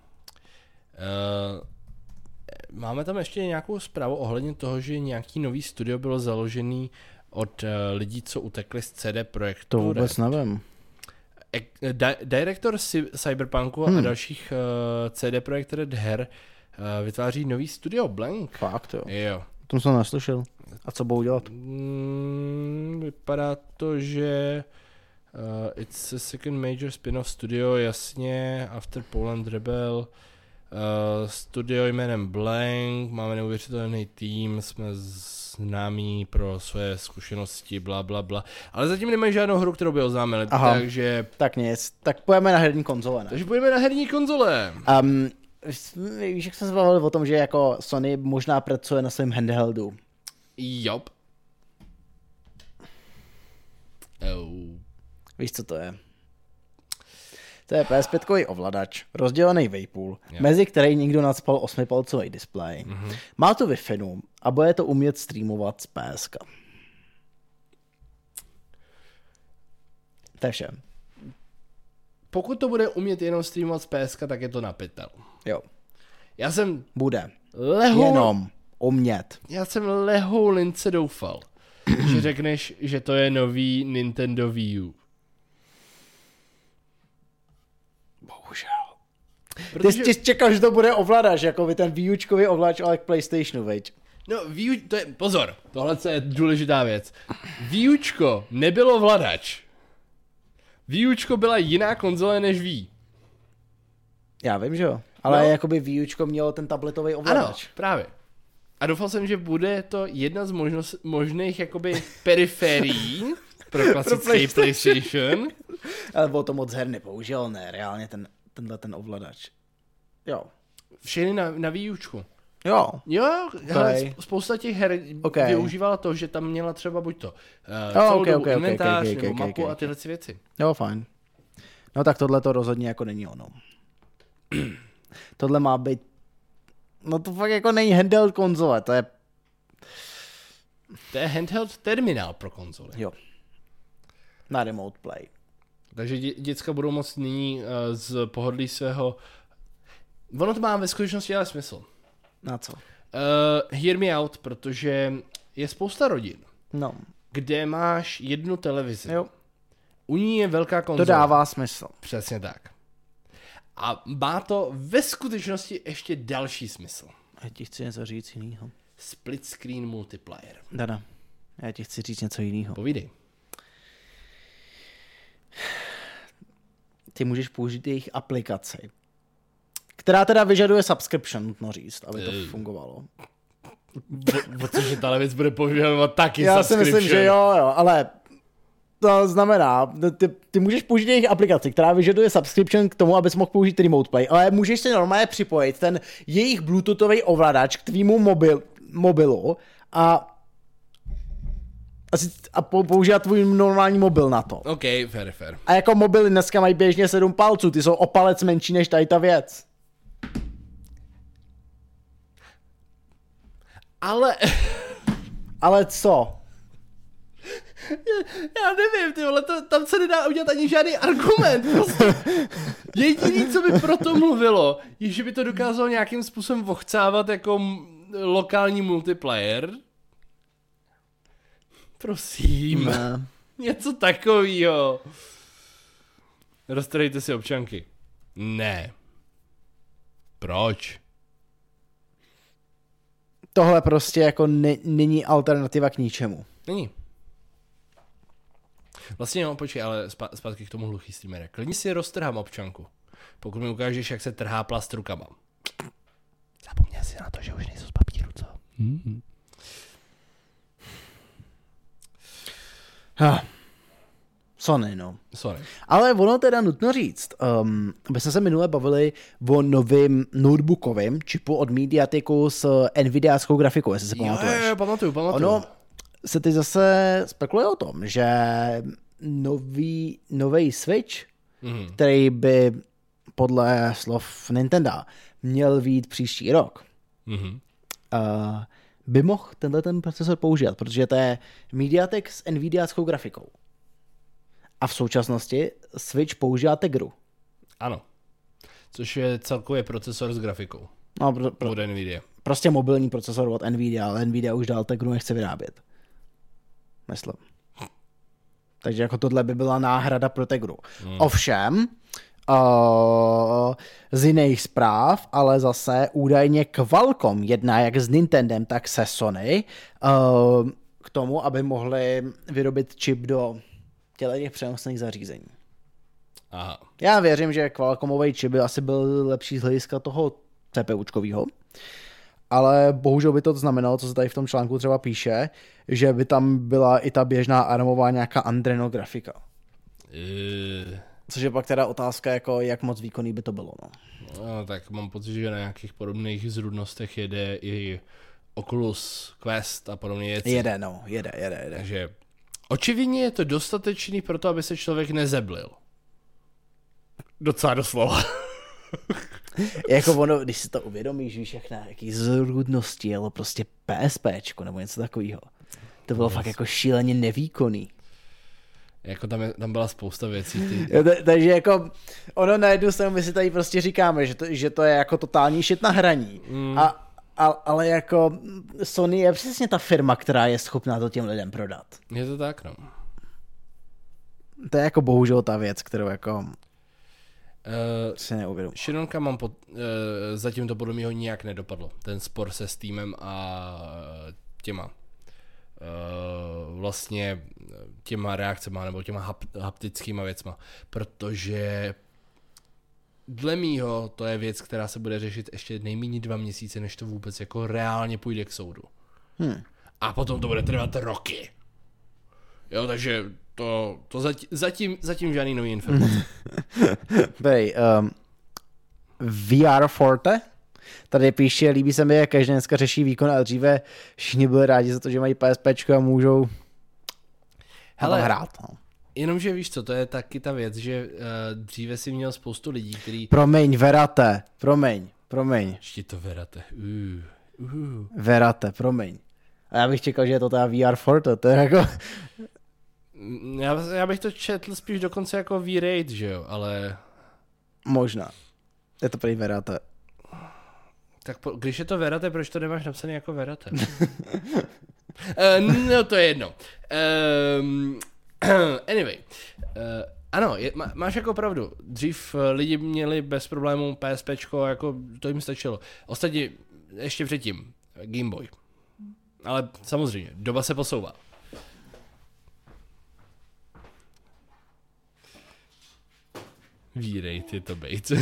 Máme tam ještě nějakou zprávu ohledně toho, že nějaký nový studio bylo založený od lidí, co utekli z CD Projektu. To vůbec nevím. Direktor Cyberpunku a dalších CD Projekt Red her vytváří nový studio Blank. Fakt, jo. Jo. Tom jsem neslyšel. A co budou dělat? Vypadá to, že it's a second major spin-off studio, jasně, After Poland Rebel, studio jménem Blank, máme neuvěřitelný tým, jsme známí pro své zkušenosti, bla, bla, bla. Ale zatím nemají žádnou hru, kterou by oznámili, takže... Tak nic, tak půjdeme na herní konzole, ne? Takže půjdeme na herní konzole. Víš, jak jsme se bavili o tom, že jako Sony možná pracuje na svém handheldu. Jop. Víš, co to je? To je PS5 ovladač, rozdělený vejpůl, mezi který nikdo nacpal 8-palcový displej. Má to Wi-Fi a bude to umět streamovat z PSK. To je vše. Pokud to bude umět jenom streamovat z PSK, tak je to na pytel. Jo. Já jsem bude. Jenom umět. Já jsem lehoulince doufal, že řekneš, že to je nový Nintendo Wii U. Bohužel. Protože... Ty jsi čekal, že to bude ovladač, jako by ten Wii Učkový ovladač, ale k PlayStationu, veď? No, Wii U, to je, pozor, tohle je důležitá věc. Wii Učko nebylo ovladač. Wii Učko byla jiná konzole než Wii. Já vím, že jo. Ale jakoby Wii Učko mělo ten tabletový ovladač. Ano, právě. A doufal jsem, že bude to jedna z možných jakoby periferií pro klasický PlayStation. Ale bylo to moc her nepoužil, ne, reálně ten ovladač. Jo. Všechny na Wii Učku. Jo. Jo, hele, spousta těch her využívala to, že tam měla třeba buď to inventář nebo mapu a tyhle věci. Jo, fajn. No tak tohle to rozhodně jako není ono. Tohle má být... No to fakt jako není handheld konzole, to je... To je handheld terminál pro konzoli. Jo. Na remote play. Takže děcka budou moct nyní z pohodlí svého... Ono to má ve skutečnosti ale smysl. Na co? Hear me out, protože je spousta rodin, kde máš jednu televizi. Jo. U ní je velká konzole. To dává smysl. Přesně tak. A má to ve skutečnosti ještě další smysl. Já ti chci něco říct jinýho. Split screen multiplayer. Dada, já ti chci říct něco jinýho. Povídej. Ty můžeš použít jejich aplikaci, která teda vyžaduje subscription, nutno říct, aby to fungovalo. Protože ta věc bude požadovat taky já subscription. Já si myslím, že jo, ale to znamená, ty můžeš použít jejich aplikaci, která vyžaduje subscription k tomu, abys mohl použít remote play, ale můžeš si normálně připojit ten jejich bluetoothový ovladač k tvýmu mobilu a používat tvůj normální mobil na to. OK, fair. A jako mobily dneska mají běžně 7 palců, ty jsou o palec menší než tady ta věc. Ale co? Já nevím, ty vole, tam se nedá udělat ani žádný argument. Prostě. Jediný, co by proto mluvilo, je, že by to dokázalo nějakým způsobem vochcávat jako lokální multiplayer. Prosím. Ne. Něco takovýho. Roztrhejte si občanky. Ne. Proč? Tohle prostě jako není alternativa k ničemu. Není. Vlastně no, počkej, ale zpátky k tomu hluchý streamere. Klidně si roztrhám občanku, pokud mi ukážeš, jak se trhá plast rukama. Zapomněl si na to, že už nejsou z papíru, co? Sony, no. Sorry. Ale ono teda nutno říct, my jsme se minule bavili o novým notebookovém čipu od Mediatiku s NVIDIáckou grafikou, jestli si pamatuješ. Jo, pamatuju. Ono se teď zase spekuluje o tom, že nový Switch, který by podle slov Nintendo měl vyjít příští rok, by mohl ten procesor používat, protože to je Mediatek s NVIDIáckou grafikou. A v současnosti Switch používá Tegru. Ano. Což je celkově procesor s grafikou. No, od NVIDIA. Prostě mobilní procesor od NVIDIA, ale NVIDIA už dál Tegru nechce vyrábět. Myslím. Takže jako tohle by byla náhrada pro Tegru. Ovšem, z jiných zpráv, ale zase údajně Qualcomm jedná jak s Nintendem, tak se Sony k tomu, aby mohli vyrobit čip do těch přenosných zařízení. Aha. Já věřím, že Qualcommový čip by asi byl lepší z hlediska toho CPUčkovýho, ale bohužel by to znamenalo, co se tady v tom článku třeba píše, že by tam byla i ta běžná ARMová nějaká Adreno grafika. Což je pak teda otázka, jako jak moc výkonný by to bylo. No, tak mám pocit, že na nějakých podobných zrůdnostech jede i Oculus Quest a podobné věci. Jede. Takže očividně je to dostatečný pro to, aby se člověk nezeblil. Docela doslova. Jako ono, když si to uvědomíš, víš, jak na jaký zrůdnosti jelo prostě PSPčko nebo něco takového. To bylo fakt jako šíleně nevýkonný. Jako tam byla spousta věcí. Takže jako ono na jednu stranu my si tady prostě říkáme, že to je jako totální shit na hraní. Ale jako Sony je přesně ta firma, která je schopná to těm lidem prodat. Je to tak, no. To je jako bohužel ta věc, kterou jako si neuvědomím. Šironka zatím to podle mě nijak nedopadlo. Ten spor se Steamem a těma vlastně těma reakcema nebo těma haptickýma věcma, protože dle mýho to je věc, která se bude řešit ještě nejméně 2 měsíce, než to vůbec jako reálně půjde k soudu. A potom to bude trvat roky. Jo, takže to zatím žádný nový informace. VR Forte tady píše, líbí se mi, jak každý dneska řeší výkon, a dříve všichni byli rádi za to, že mají PSPčko a můžou hrát. No. Jenomže víš co, to je taky ta věc, že dříve si měl spoustu lidí, který... Promiň, Promiň. Ještě to Verate. Verate, promiň. A já bych čekal, že je to ta VR Forte, to je jako... Já bych to četl spíš dokonce jako V-Raid, že jo, ale... Možná. Je to prý Verate. Tak když je to Verate, proč to nemáš napsané jako Verate? No to je jedno. Anyway. Ano, máš jako pravdu. Dřív lidi měli bez problémů PSPčko, jako to jim stačilo. Ostatně ještě předtím Game Boy. Ale samozřejmě, doba se posouvá. Vírej ty to bejt.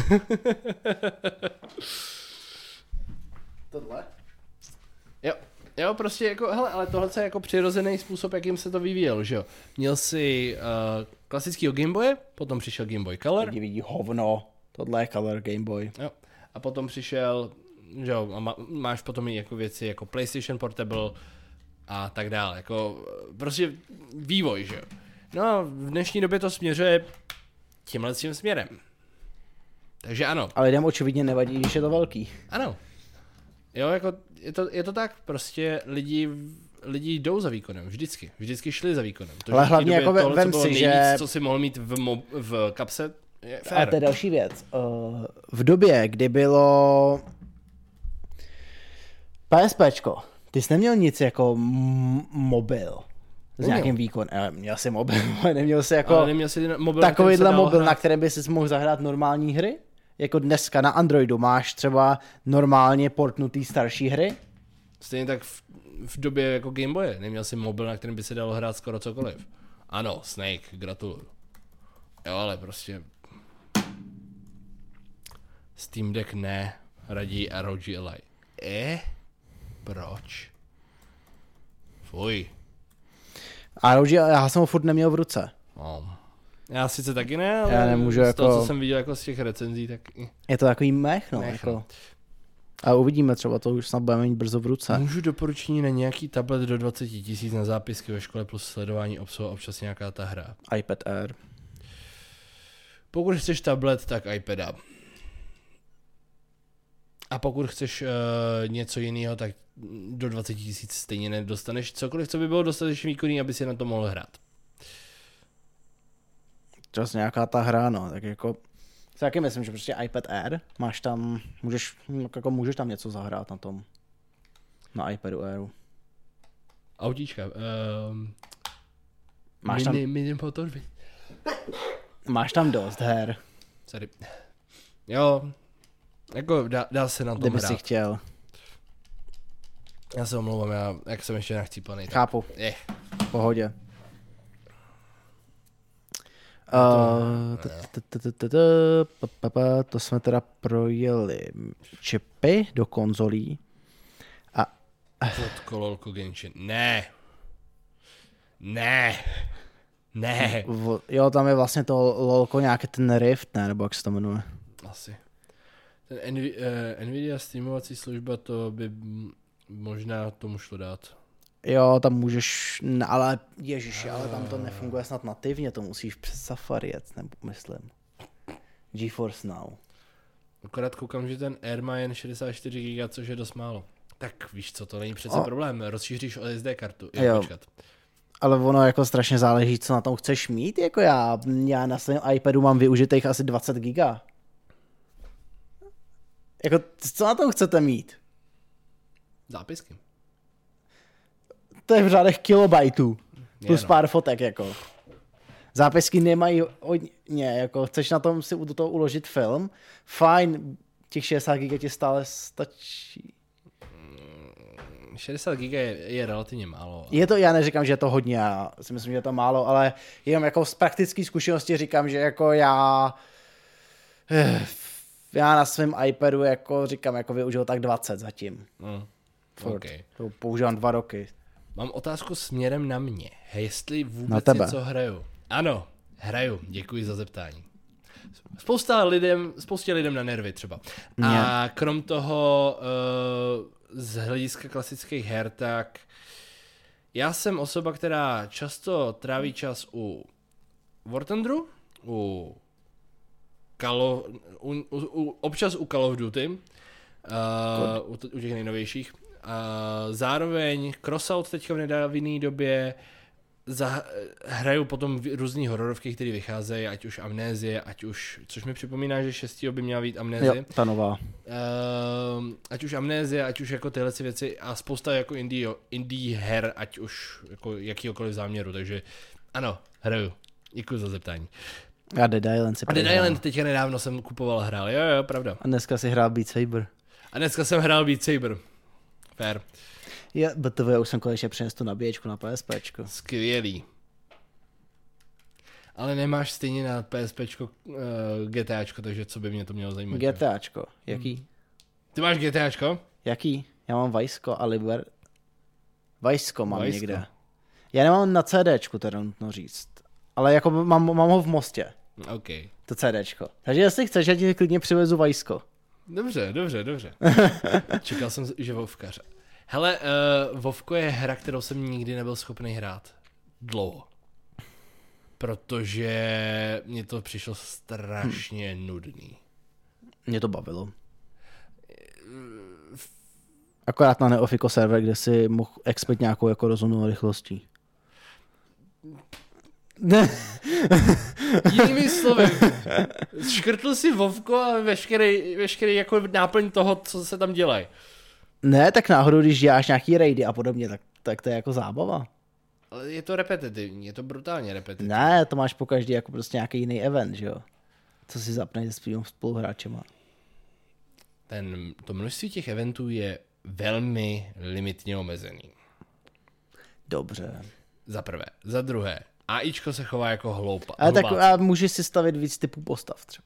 Tohle? Jo, prostě jako, hele, ale tohle je jako přirozený způsob, jakým se to vyvíjelo, že jo. Měl si klasickýho Game Boye, potom přišel Game Boy Color. Lidi vidí hovno, tohle je Color Game Boy. Jo. A potom přišel, že jo, máš potom i jako věci jako PlayStation Portable a tak dále, jako prostě vývoj, že jo. No a v dnešní době to směřuje tímhle tím směrem. Takže ano. Ale lidem očividně nevadí, když je to velký. Ano. Jo, jako je to tak, prostě lidi jdou za výkonem, vždycky šli za výkonem. Ale hlavně jako vem si, že... co si mohl mít v kapse, je fér. A to je další věc. V době, kdy bylo PSPčko, ty jsi neměl nic jako mobil s nějakým výkonem. Měl jsi mobil, ale neměl jsi jako mobil, takovýhle mobil, na kterém by si mohl zahrát normální hry? Jako dneska na Androidu máš třeba normálně portnutý starší hry? Stejně tak v době jako Game Boye. Neměl jsi mobil, na kterém by se dalo hrát skoro cokoliv. Ano, Snake, gratuluju. Jo, ale prostě... Steam Deck ne, raději ROG Ally. Proč? Fuj. ROG, já jsem ho furt neměl v ruce. No. Já sice taky ne, ale já nemůžu z toho, co jsem viděl jako z těch recenzí, tak... Je to takový mech, no. Jako... A uvidíme, třeba to už snad budeme mít brzo v ruce. Můžu doporučení na nějaký tablet do 20 000 na zápisky ve škole plus sledování obsahu a občas nějaká ta hra. iPad Air. Pokud chceš tablet, tak iPada. A pokud chceš něco jiného, tak do 20 000 stejně nedostaneš cokoliv, co by bylo dostatečně výkonný, aby si na to mohl hrát. Čas nějaká ta hra, no, tak jako... Taky myslím, že prostě iPad Air, máš tam, můžeš tam něco zahrát na tom, na iPadu Airu. Autíčka, máš tam dost her. Sorry. Jo, jako dá se na tom Kdyby hrát. si chtěl. Já se omlouvám, jak jsem ještě nachcípaný. Chápu. Je. V pohodě. To jsme teda projeli čipy do konzolí. Pod kololku Genshin. Ne. Jo, tam je vlastně to lolko nějaký ten Rift, ne? Nebo jak se to jmenuje. Asi. Ten Nvidia streamovací služba, to by možná tomu šlo dát. Jo, tam můžeš, ale ježiši, ale tam to nefunguje snad nativně, to musíš přes Safari jet, nebo myslím. GeForce Now. Akorát koukám, že ten Air má jen 64 GB, což je dost málo. Tak víš co, to není přece problém, rozšíříš o SD kartu. Jo. Počkat. Ale ono jako strašně záleží, co na tom chceš mít, jako já na svém iPadu mám využitých asi 20 giga. Jako, co na tom chcete mít? Zápisky. To je v řádech kilobajtů. Plus no. pár fotek, jako. Zápisky nemají hodně, jako chceš na tom si do toho uložit film, fajn, těch 60 GB ti stále stačí. 60 GB je relativně málo. Ale... Je to, já neříkám, že je to hodně, já si myslím, že je to málo, ale jenom jako z praktické zkušenosti říkám, že jako já na svém iPadu jako říkám, jako využil tak 20 zatím. Okay. To používám 2 roky. Mám otázku směrem na mě. Jestli Na vůbec tebe. něco hraju. Ano, hraju. Děkuji za zeptání. Spoustě lidem na nervy třeba. A krom toho z hlediska klasických her, tak já jsem osoba, která často tráví čas u War Thunderu, občas u Call of Duty, u těch nejnovějších. Zároveň Crossout teďka v nedávné době hraju potom různý hororovky, které vycházejí, ať už Amnézie, což mi připomíná, že 6. by měla být Amnézie. Jo, ta nová. Ať už Amnézie, ať už jako tyhle věci a spousta jako indie her, ať už jako jakýhokoliv záměru, takže ano, hraju. Děkuji za zeptání. A Dead Island si Dead Island teďka nedávno jsem kupoval a hrál, jo, pravda. A dneska si hrál Beat Saber. A dneska jsem hrál Beat Saber. Fair. Je, BTV, už jsem konečně přinesl tu nabíječku na PSPčko. Skvělý. Ale nemáš stejně na PSPčko GTAčko, takže co by mě to mělo zajímat? GTAčko, jaký? Ty máš GTAčko? Jaký? Já mám Vajsko a Vajsko mám někde. Já nemám na CDčku, teda nutno říct. Ale jako mám ho v Mostě. OK. To CDčko. Takže jestli chceš, já ti klidně přivezu Vajsko. Dobře. Čekal jsem, že Vovkař. Hele, Vovko je hra, kterou jsem nikdy nebyl schopný hrát. Dlouho. Protože mě to přišlo strašně nudný. Mě to bavilo. Akorát na Neofiko server, kde si mohl expert nějakou jako rozumnou rychlostí. Jinými slovy, škrtl si Vovko a veškerý jako náplň toho, co se tam dělají. Ne, tak náhodou, když děláš nějaký raidy a podobně, tak to je jako zábava. Ale je to repetitivní, je to brutálně repetitivní. Ne, to máš po každý jako prostě nějaký jiný event, že jo? Co si zapneš se svým spoluhráčema. To množství těch eventů je velmi limitně omezený. Dobře. Za prvé. Za druhé. AIčko se chová jako hloupá. Ale tak a můžeš si stavit víc typů postav třeba.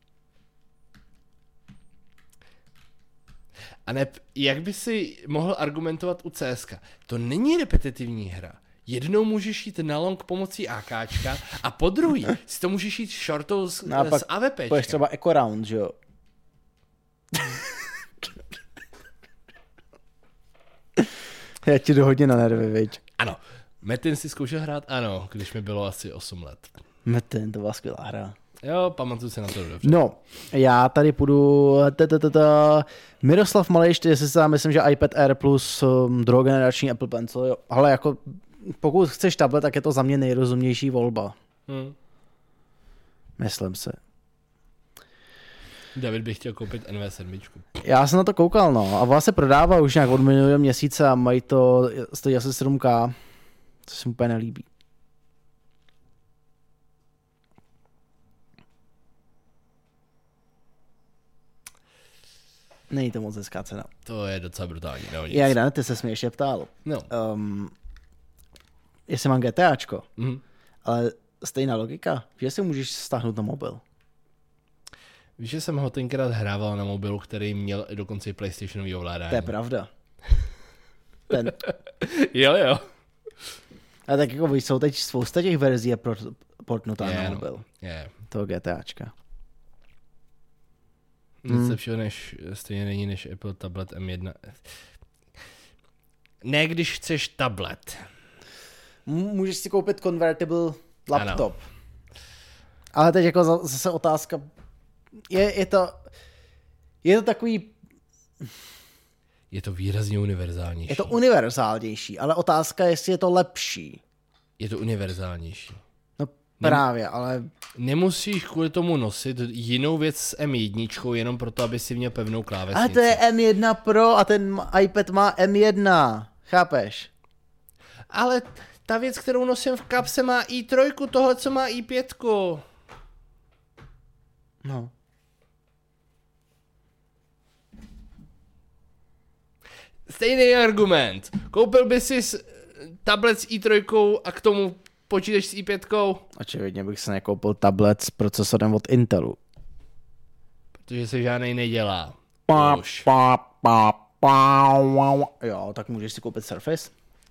A ne, jak by si mohl argumentovat u CSka? To není repetitivní hra. Jednou můžeš jít na long pomocí AKčka a po druhý si to můžeš jít shortou s AWPčkem. Pojď třeba Eco Round, že jo? Já ti jdu hodně na nervy, viď? Ano. Metin si zkoušel hrát? Ano, když mi bylo asi 8 let. Metin, to byla skvělá hra. Jo, pamatuju se na to dobře. No, já tady půjdu... Miroslav Malej 40, myslím, že iPad Air plus druhogenerační Apple Pencil. Jo. Ale jako, pokud chceš tablet, tak je to za mě nejrozumnější volba. Myslím si. David by chtěl koupit NV7. Já jsem na to koukal, no. A ona se prodává už nějak od minulého měsíce a mají to, stojí asi 7K, co se mi úplně nelíbí. Není to moc hezká cena. To je docela brutální. No, nic. Jak Dan, ty se mě ještě ptal. No. Jestli mám GTAčko. Mhm. Ale stejná logika, že si můžeš stáhnout na mobil. Víš, že jsem ho tenkrát hrával na mobilu, který měl dokonce i PlayStationový ovládání. To je pravda. Jo. A tak jako jsou teď spousta těch verzí je portnutá na mobil. Je. Toho GTAčka. Nic lepšího stejně není než Apple tablet M1. Ne, když chceš tablet. Můžeš si koupit convertible laptop. Ano. Ale teď jako zase otázka, je to takový... Je to výrazně univerzálnější. Je to univerzálnější, ale otázka je, jestli je to lepší. Je to univerzálnější. No právě, ale... Nemusíš kvůli tomu nosit jinou věc s M1, jenom proto, aby si měl pevnou klávesnici. Ale to je M1 Pro a ten iPad má M1, chápeš? Ale ta věc, kterou nosím v kapse, má i3, tohle, co má i5. No. Stejný argument. Koupil by si tablet s i3 a k tomu počítač s i5? Očividně bych se nekoupil tablet s procesorem od Intelu. Protože se žádnej nedělá. Už. Jo, tak můžeš si koupit Surface?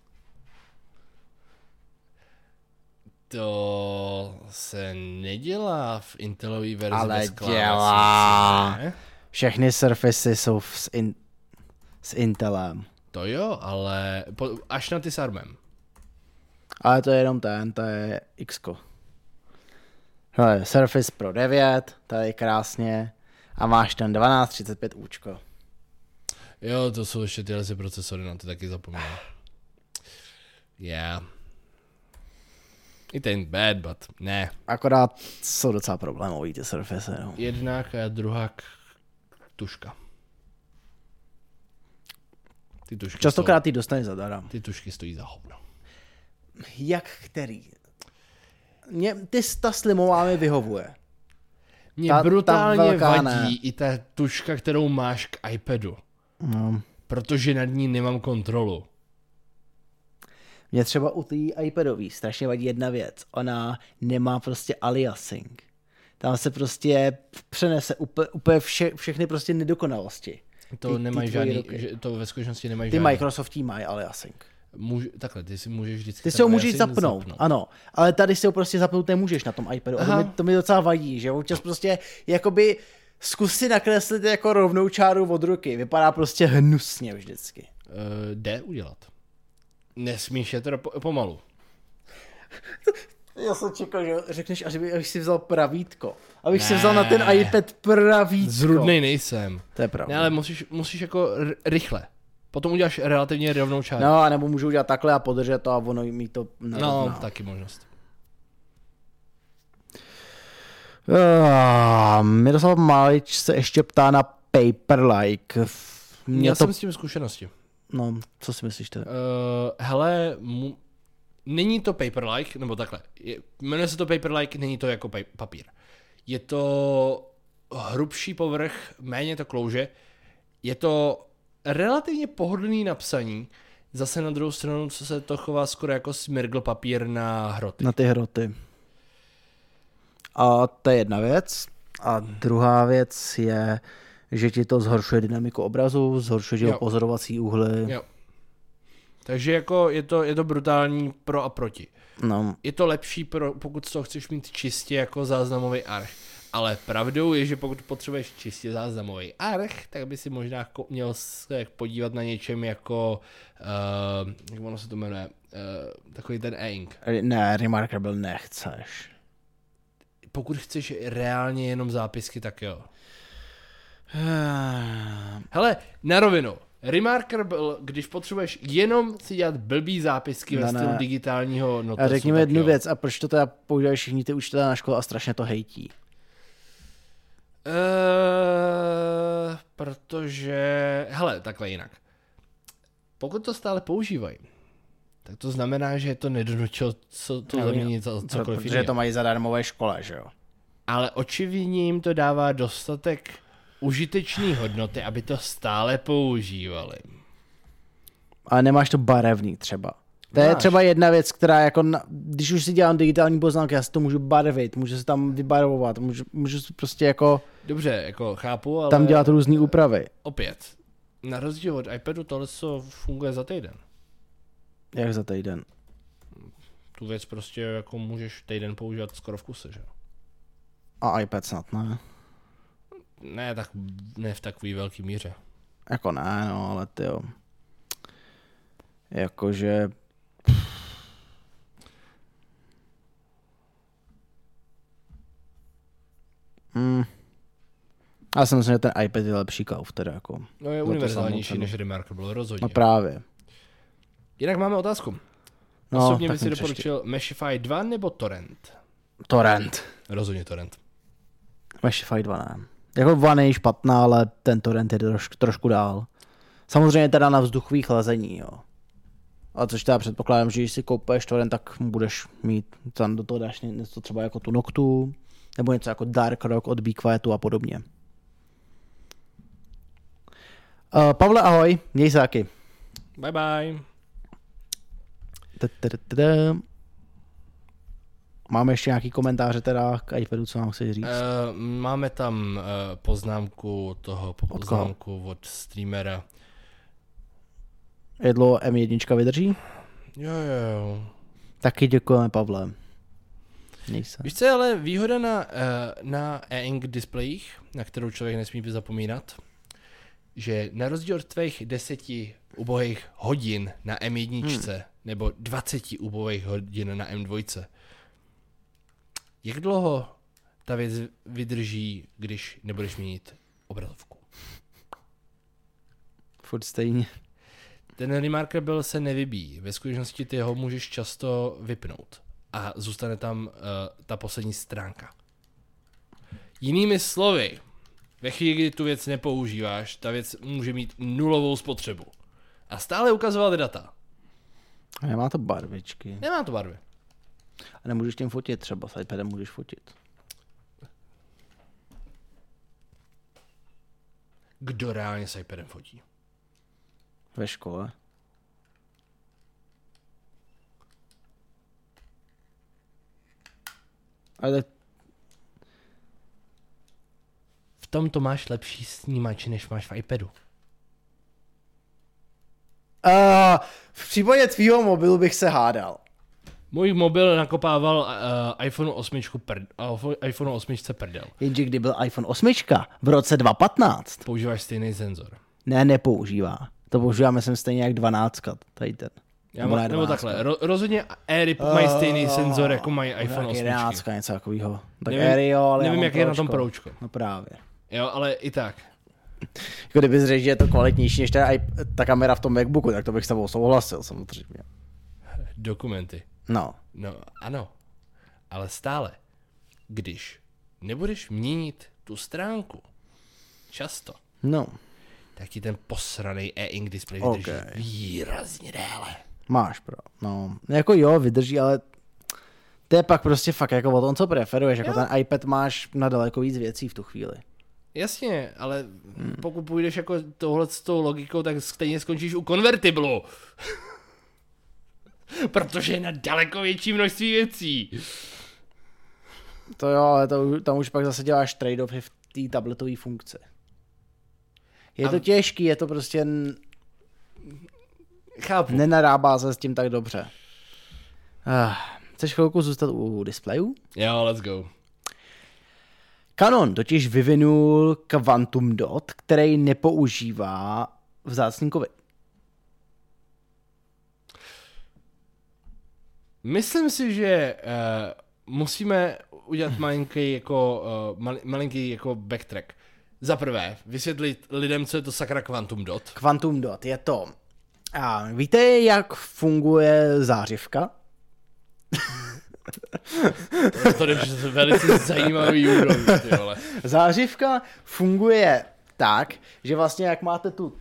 To se nedělá v Intelový verzi. Ale bez klávesnice, dělá. ne? Všechny Surfaces jsou s Intelem. To jo, ale až na ty s ARMem. Ale to je jenom to je X-ko. Hele, Surface Pro 9, tady krásně. A máš ten 1235 Učko. Jo, to jsou ještě tyhle procesory, na ty taky zapomínám. Yeah. It ain't bad, but ne. Akorát jsou docela problémový ty Surface. No. Jednak a druhá tuška. Ty tušky Častokrát ty dostaneš zadarmo. Ty tušky stojí za hovno. Jak který? Ta slimová mi vyhovuje. Mě brutálně ta vadí ne. i ta tuška, kterou máš k iPadu. No. Protože nad ní nemám kontrolu. Mě třeba u té iPadové strašně vadí jedna věc. Ona nemá prostě aliasing. Tam se prostě přenese úplně všechny prostě nedokonalosti. To nemají žádný, to ve skutečnosti nemají ty žádný. Microsoftí mají aliasing. Takhle, ty si můžeš vždycky... Ty si ho můžeš zapnout, ano. Ale tady si ho prostě zapnout nemůžeš na tom iPadu. A to mi docela vadí, že občas prostě jakoby zkus si nakreslit jako rovnou čáru od ruky. Vypadá prostě hnusně vždycky. Jde udělat. Nesmíš je teda pomalu. Já jsem čekal, že řekneš, abych si vzal pravítko. Abych si vzal na ten iPad pravítko. Zrudnej nejsem. To je pravda. Ne, ale musíš jako rychle. Potom uděláš relativně rovnou čáru. No, nebo můžu udělat takhle a podržet to a ono mi to narovná. No, taky možnost. Miroslav Malič se ještě ptá na Paperlike. Měl jsem s tím zkušenosti. No, co si myslíš teda? Hele, není to Paperlike, nebo takhle. Jmenuje se to Paperlike, není to jako papír. Je to hrubší povrch, méně to klouže. Je to relativně pohodlný napsaní. Zase na druhou stranu, co se to chová skoro jako smirgl papír na hroty. Na ty hroty. A to je jedna věc. A druhá věc je, že ti to zhoršuje dynamiku obrazu, zhoršuje ti pozorovací úhly. Jo. Takže jako je to brutální pro a proti. No. Je to lepší, pokud to chceš mít čistě jako záznamový arch. Ale pravdou je, že pokud potřebuješ čistě záznamový arch, tak by si možná měl se podívat na něčem jako, jak ono se to jmenuje, takový ten e-ink. Ne, Remarkable nechceš. Pokud chceš reálně jenom zápisky, tak jo. Hele, na rovinu. Remarkable, když potřebuješ jenom si dělat blbý zápisky ve stylu digitálního notesu. A řekni mi jednu věc, a proč to teda používají všichni ty učitelé na škole a strašně to hejtí? Protože, hele, takhle jinak. Pokud to stále používají, tak to znamená, že to nedonučil to zaměnit za cokoliv protože to mají zadarmové škole, že jo? Ale očividně jim to dává dostatek užitečné hodnoty, aby to stále používali. Ale nemáš to barevný třeba. To je třeba jedna věc, která jako, když už si dělám digitální poznámky, já si to můžu barvit, můžu se tam vybarvovat, můžu prostě jako... Dobře, jako chápu, ale... Tam dělat různý úpravy. Opět, na rozdíl od iPadu tohle funguje za týden. Jak za týden? Tu věc prostě jako můžeš týden používat skoro v kuse, že jo? A iPad snad, ne? Ne v takový velký míře. Jako ne, no, ale tyjo. Jakože... Já si myslím, že ten iPad je lepší kauf, teda jako. No je univerzálnější než Remarkable, rozhodně. No právě. Jinak máme otázku. No, Osobně bych si doporučil Meshify 2 nebo Torrent? Torrent. Rozhodně Torrent. Meshify 2 ne. Jako 2 není špatná, ale ten Torrent je trošku dál. Samozřejmě teda na vzduchový chlazení, jo. A což teda předpokládám, že když si koupeš Torrent, tak budeš mít, tam do toho dáš něco třeba jako tu Noctu, nebo něco jako Dark Rock od Be Quietu a podobně. Pavle, ahoj, měj se taky. Bye bye. Máme ještě nějaký komentáře teda k iPadu, co nám chceš říct? Máme tam poznámku od streamera. Jedlo M1 vydrží? Jo. Taky děkujeme, Pavle. Měj se. Víš, co je ale výhoda na e-ink displejích, na kterou člověk nesmí zapomínat? Že na rozdíl od tvých 10 ubohých hodin na M1 nebo 20 ubohých hodin na M2, jak dlouho ta věc vydrží, když nebudeš měnit obrazovku? Furt stejně. Ten Remarkable se nevybíjí. Ve skutečnosti ty ho můžeš často vypnout a zůstane tam ta poslední stránka. Jinými slovy, ve chvíli, kdy tu věc nepoužíváš, ta věc může mít nulovou spotřebu. A stále ukazovat data. A nemá to barvičky. Nemá to barvy. A nemůžeš tím fotit třeba, s iPadem můžeš fotit. Kdo reálně s iPadem fotí? Ve škole. Ale v tom to máš lepší snímač, než máš v iPadu. V případě tvýho mobilu bych se hádal. Můj mobil nakopával iPhone 8 prdel. Jenže kdy byl iPhone 8 v roce 2015. Používáš stejný senzor. Ne, nepoužívá. To používáme sem stejně jak 12. Tady ten. Nebo takhle. Rozhodně Airy mají stejný senzor, jako mají iPhone 8. 11, něco takového. Tak Airy, jo, ale nevím, jak je na tom proučko. No právě. Jo, ale i tak. Jako kdybys řekl, že je to kvalitnější než ta kamera v tom MacBooku, tak to bych s tebou souhlasil samozřejmě. Dokumenty. No, ano. Ale stále, když nebudeš měnit tu stránku často, no. tak ti ten posraný e-ink display vydrží výrazně déle. Máš pravdu. No, jako jo, vydrží, ale to je pak prostě fakt jako o tom, co preferuješ. Jako ten iPad máš na daleko víc věcí v tu chvíli. Jasně, ale pokud půjdeš jako tohle s tou logikou, tak stejně skončíš u konvertiblu. Protože je na daleko větší množství věcí. To jo, ale tam už pak zase děláš trade-offy v té tabletové funkci. Je to těžký, je to prostě... Chápu. Nenarábá se s tím tak dobře. Chceš chvilku zůstat u displejů? Jo, let's go. Canon totiž vyvinul Quantum Dot, který nepoužívá vzácný kovy. Myslím si, že musíme udělat malinký jako backtrack. Za prvé, vysvětlit lidem, co je to sakra Quantum Dot. Quantum Dot je to... víte, jak funguje zářivka? To je velice zajímavý úrovň, ty vole. Zářivka funguje tak, že vlastně jak máte tu...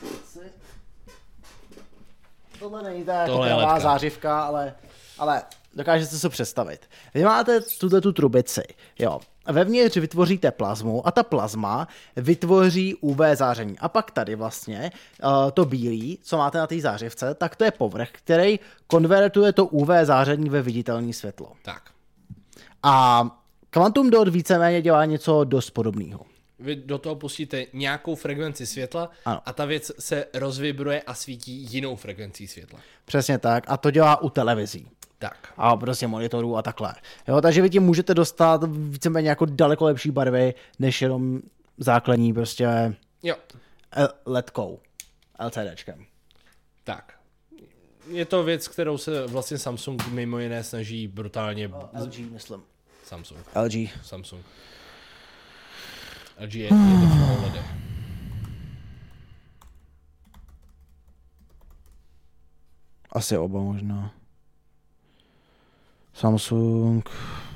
Tohle není ta jako pravá zářivka, ale dokážete si to představit. Vy máte tu trubici, jo. vevnitř vytvoříte plazmu a ta plazma vytvoří UV záření. A pak tady vlastně to bílý, co máte na té zářivce, tak to je povrch, který konvertuje to UV záření ve viditelné světlo. Tak. A Quantum Dot víceméně dělá něco dost podobného. Vy do toho pustíte nějakou frekvenci světla Ano. a ta věc se rozvibruje a svítí jinou frekvencí světla. Přesně tak. A to dělá u televizí. Tak. A prostě monitorů a takhle. Jo, takže vy tím můžete dostat víceméně jako daleko lepší barvy, než jenom základní prostě Jo. LEDkou, LCDčkem. Tak. Je to věc, kterou se vlastně Samsung mimo jiné snaží brutálně... LG, myslím. Samsung. LG. LG je to v OLED. Asi oba možná. Samsung.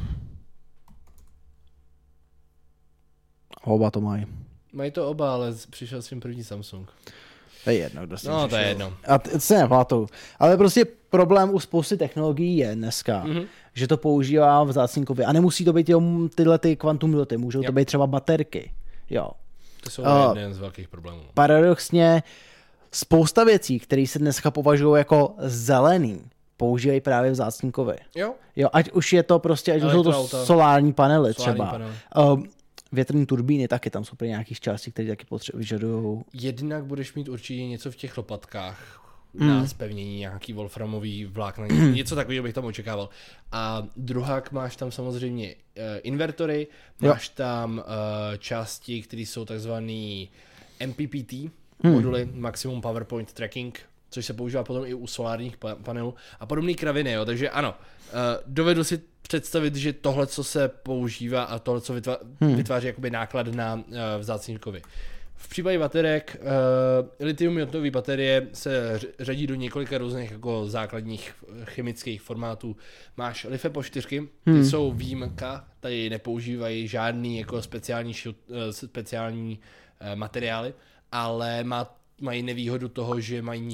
Oba to mají. Mají to oba, ale přišel s tím první Samsung. To je jedno, kdo s tím No, to přišel. je jedno. A se nepamatuju. Ale prostě problém u spousty technologií je dneska, že to používá vzácný kovy. A nemusí to být jenom tyhle ty Quantum Doty, můžou to být třeba baterky. Jo. To jsou jeden z velkých problémů. Paradoxně spousta věcí, které se dneska považují jako zelený, používají právě vzácný kovy. Jo. Jo, ať už je to prostě, ať už jsou to Elektroauta. solární panely Solární třeba. panely. Větrné turbíny taky, tam jsou prý nějaký části, které taky vyžadují. Jednak budeš mít určitě něco v těch lopatkách na zpevnění, nějaký wolframový vlákna, něco takového bych tam očekával. A druhák máš tam samozřejmě invertory, máš tam části, které jsou takzvaný MPPT, moduly, Maximum Power Point Tracking, což se používá potom i u solárních panelů a podobné kraviny, jo. Takže ano, dovedu si představit, že tohle, co se používá a tohle, co vytváří jakoby náklad na vzácný kovy. V případě baterek, lithium-ionové baterie se řadí do několika různých jako základních chemických formátů. Máš LiFePO 4, ty jsou výjimka, tady nepoužívají žádný jako speciální materiály, ale mají nevýhodu toho, že mají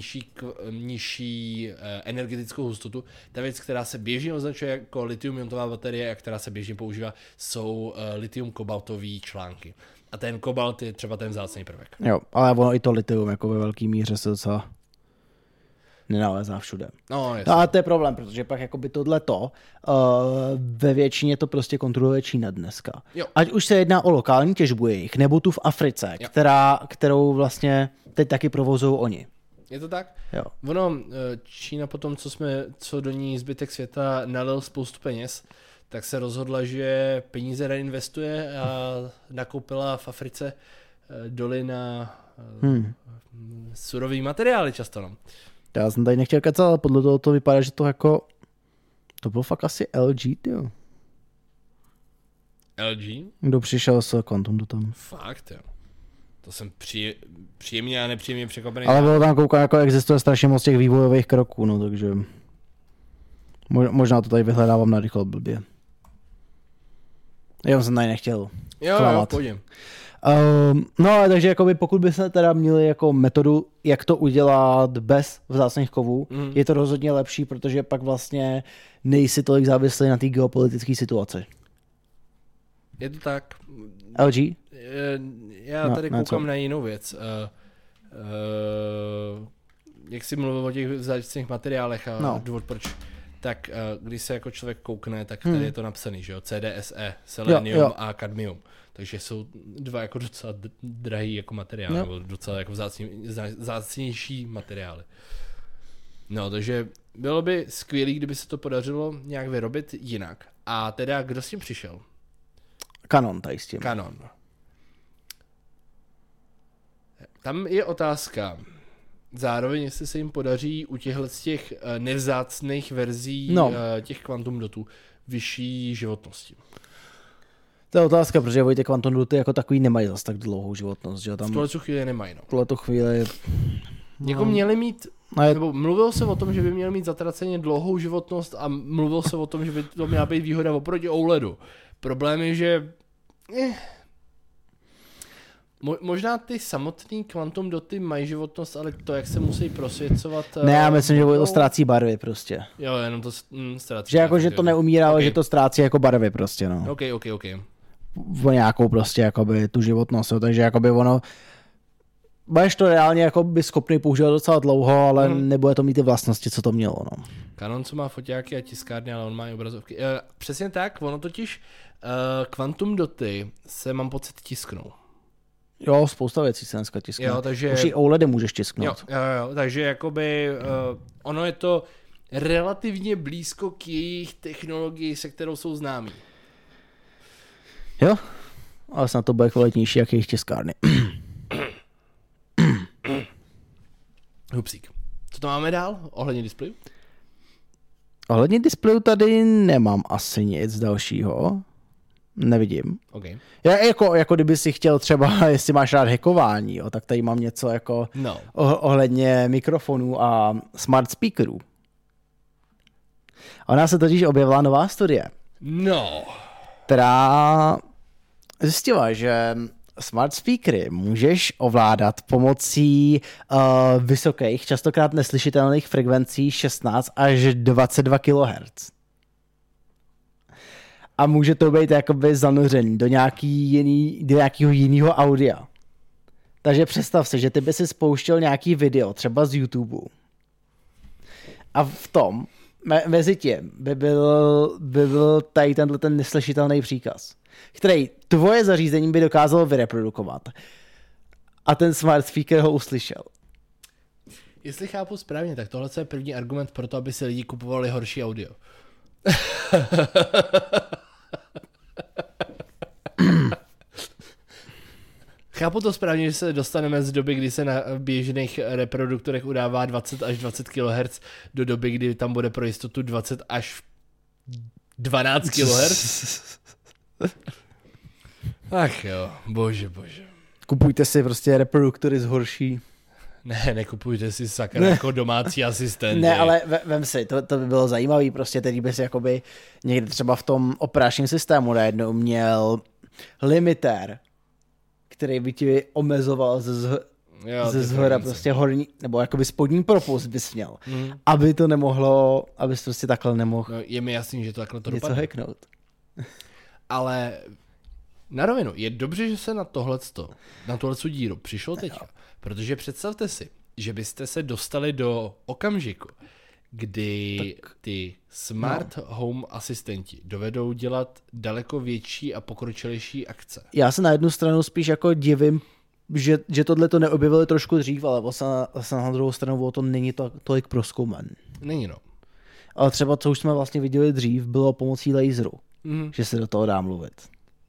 nižší energetickou hustotu. Ta věc, která se běžně označuje jako lithium-ionová baterie a která se běžně používá, jsou lithium-kobaltové články. A ten kobalt je třeba ten vzácný prvek. Jo, ale ono i to lithium jako ve velký míře se docela nenalézá všude. No, No a to je problém, protože pak jakoby tohleto ve většině to prostě kontroluje Čína dneska. Jo. Ať už se jedná o lokální těžbu jejich, nebo tu v Africe, kterou vlastně teď taky provozují oni. Je to tak? Jo. Ono, Čína potom, co do ní zbytek světa nalil spoustu peněz, tak se rozhodla, že peníze reinvestuje a nakoupila v Africe doly na surový materiály často. No. Já jsem tady nechtěl kecat, ale podle toho to vypadá, že to jako... To byl fakt asi LG, jo. LG? Kdo přišel s Quantum Dotem. Fakt, jo. To jsem příjemně a nepříjemně překvapený. Ale bylo tam koukat, jako existuje strašně moc těch vývojových kroků, no takže... Možná to tady vyhledávám na rychlo blbě. Já jsem tady nechtěl Jo, pojďme. No ale takže jakoby, pokud by se teda měli jako metodu, jak to udělat bez vzácných kovů, je to rozhodně lepší, protože pak vlastně nejsi tolik závislý na té geopolitické situaci. Je to tak. LG? Já tady koukám na jinou věc. Jak jsi mluvil o těch vzácných materiálech a důvod proč, tak když se jako člověk koukne, tak tady je to napsaný, že jo? CDSE, selenium a kadmium. Takže jsou dva jako docela drahý jako materiály, nebo docela jako vzácnější materiály. No, takže bylo by skvělé, kdyby se to podařilo nějak vyrobit jinak. A teda, kdo s tím přišel? Canon tady s tím. Canon. Tam je otázka, zároveň jestli se jim podaří u těchto těch nevzácných verzí těch Quantum Dotů vyšší životnosti. To je otázka, protože ty Quantum Doty jako takový nemají zase tak dlouhou životnost. Že tam v tuhle chvíli nemají. No. V tuhle chvíli... Jako měli mít, nebo mluvil se o tom, že by měli mít zatraceně dlouhou životnost a mluvil se o tom, že by to měla být výhoda oproti OLEDu. Problém je, že... Možná ty samotný Quantum Doty mají životnost, ale to, jak se musí prosvěcovat... Ne, já myslím, že to ztrácí barvy prostě. Jo, jenom to ztrácí. Že jako, že to neumírá, ale že to ztrácí jako barvy prostě, no. OK. o nějakou prostě jakoby tu životnost, jo. Takže jakoby ono, budeš to reálně jakoby schopný používat docela dlouho, ale nebude to mít ty vlastnosti, co to mělo, no. Canon, co má foťáky a tiskárny, ale on má i obrazovky. Přesně tak, ono totiž Quantum doty se, mám pocit, tisknou. Jo, spousta věcí se dneska tiskne. Jo, takže... Už i OLEDy můžeš tisknout. Jo, takže jakoby ono je to relativně blízko k jejich technologii, se kterou jsou známí. Jo, ale snad to bude kvalitnější, jak jejich tiskárny. Hupsík. Co to máme dál ohledně displejů? Ohledně displejů tady nemám asi nic dalšího. Nevidím. Okay. Jako kdyby si chtěl třeba, jestli máš rád hackování, jo, tak tady mám něco jako ohledně mikrofonů a smart speakerů. Ona se totiž objevila nová studie, která zjistila, že smart speakery můžeš ovládat pomocí vysokých, častokrát neslyšitelných frekvencí 16 až 22 kHz. A může to být jakoby zanořený do nějakého jiného audia. Takže představ si, že ty by si spouštěl nějaký video, třeba z YouTube. A v tom, mezi tím, by byl tady ten neslyšitelný příkaz, který tvoje zařízení by dokázalo vyreprodukovat. A ten smart speaker ho uslyšel. Jestli chápu správně, tak tohle je první argument pro to, aby si lidi kupovali horší audio. Chápu to správně, že se dostaneme z doby, kdy se na běžných reproduktorech udává 20 až 20 kHz do doby, kdy tam bude pro jistotu 20 až 12 kHz. Ach jo, bože. Kupujte si prostě reproduktory z horší. Ne, nekupujte si sakra jako domácí asistent. Ne, ale vem si, to by bylo zajímavý, prostě tedy bys jakoby někde třeba v tom operačním systému najednou měl limitér, který by ti omezoval ze zhora prostě horní, nebo jakoby spodní propust bys měl, aby to nemohlo, abys prostě takhle nemohl. No, je mi jasný, že to takhle to něco dopadne. hacknout. Ale na rovinu, je dobře, že se na tohleto díru přišlo teďka, protože představte si, že byste se dostali do okamžiku, kdy ty smart home asistenti dovedou dělat daleko větší a pokročilejší akce. Já se na jednu stranu spíš jako divím, že tohle to neobjevili trošku dřív, ale vlastně na druhou stranu to není tolik prozkoumaný. Není no. Ale třeba co už jsme vlastně viděli dřív, bylo pomocí laseru, že se do toho dá mluvit.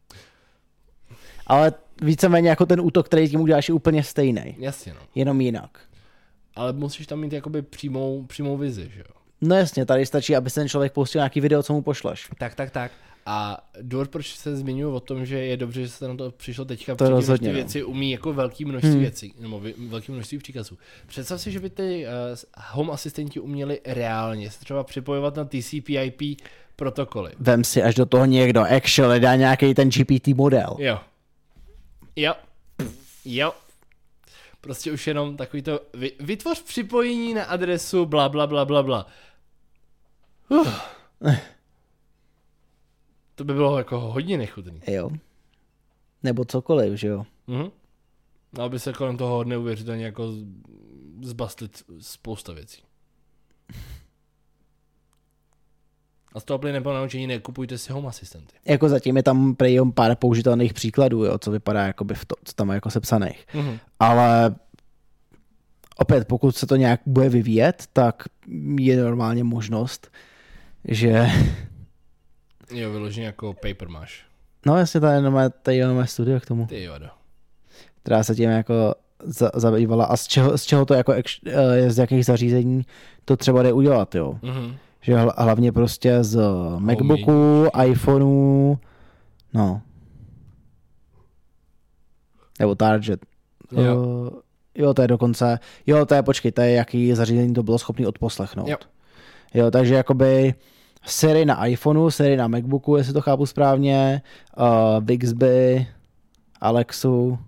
Ale víceméně jako ten útok, který tím uděláš, je úplně stejný. Jasně no. Jenom jinak. Ale musíš tam mít jakoby přímou vizi, že jo? No jasně, tady stačí, aby se ten člověk pustil nějaký video, co mu pošleš. Tak. A důvod, proč se zmiňuji o tom, že je dobře, že se na to přišlo teďka, to rozhodně, ty věci umí jako velké množství věcí, nebo velké množství příkazů. Představ si, že by ty home asistenti uměli reálně se třeba připojovat na TCP/IP protokoly. Vem si, až do toho někdo actually dá nějaký ten GPT model. Jo. Prostě už jenom takový to, vytvoř připojení na adresu bla bla bla bla bla. To by bylo jako hodně nechutný. Jo. Nebo cokoliv, že jo. No, aby se kolem toho neuvěřitelně jako zbastlit spousta věcí. A z toho plyne ponaučení, nekupujte si home asistenty. Jako zatím je tam prej pár použitelných příkladů, jo, co vypadá jakoby v to, co tam je jako sepsaných. Ale opět, pokud se to nějak bude vyvíjet, tak je normálně možnost, že... Jo, vyloženě jako paper máš. No jasně, tady je nové studio k tomu. Ty jodo. Která se tím jako zabývala a z čeho to jako z jakých zařízení to třeba jde udělat, jo. Že hlavně prostě z MacBooku, iPhoneu, no. Nebo Target. Jo, to je dokonce, počkej, to je jaký zařízení to bylo schopný odposlechnout. Jo, takže jakoby Siri na iPhoneu, Siri na MacBooku, jestli to chápu správně, Bixby, Alexu.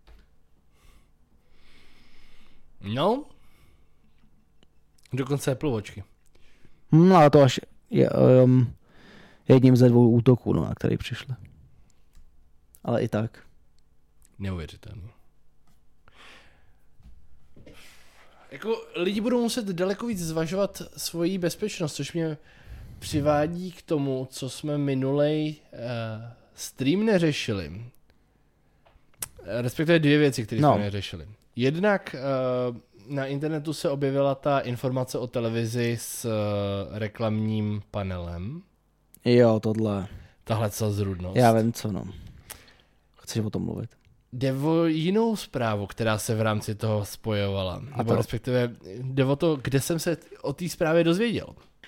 No, dokonce Apple Watchky. Ale to až je jedním ze 2 útoků, no, na který přišli. ale i tak. Neuvěřitelný. Jako lidi budou muset daleko víc zvažovat svoji bezpečnost, což mě přivádí k tomu, co jsme minulej stream neřešili. Respektive dvě věci, které jsme neřešili. Jednak na internetu se objevila ta informace o televizi s reklamním panelem. Jo, tohle. Tahle zrůdnost. Já vím co, no. Chceš o tom mluvit? Jde o jinou zprávu, která se v rámci toho spojovala. Nebo respektive jde o to, kde jsem se o té zprávě dozvěděl.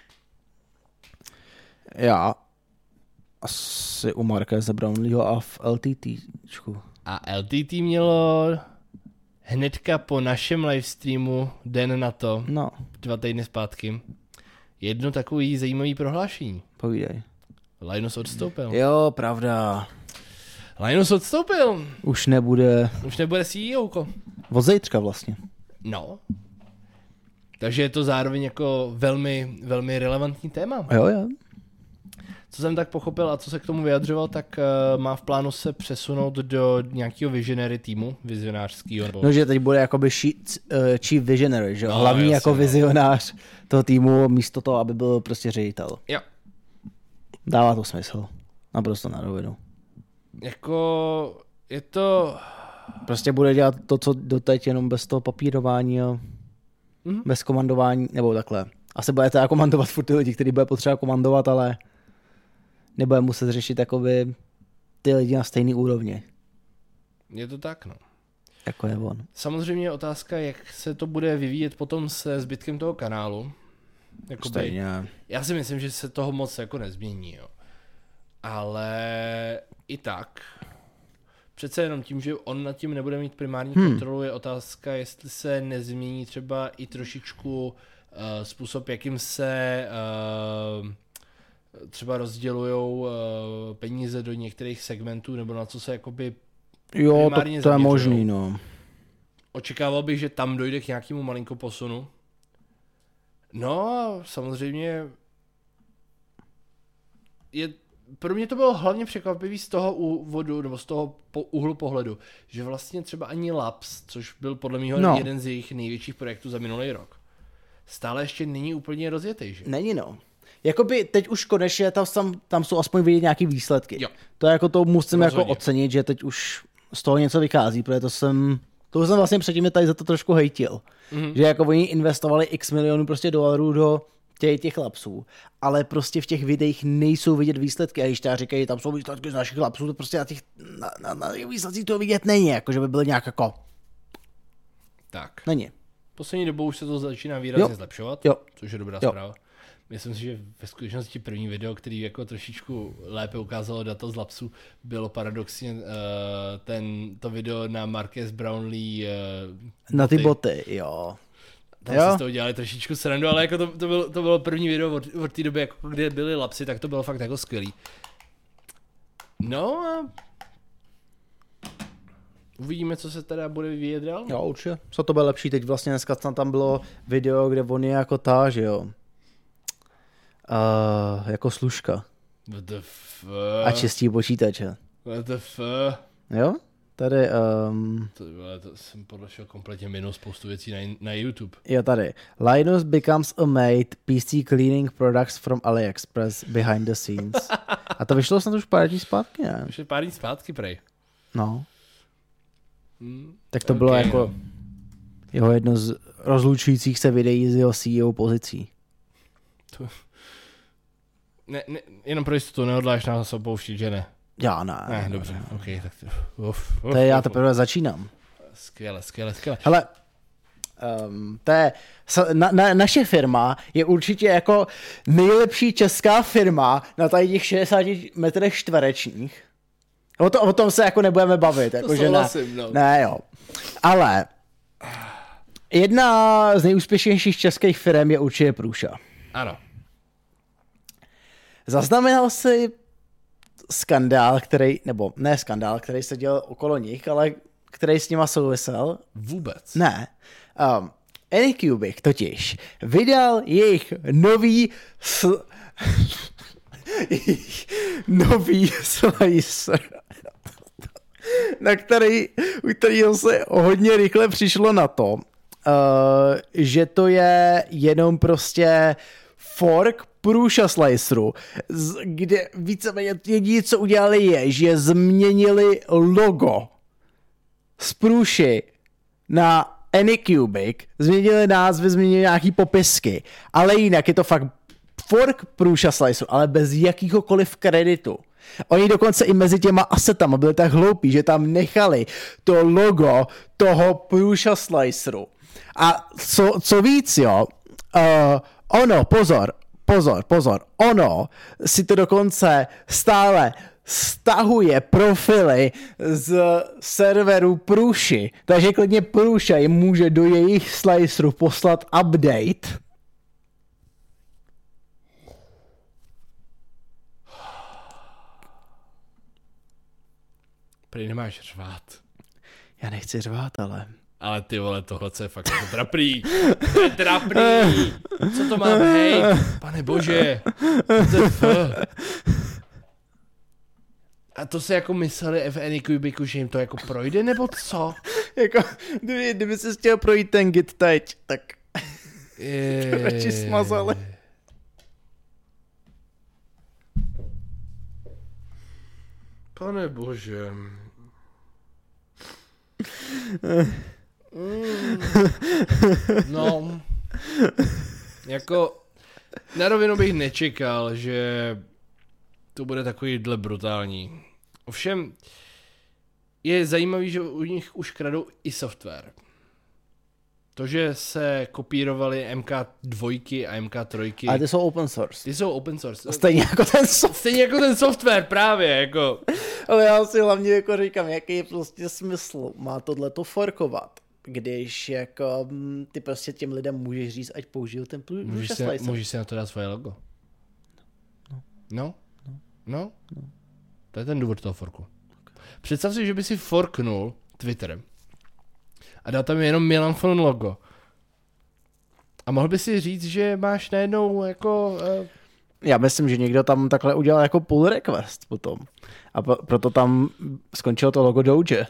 Já asi u Markéze Brownleeho a v LTTčku. A LTT mělo hnedka po našem livestreamu den na to, 2 týdny zpátky, jedno takový zajímavý prohlášení. Povídej. Linus odstoupil. Jo, pravda. Linus odstoupil. Už nebude CEO-ko. od zítřka vlastně. No. Takže je to zároveň jako velmi, velmi relevantní téma. Jo. Co jsem tak pochopil a co se k tomu vyjadřoval, tak má v plánu se přesunout do nějakého visionary týmu, vizionářského. Nebo... No, že teď bude jakoby chief visionary, že jo? Hlavní jasně, jako vizionář toho týmu místo toho, aby byl prostě ředitel. Jo. Dává to smysl. Naprosto na rovinu. Jako je to... Prostě bude dělat to, co doteď, jenom bez toho papírování a bez komandování, nebo takhle. Asi bude teda komandovat furt ty lidi, který bude potřeba komandovat, ale nebude muset řešit jakoby ty lidi na stejný úrovni. Je to tak, no. Jako je on. Samozřejmě je otázka, jak se to bude vyvíjet potom se zbytkem toho kanálu. Jakoby, stejně. Já si myslím, že se toho moc jako nezmění, jo. Ale i tak, přece jenom tím, že on nad tím nebude mít primární kontrolu, je otázka, jestli se nezmění třeba i trošičku způsob, jakým se třeba rozdělujou peníze do některých segmentů, nebo na co se jakoby primárně to je možný, no. Očekával bych, že tam dojde k nějakému malinko posunu. No a samozřejmě pro mě to bylo hlavně překvapivý z toho úvodu, nebo z toho úhlu pohledu, že vlastně třeba ani Labs, což byl podle mého jeden z jejich největších projektů za minulý rok, stále ještě není úplně rozjetý, že? Není, no. Jakoby teď už konečně tam jsou aspoň vidět nějaký výsledky. Jo. To jako to musím jako ocenit, že teď už z toho něco vychází, protože to jsem vlastně předtím tady za to trošku hejtil. Že jako oni investovali x milionů prostě dolarů do těch Labsů, ale prostě v těch videích nejsou vidět výsledky. A když teda říkají, tam jsou výsledky z našich Labsů, to prostě na těch výsledcích to vidět není, jako že by byly nějak jako... Tak. Není. Poslední dobou už se to začíná výrazně zlepšovat, což je dobrá zpráva. Myslím si, že ve skutečnosti první video, který jako trošičku lépe ukázalo data z Labsu, bylo paradoxně to video na Marques Brownlee na ty boty, jo. Tam se z toho dělali trošičku srandu, ale jako to bylo první video od té doby, jako kde byly Labsy, tak to bylo fakt jako skvělý. No a uvidíme, co se teda bude vyvíjet dál. Jo, určitě. Co to bude lepší, teď vlastně dneska tam bylo video, kde on je jako že jo. Jako služka. What the fuck? A čistí počítače. What the fuck? Jo? Tady... To jsem podložil kompletně minul spoustu věcí na YouTube. Jo, tady. Linus becomes a mate, PC cleaning products from AliExpress behind the scenes. A to vyšlo snad už pár dní zpátky, ne? Vyšlo pár dní zpátky, prej. No. Tak to bylo jako jeho jedno z rozlučujících se videí z jeho CEO pozicí. Ne, jenom pro jistotu nehodláš nás opouštět, že ne? Já ne. Dobře, ok, tak to je, já teprve začínám. Skvěle. Hele, naše firma je určitě jako nejlepší česká firma na tady těch 60 metrech čtverečních. O tom se jako nebudeme bavit. Jako, to že souhlasím, no. Ne, jo. Ale jedna z nejúspěšnějších českých firm je určitě Průša. Ano. Zaznamenal jsi skandál, který se dělal okolo nich, ale který s nima souvisel? Vůbec. Ne. Anycubic totiž vydal jejich nový slicer. u kterého se hodně rychle přišlo na to, že to je jenom prostě fork Prusa Sliceru, kde víceméně jediné, co udělali je, že změnili logo z Prusy na Anycubic, změnili názvy, změnili nějaký popisky, ale jinak je to fakt fork Prusa Sliceru, ale bez jakýhokoliv kreditu. Oni dokonce i mezi těma asetama byli tak hloupí, že tam nechali to logo toho Prusa Sliceru. A co víc, jo, ono, pozor, ono si to dokonce stále stahuje profily z serveru Prusy, takže klidně Prusa jim může do jejich sliceru poslat update. Prý nemáš řvát. Já nechci řvát, ale... Ale ty vole, tohle je fakt jako trapný. To je trapný. Co to má být? Pane bože. A to se jako mysleli v Anycubicu, že jim to jako projde, nebo co? Jako, kdyby jsi chtěl projít ten git teď, tak to radši smazali. Pane bože. No, jako na rovinu bych nečekal, že to bude takovýhle brutální. Ovšem, je zajímavý, že u nich už kradou i software. To, že se kopírovali MK2 a MK3. Ale ty jsou open source. Ty jsou open source. Stejně jako ten software. Stejně jako ten software, právě, jako. Ale já si hlavně jako říkám, jaký je prostě smysl má tohleto forkovat, když jako ty prostě těm lidem můžeš říct, ať použijou ten Prusa Slicer. Můžeš si na to dát svoje logo. No. To je ten důvod toho forku. Okay. Představ si, že by si forknul Twitter a dal tam jenom Milan Fon logo. A mohl by si říct, že máš najednou jako... Já myslím, že někdo tam takhle udělal jako pull request potom. A proto tam skončilo to logo Doge.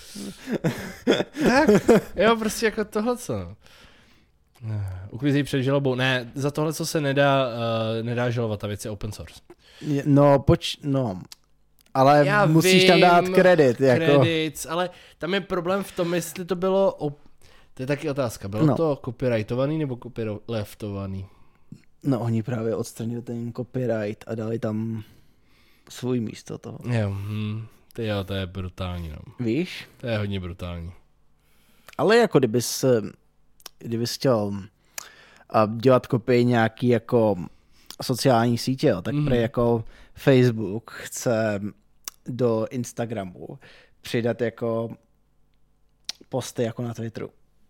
Tak, jo, prostě jako tohle co. Uklízej před žalobou. Ne, za tohle co se nedá žalovat, ta věc je open source. No, ale já musíš tam dát kredit. Credits, ale tam je problém v tom, jestli to bylo, to je taky otázka, bylo to copyrightovaný nebo copyleftovaný? No oni právě odstranili ten copyright a dali tam svůj místo toho. Jo, to je brutální, no. Víš? To je hodně brutální. Ale jako kdybys chtěl dělat kopii nějaký jako sociální sítě, jo, tak prej jako Facebook chce do Instagramu přidat jako posty jako na Twitteru.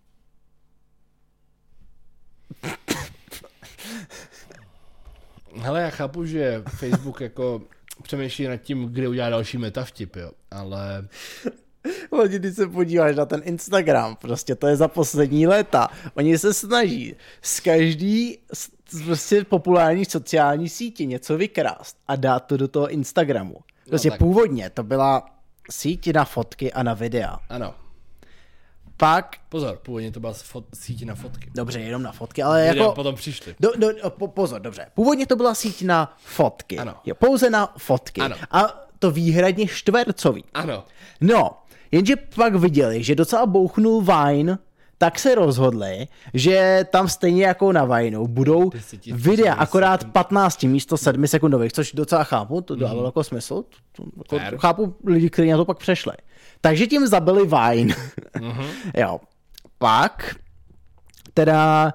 Hele, já chápu, že Facebook jako přemýšlí nad tím, kde udělá další metavtip, jo, ale... Když se podíváš na ten Instagram, prostě to je za poslední léta. Oni se snaží z každý prostě populární sociální sítě něco vykrást a dát to do toho Instagramu. Prostě původně to byla síť na fotky a na videa. Ano. Pak... Pozor, původně to byla síť na fotky. Dobře, jenom na fotky, ale video jako... potom přišli. Pozor, dobře. Původně to byla síť na fotky. Ano. Jo, pouze na fotky. Ano. A to výhradně čtvercový. Ano. No, jenže pak viděli, že docela bouchnul Vine, tak se rozhodli, že tam stejně jako na Vineu budou videa akorát 15 místo 7 sekundových, což docela chápu, to dávalo jako smysl. Jako chápu lidi, kteří na to pak přešli. Takže tím zabili Vine. Jo. Pak teda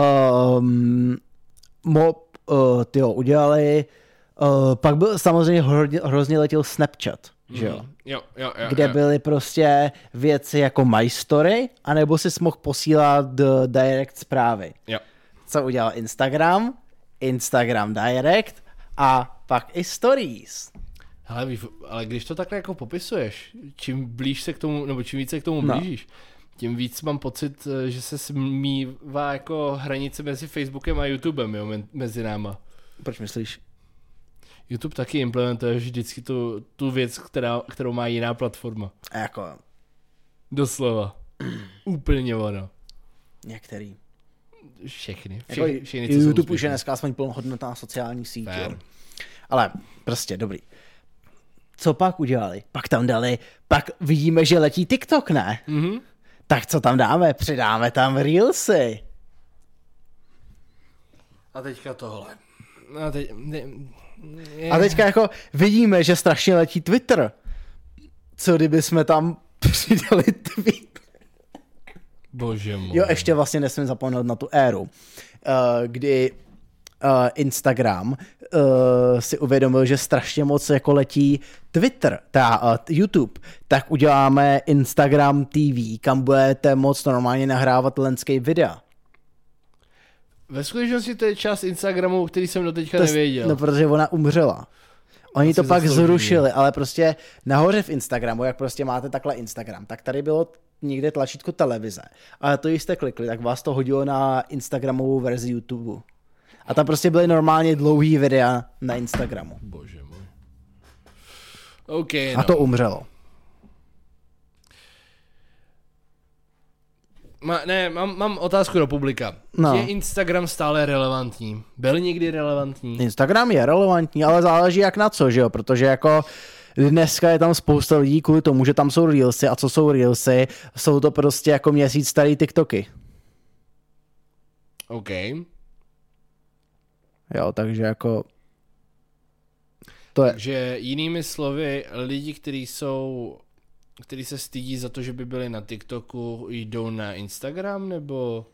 udělali, pak byl samozřejmě hrozně letěl Snapchat, že jo? Jo. Kde byly prostě věci jako My Story, anebo si mohl posílat direct zprávy. Jo. Co udělal Instagram? Instagram Direct a pak i Stories. Hele, ale když to takhle jako popisuješ, čím blíž se k tomu, nebo čím víc se k tomu blížíš, tím víc mám pocit, že se smívá jako hranice mezi Facebookem a YouTubem, jo, mezi náma. Proč myslíš? YouTube taky implementuje vždycky tu věc, kterou má jiná platforma. A jako Doslova. Úplně ono. některý. Všechny. Jako Všechny, co YouTube jsou už je dneska aspoň plnohodnotná sociální síť. Fair. Jo. Ale prostě dobrý. Co pak udělali? Pak tam dali, pak vidíme, že letí TikTok, ne? Mhm. Tak co tam dáme? Přidáme tam Reelsy. A teďka tohle. A teďka jako vidíme, že strašně letí Twitter. Co kdyby jsme tam přidali tweet? Bože můj. Jo, ještě vlastně nesmím zapomenout na tu éru, kdy Instagram si uvědomil, že strašně moc jako letí Twitter, YouTube, tak uděláme Instagram TV, kam budete moc normálně nahrávat lenský videa. Ve skutečnosti to je část Instagramu, který jsem doteďka nevěděl. No, protože ona umřela. Oni to pak zrušili, ale prostě nahoře v Instagramu, jak prostě máte takhle Instagram, tak tady bylo někde tlačítko televize. Ale to, jste klikli, tak vás to hodilo na Instagramovou verzi YouTube. A tam prostě byly normálně dlouhý videa na Instagramu. Bože můj. OK, no. A to umřelo. Mám otázku do publika. No. Je Instagram stále relevantní? Byl někdy relevantní? Instagram je relevantní, ale záleží jak na co, že jo? Protože jako dneska je tam spousta lidí kvůli tomu, že tam jsou Reelsy. A co jsou Reelsy? Jsou to prostě jako měsíc starý TikToky. OK. Jo, takže jako... To je... Takže jinými slovy, lidi, kteří se stydí za to, že by byli na TikToku, jdou na Instagram, nebo...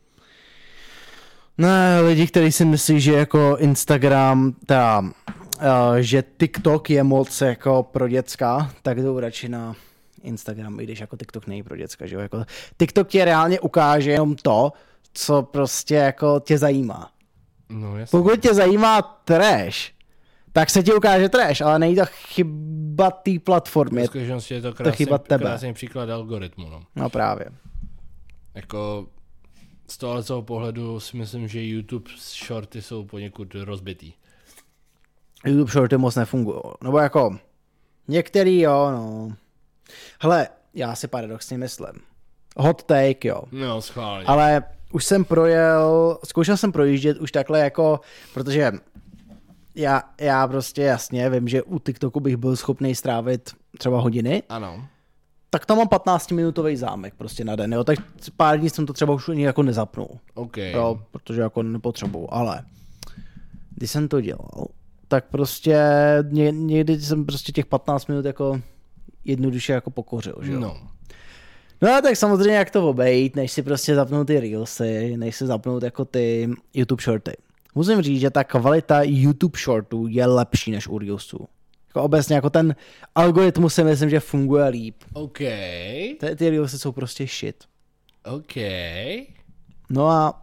Ne, lidi, kteří si myslí, že jako Instagram, že TikTok je moc jako pro děcka, tak jdou radši na Instagram, i když jako TikTok není pro děcka, že jo? Jako TikTok ti reálně ukáže jenom to, co prostě jako tě zajímá. No, jasně. Pokud tě zajímá trash, tak se ti ukáže trash, ale není to chyba té platformy. V skutečnosti je to krásný příklad algoritmu. No právě. Jako z tohoto pohledu si myslím, že YouTube shorty jsou poněkud rozbitý. YouTube shorty moc nefungují. Nebo jako některý jo, no. Hele, já si paradoxně myslím. Hot take, jo. No, schválně. Ale už jsem zkoušel jsem projíždět už takhle jako, protože já prostě jasně vím, že u TikToku bych byl schopný strávit třeba hodiny. Ano. Tak tam mám 15-minutový zámek prostě na den, jo, tak pár dní jsem to třeba už ani jako nezapnul. OK. Jo, protože jako nepotřebuju, ale když jsem to dělal, tak prostě někdy jsem prostě těch 15 minut jako jednoduše jako pokořil, že jo. No tak samozřejmě jak to obejít, než si prostě zapnout ty Reelsy, než si zapnout jako ty YouTube shorty. Musím říct, že ta kvalita YouTube shortů je lepší než u Reelsů. Jako obecně jako ten algoritmus si myslím, že funguje líp. OK. Ty Reelsy jsou prostě shit. OK. No a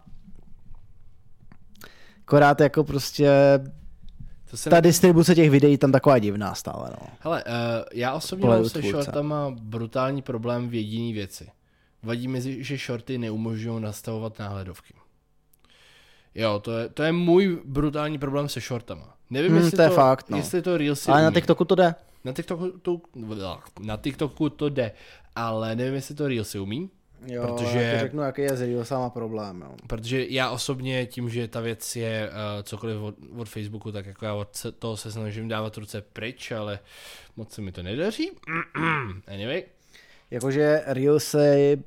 akorát jako prostě ta distribuce těch videí tam taková divná stále, no. Hele, já osobně mám se shortama brutální problém v jediný věci. Vadí mi, že shorty neumožňují nastavovat náhledovky. Jo, to je můj brutální problém se shortama. Nevím, jestli to je fakt, no. Jestli to Reelsy ale umí. na TikToku to jde. Na TikToku to jde, ale nevím, jestli to Reelsy umí. Jo, protože já ti řeknu, jaký je s Reelsama problém, jo. Protože já osobně tím, že ta věc je cokoliv od Facebooku, tak jako já od toho se snažím dávat ruce pryč, ale moc se mi to nedaří. Anyway. Jakože Reelsy...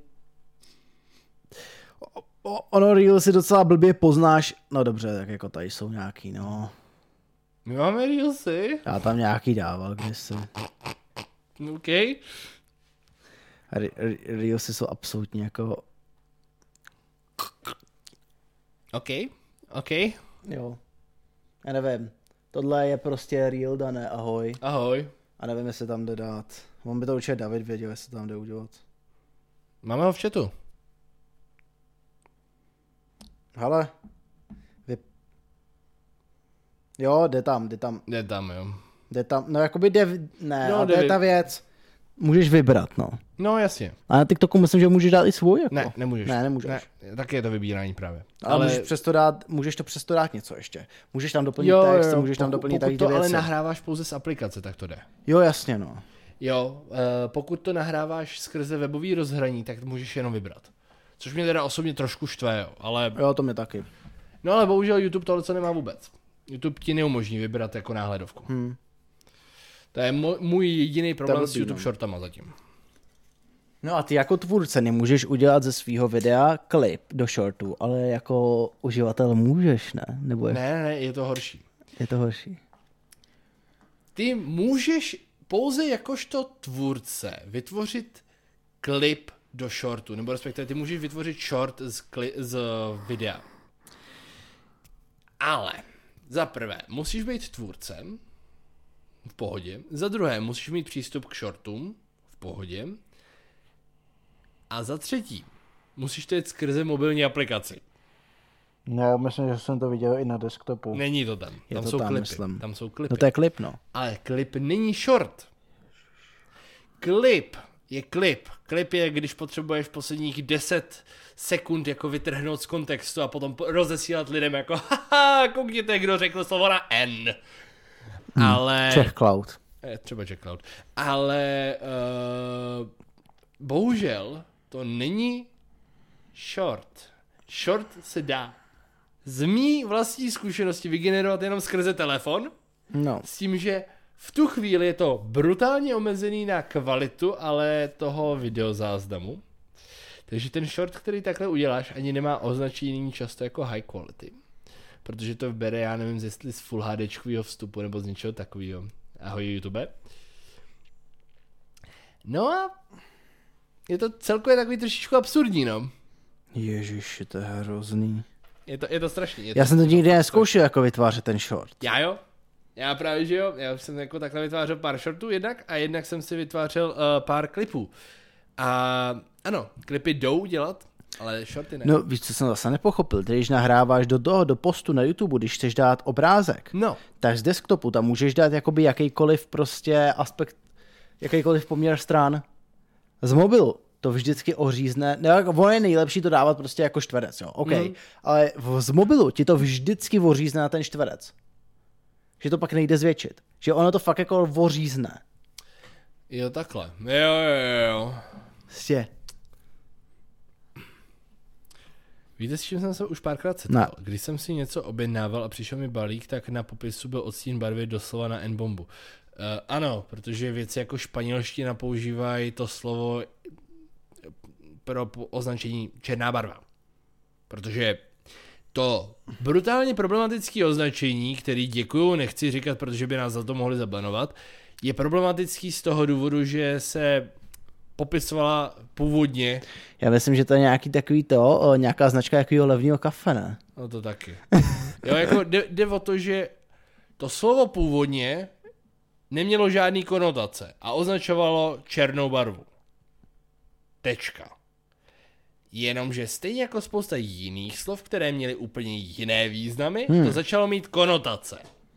Ono Reelsy docela blbě poznáš, no dobře, tak jako tady jsou nějaký, no. My máme Reelsy? Já tam nějaký dával kdysi. OK. Reelsy jsou absolutně jako... OK. Jo. Já nevím. Tohle je prostě Reel, Dané, ahoj. Ahoj. A nevím, jestli tam jde dát. On by to určitě David věděl, jestli tam jde udělat. Máme ho v chatu. Hele. Jo, jde tam. Jde tam, jo. Jde tam, no jakoby jde, ne, no, ale to je ta věc. Můžeš vybrat, no. No jasně. A na TikToku myslím, že můžeš dát i svůj, jako. Ne, nemůžeš. Ne, nemůžeš. Ne, tak je to vybírání právě. Ale můžeš to přesto dát něco ještě. Můžeš tam doplnit text, můžeš tam doplnit pokud tak to věci. ale nahráváš pouze z aplikace, tak to jde. Jo, jasně, no. Jo, pokud to nahráváš skrze webový rozhraní, tak můžeš jenom vybrat. Což mě teda osobně trošku štve, jo, ale... Jo, to mě taky. No ale bohužel YouTube tohle co nemá vůbec. YouTube ti neumožní vybrat jako náhledovku. To je můj jediný problém s YouTube shortama zatím. No a ty jako tvůrce nemůžeš udělat ze svého videa klip do shortu, ale jako uživatel můžeš, ne? Nebo je... Ne, je to horší. Je to horší. Ty můžeš pouze jakožto tvůrce vytvořit klip do shortu, nebo respektive ty můžeš vytvořit short z videa. Ale za prvé musíš být tvůrcem v pohodě, za druhé musíš mít přístup k shortům v pohodě a za třetí musíš to jít skrze mobilní aplikaci. No, já myslím, že jsem to viděl i na desktopu. Není to tam. Tam jsou klipy. Myslím. Tam jsou klipy. No to je klip, no. Ale klip není short. Klip je klip. Klip je, když potřebuješ posledních 10 sekund jako vytrhnout z kontextu a potom rozesílat lidem jako haha, koukněte, kdo řekl slovo na N. Ale... Czech Cloud. Třeba Czech Cloud. Ale bohužel to není short. Short se dá z mý vlastní zkušenosti vygenerovat jenom skrze telefon. No. S tím, že v tu chvíli je to brutálně omezený na kvalitu, ale toho videozáznamu. Takže ten short, který takhle uděláš, ani nemá označení často jako high quality. Protože to bere, já nevím, jestli z Full HDčkovýho vstupu nebo z něčeho takového. Ahoj YouTube. No a je to celkově takový trošičku absurdní, no. Ježiši, to je hrozný. Je to strašný. Já jsem to nikdy nezkoušel jako vytvářet ten short. Já jo. Já právě, že jo. Já jsem jako takhle vytvářel pár shortů jednak jsem si vytvářel pár klipů. A ano, klipy jdou dělat, ale shorty ne. No víš, co jsem zase nepochopil, když nahráváš do postu na YouTube, když chceš dát obrázek, No. tak z desktopu tam můžeš dát jakoby jakýkoliv prostě aspekt, jakýkoliv poměr stran. Z mobilu to vždycky ořízne, ne, ono je nejlepší to dávat prostě jako čtverec, jo, OK, ale z mobilu ti to vždycky ořízne na ten čtverec. Že to pak nejde zvětšit. Že ono to fakt jako ořízne. Jo, takhle. Jo. Prostě. Víte, s čím jsem se už párkrát setkal? Ne. Když jsem si něco objednával a přišel mi balík, tak na popisu byl odstín barvy doslova na N-bombu. Ano, protože věci jako španělština používají to slovo pro označení černá barva. Protože to brutálně problematické označení, který děkuju, nechci říkat, protože by nás za to mohli zablanovat, je problematický z toho důvodu, že se popisovala původně. Já myslím, že to je nějaký takový nějaká značka jakýho levného kafe, ne? No to taky. Jo, jako jde o to, že to slovo původně nemělo žádný konotace a označovalo černou barvu. Tečka. Jenomže stejně jako spousta jiných slov, které měly úplně jiné významy, to začalo mít konotace.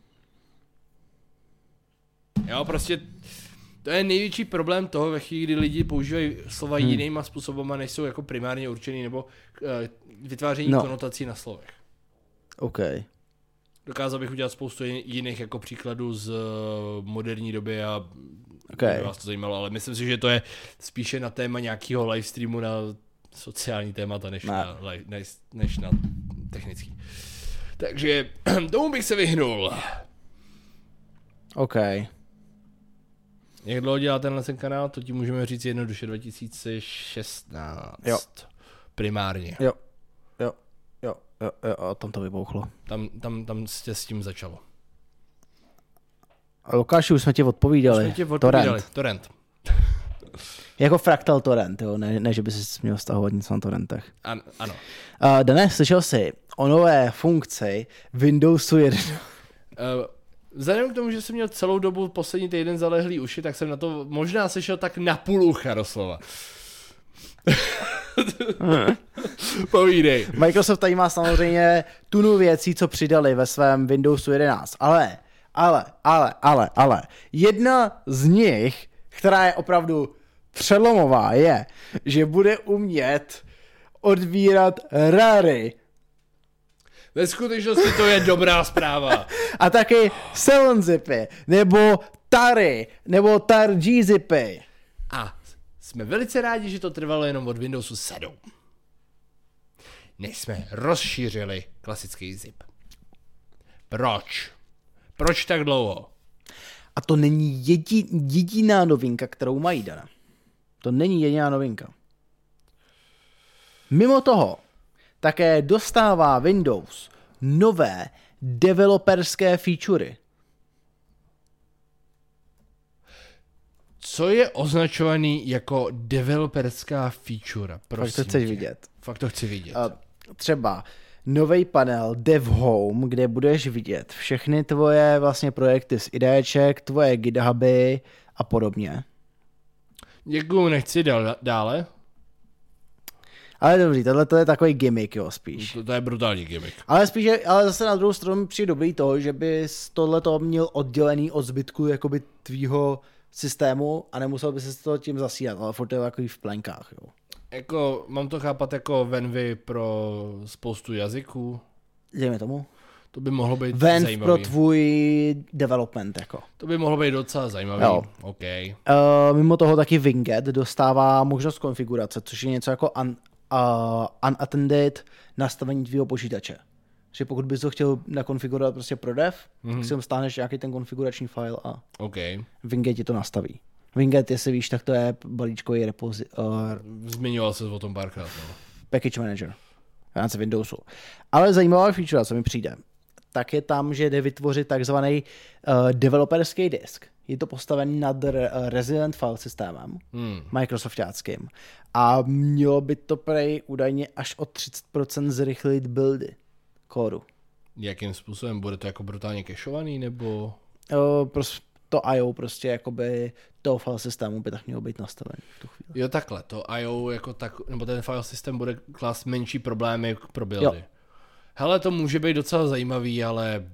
Jo, prostě to je největší problém toho, ve chvíli, kdy lidi používají slova jinýma způsobama, než jsou jako primárně určený, nebo vytváření konotací na slovech. OK. Dokázal bych udělat spoustu jiných jako příkladů z moderní doby a Okay. vás to zajímalo, ale myslím si, že to je spíše na téma nějakého livestreamu na sociální témata, než na technický. Takže tomu bych se vyhnul. OK. Jak dlouho dělá tenhle kanál, to ti můžeme říct jednoduše 2016. Jo. Primárně. Jo, tam to vybouchlo. Tam se s tím začalo. A Lukáši, už jsme ti odpovídali. Torrent. Jako Fractal Torrent, jo, ne že by si měl stahovat nic na torrentech. Ano. Dane, slyšel jsi o nové funkci Windowsu 1? Vzhledem k tomu, že jsem měl celou dobu poslední týden zalehlý uši, tak jsem na to možná slyšel tak na půl ucha doslova. Povídej. Microsoft tady má samozřejmě tunu věcí, co přidali ve svém Windowsu 11, ale jedna z nich která je opravdu přelomová, je, že bude umět odbírat rary. Ve skutečnosti to je dobrá zpráva. A taky 7-zipy, nebo tary, nebo tar-g-zipy. A jsme velice rádi, že to trvalo jenom od Windowsu 7. Než jsme rozšířili klasický zip. Proč? Proč tak dlouho? A to není jediná novinka, kterou mají, Dana. To není jediná novinka. Mimo toho, také dostává Windows nové developerské featurey. Co je označovaný jako developerská feature? Fakt to chceš vidět. Fakt to chci vidět. Třeba nový panel Dev Home, kde budeš vidět všechny tvoje vlastně projekty z IDček, tvoje GitHuby a podobně. Děkuju, nechci dále. Ale dobrý, tohle je takový gimmick, jo, spíš. To je brutální gimmick. Ale zase na druhou stranu přijde dobrý to, že bys tohleto měl oddělený od zbytku jakoby tvýho systému a nemusel bys se to tím zasílat, ale furt je to takový v plenkách, jo. Jako, mám to chápat jako Venvy pro spoustu jazyků? Dejme tomu. To by mohlo být Venv zajímavý. pro tvůj development, jako. To by mohlo být docela zajímavý. Jo. OK. Mimo toho taky Winget dostává možnost konfigurace, což je něco jako unattended nastavení tvýho počítače. Že pokud bys ho chtěl nakonfigurovat prostě pro dev, tak si ho stáhneš nějaký ten konfigurační file a OK. Winget ti to nastaví. Winget, jestli víš, tak to je balíčkový Zmiňoval se o tom párkrát. No. package manager v rámci Windowsu. Ale zajímavá feature, co mi přijde, tak je tam, že jde vytvořit takzvaný developerský disk. Je to postavený nad Resilient file systémem, Microsoftáckým. A mělo by to prej údajně až o 30% zrychlit buildy kódu. Jakým způsobem? Bude to jako brutálně cacheovaný, nebo? To I.O. prostě jakoby toho file systému by tak mělo být nastavený v tu chvíli. Jo, takhle. To I.O. jako tak, nebo ten file systém bude klást menší problémy pro buildy. Jo. Hele, to může být docela zajímavý, ale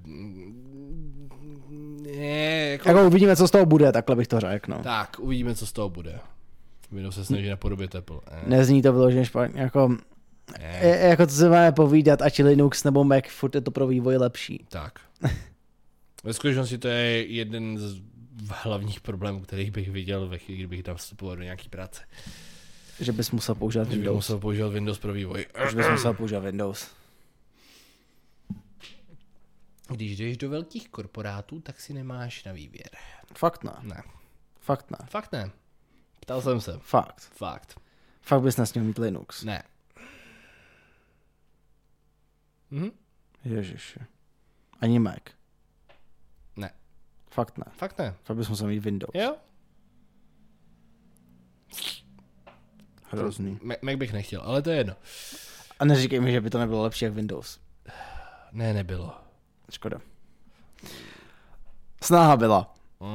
jako uvidíme, co z toho bude, takhle bych to řekl, no. Tak, uvidíme, co z toho bude. Windows se snaží napodobit Apple. Nezní to vyloženě špatně, jako co se máme povídat, ať Linux nebo Mac, furt je to pro vývoj lepší. Tak. Ve skutečnosti to je jeden z hlavních problémů, kterých bych viděl ve chvíli, kdybych tam vstupoval do nějaký práce. Že bys musel používat Windows. Že bych musel používat Windows pro vývoj. Že bys musel používat Windows. Když jdeš do velkých korporátů, tak si nemáš na výběr. Fakt ne. Ne. Fakt ne. Fakt ne. Ptal jsem se. Fakt. Fakt. Fakt bys nesměl mít Linux. Ne. Ježiši. Ani Mac. Ne. Fakt ne. Fakt ne. Fakt bys musel mít Windows. Jo? Hrozný. Mac bych nechtěl, ale to je jedno. A neříkej mi, že by to nebylo lepší jak Windows. Ne, nebylo. Škoda. Snaha byla.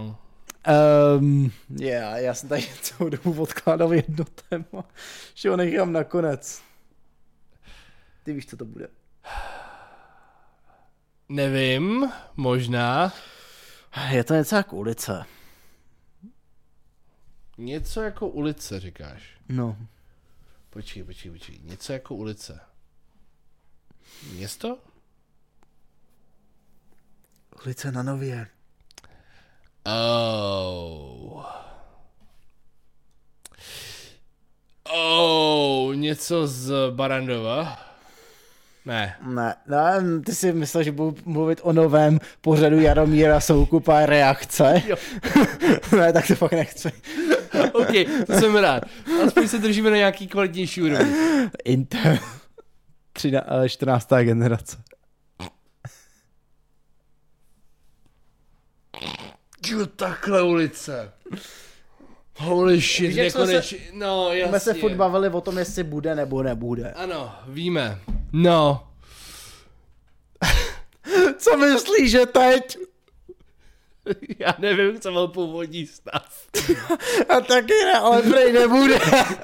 Já jsem tady celou dobu odkládal jedno téma, že ho nechám nakonec. Ty víš, co to bude. Nevím, možná. Je to něco jako ulice. Něco jako ulice, říkáš. No. Počkej. Něco jako ulice. Město? Ulice na Nově. Něco z Barandova? Ne, ty si myslel, že budu mluvit o novém pořadu Jaromíra Soukupa Reakce? Jo. Ne, tak to fakt nechci. OK, to jsem rád. Aspoň se držíme na nějaký kvalitnější úrovni. Intel 14. generace. Jo, takhle ulice. Holy shit, nekonečně. No, jasně. My se furt bavili o tom, jestli bude nebo nebude. Ano, víme. No. Co myslíš, že teď? Já nevím, co byl původní stav. A taky ne, ale prej nebude.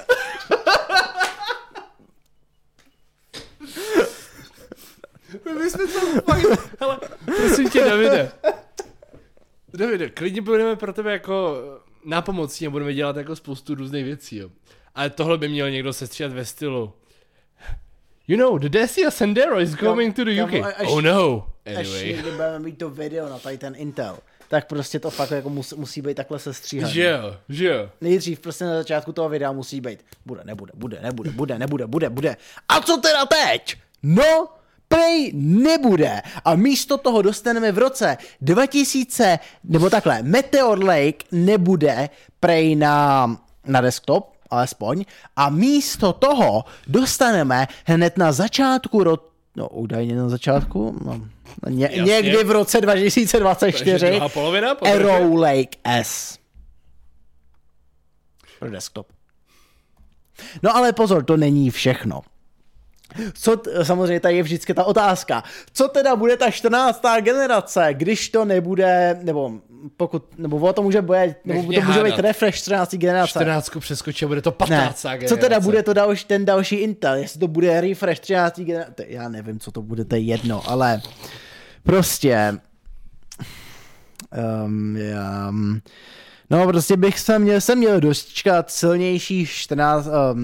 My jsme to fakt... Hele, prosím tě, Davide, klidně budeme pro tebe jako nápomocní a budeme dělat jako spoustu různých věcí, jo. Ale tohle by měl někdo sestříhat ve stylu. You know, the Dacia Sandero is coming to the UK. Oh no. Až někdy budeme mít to video na tady ten Intel, tak prostě to fakt jako musí být takhle sestříhané. Že jo. Nejdřív prostě na začátku toho videa musí být bude. A co teda teď? No, prej nebude. A místo toho dostaneme v roce 2000, nebo takhle, Meteor Lake nebude prej na desktop, alespoň, a místo toho dostaneme hned na začátku údajně na začátku, někdy v roce 2024 Arrow Lake S pro desktop. No ale pozor, to není všechno. Samozřejmě tady je vždycky ta otázka, co teda bude ta 14. generace, když to nebude, nebo o to může být refresh 14. generace. 14 přeskočí a bude to 15. generace. Co teda bude to ten další Intel, jestli to bude refresh 13. generace, já nevím, co to bude, to je jedno, ale prostě no prostě bych se měl dočkat silnější 14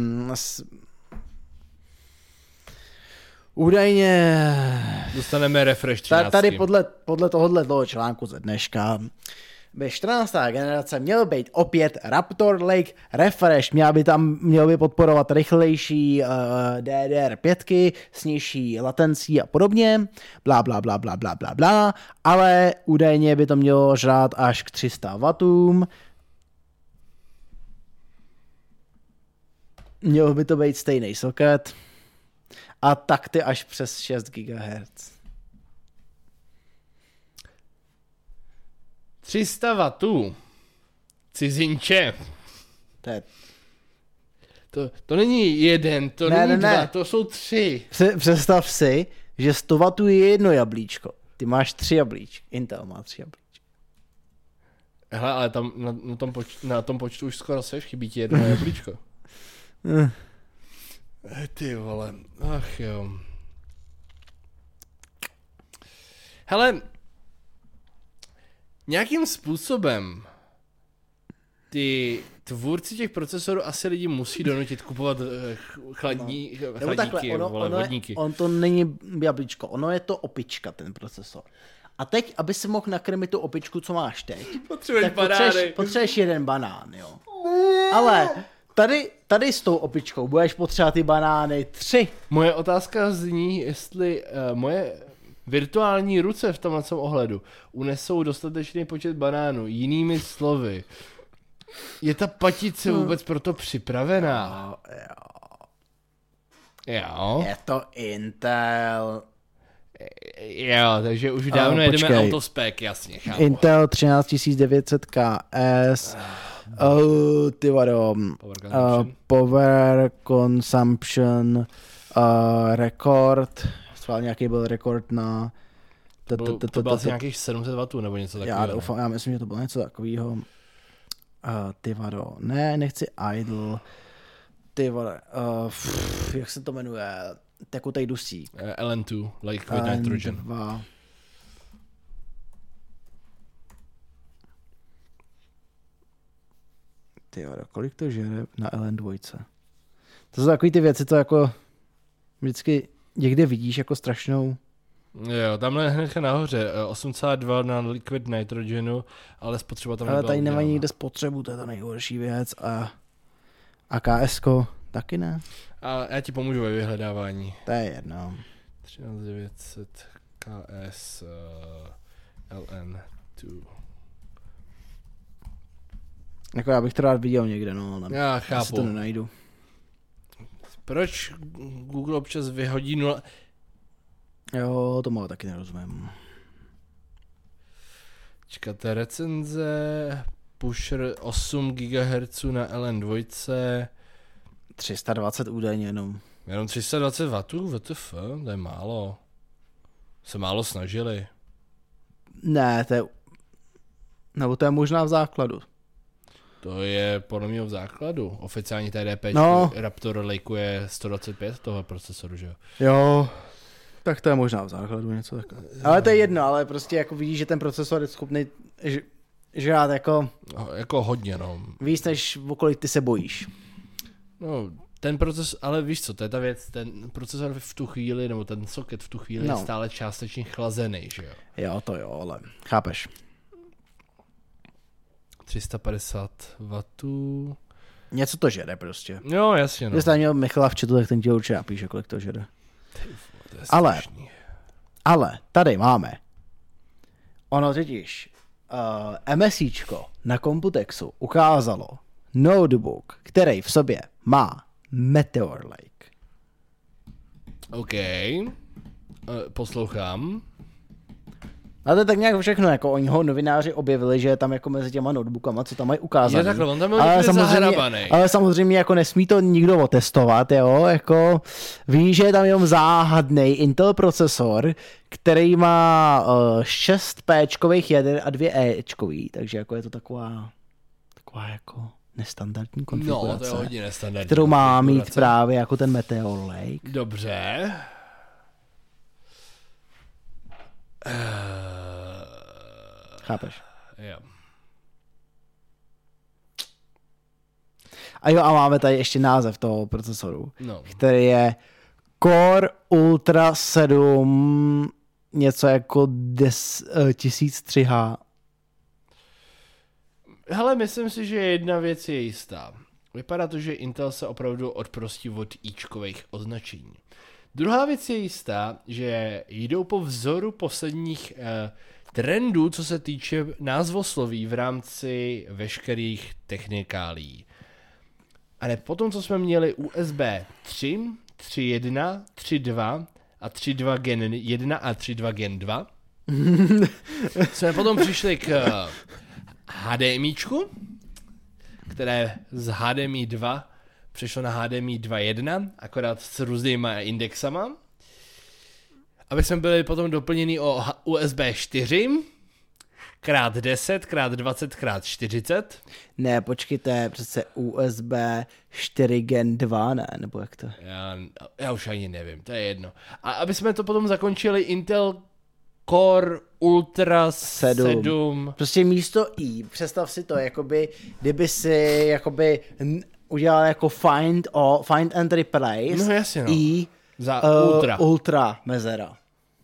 údajně dostaneme refresh 13. Tady podle tohohle článku ze dneška by 14. generace měl být opět Raptor Lake refresh, měl by podporovat rychlejší DDR5 s nižší latencí a podobně, bla, ale údajně by to mělo žrát až k 300 W. Měl by to být stejný socket a takty až přes 6 GHz. 300 W. Cizinče. To není jeden, to není dva, to jsou 3. Představ si, že 100 W je jedno jablíčko. Ty máš 3 jablíčka. Intel má 3 jablíčka. Hele, ale tam na tom počtu už skoro seš, chybí ti jedno jablíčko. Ty vole, ach jo. Hele, nějakým způsobem ty tvůrci těch procesorů asi lidi musí donutit kupovat chladníky, vodníky. On to není jablíčko, ono je to opička, ten procesor. A teď, aby si mohl nakrmit tu opičku, co máš teď, potřebuješ jeden banán, jo. Ale tady s tou opičkou budeš potřebovat ty banány 3. Moje otázka zní, jestli moje virtuální ruce v tomhle ohledu unesou dostatečný počet banánů. Jinými slovy, je ta patice vůbec proto připravená? Jo. Je to Intel. Jo, takže už dávno jedeme autospec, jasně, chápu. Intel 13900KS. Ty vado. Power consumption record. Schválně nějaký byl rekord na... To byl asi nějakých 700 W nebo něco takového. Já myslím, že to bylo něco takového. Ty vado. Ne, nechci idle. Ty vado. Jak se to jmenuje? Tekutej dusík. LN2, liquid nitrogen. Ty vado, kolik to žere na LN2? To jsou takový ty věci, to jako vždycky někde vidíš jako strašnou. Jo, tamhle hnedka nahoře, 8,2 na liquid nitrogenu, ale spotřeba tam nebyla. Ale tady nemají nikde spotřebu, to je ta nejhorší věc a KS-ko taky ne. A já ti pomůžu ve vyhledávání. To je jedno. 13900 KS LN2. Jako já bych to rád viděl někde, no, ale já chápu. Si to nenajdu. Proč Google občas vyhodí 0? Jo, tomu taky nerozumím. Čekáte recenze, pusher 8 GHz na LN2. 320 údajně jenom. Jenom 320 W? WTF? To je málo. Se málo snažili. Ne, to je... Nebo to je možná v základu. To je podle mě v základu. Oficiální TDP Raptor Lake je 125 toho procesoru, že jo? Jo, tak to je možná v základu něco takového. Ale to je jedno, ale prostě jako vidíš, že ten procesor je schopný, žrát jako No, jako hodně, no. víc, než okolik ty se bojíš. No, ten proces, ale víš co, to je ta věc, ten procesor v tu chvíli, nebo ten socket v tu chvíli je stále částečně chlazený, že jo? Jo, to jo, ale chápeš. 350 W. Něco to žere prostě. Jo, jasně, no. Když jsi měl Michala v chatu, tak ten ti určitě napíše, kolik to žere. To je Ale- strašný. Ale tady máme. Ono totiž MSIčko na Computexu ukázalo notebook, který v sobě má Meteor Lake. OK. Poslouchám. A to je tak nějak všechno, jako oni ho novináři objevili, že je tam jako mezi těma notebookama, co tam mají ukázat. Je takhle, on tam byl někde zahrabanej. Ale samozřejmě jako nesmí to nikdo otestovat, jo, jako ví, že je tam jenom záhadný Intel procesor, který má 6 Pčkových jader a 2 Ečkový, takže jako je to taková jako nestandardní konfigurace, No, to je hodně nestandardní. kterou má mít právě jako ten Meteor Lake. Dobře. Chápeš? Jo. A jo, a máme tady ještě název toho procesoru, No. který je Core Ultra 7 něco jako 1003H. Hele, myslím si, že jedna věc je jistá. Vypadá to, že Intel se opravdu odprostí od ičkových označení. Druhá věc je jistá, že jdou po vzoru posledních trendů, co se týče názvosloví v rámci veškerých technikálí. Ale potom, co jsme měli USB 3, 3.1, 3.2 a 3.2 Gen 1 a 3.2 Gen 2, jsme potom přišli k HDMIčku, které z HDMI 2 přešlo na HDMI 2.1, akorát s různýma indexama. Aby jsme byli potom doplněni o USB 4, krát 10, krát 20, krát 40. Ne, počkejte, přece USB 4 Gen 2, ne, nebo jak to? Já už ani nevím, to je jedno. A aby jsme to potom zakončili Intel Core Ultra 7. Prostě místo I, představ si to, jakoby, kdyby si jakoby udělal jako find and replace, No jasně, no. I Za Ultra. Ultra mezera.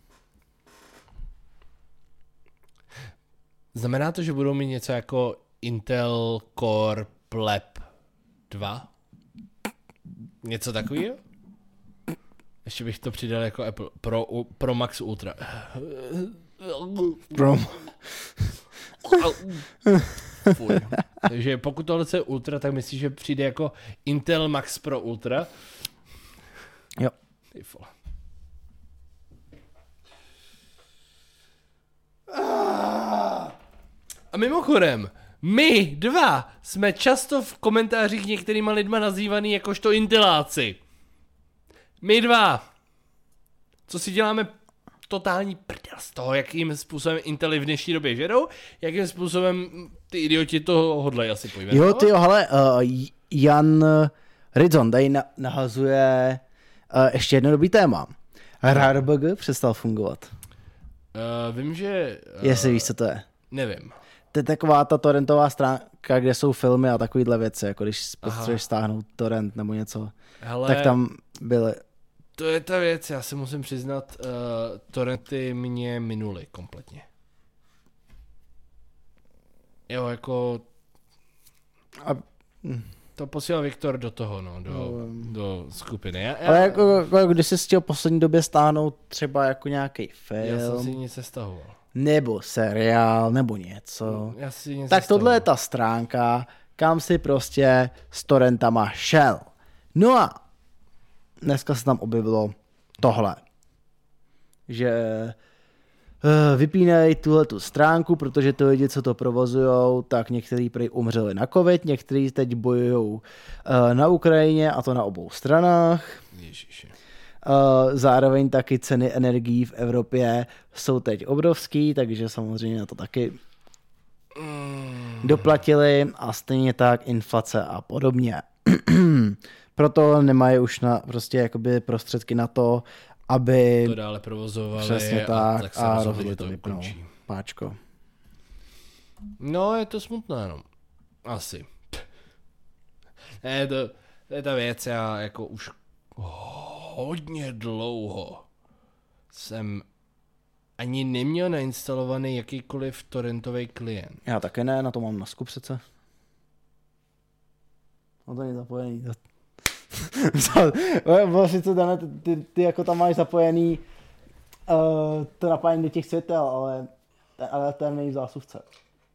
Znamená to, že budou mít něco jako Intel Core Pleb 2? Něco takového? Ještě bych to přidal jako Apple Pro Max Ultra. Fuj. Takže pokud tohle je Ultra, tak myslíš, že přijde jako Intel Max Pro Ultra? Jo. Ty vole. A mimochodem, my dva jsme často v komentářích některýma lidma nazývaný jakožto Inteláci. My dva. Co si děláme totální prdel z toho, jakým způsobem Intely v dnešní době žerou, jakým způsobem ty idioti to hodlají asi pojmenovat. Jo, tyjo, hele, Jan Ridzon tady nahazuje ještě jedno dobrý téma. RARBG přestal fungovat. Vím, že... Jestli víš, co to je. Nevím. To je taková ta torrentová stránka, kde jsou filmy a takovýhle věci, jako když potřebuješ stáhnout torrent nebo něco, Hele, tak tam byly. to je ta věc, já si musím přiznat, torrenty mě minuly kompletně. Jo, jako... To posílal Viktor do toho, no, do skupiny. Ale jako když jsi chtěl v poslední době stáhnout třeba jako nějaký film, Já jsem si nic sestahoval. nebo seriál, nebo něco, Já si nic tak tohle je sestahoval. ta stránka, kam si prostě s torrentama šel. No a dneska se tam objevilo tohle, že vypínají tuhletu stránku, protože ty lidi, co to provozujou, tak někteří prý umřeli na covid, někteří teď bojují na Ukrajině a to na obou stranách. Ježiši. Zároveň taky ceny energií v Evropě jsou teď obrovský, takže samozřejmě na to taky doplatili a stejně tak inflace a podobně. Proto nemají už prostě jakoby prostředky na to, aby To dále provozovali přesně tak tak se a rozhodli, rozhodli že to to vypnout. ukončí. Páčko. No, je to smutné, no. Asi. Ne, to je ta věc, já jako už hodně dlouho jsem ani neměl nainstalovaný jakýkoliv torrentový klient. Já také ne, na to mám na skupsece. No to není zapojený. Bylo sice dané, ty jako tam máš zapojený to napájení do těch světel, ale to není v zásuvce.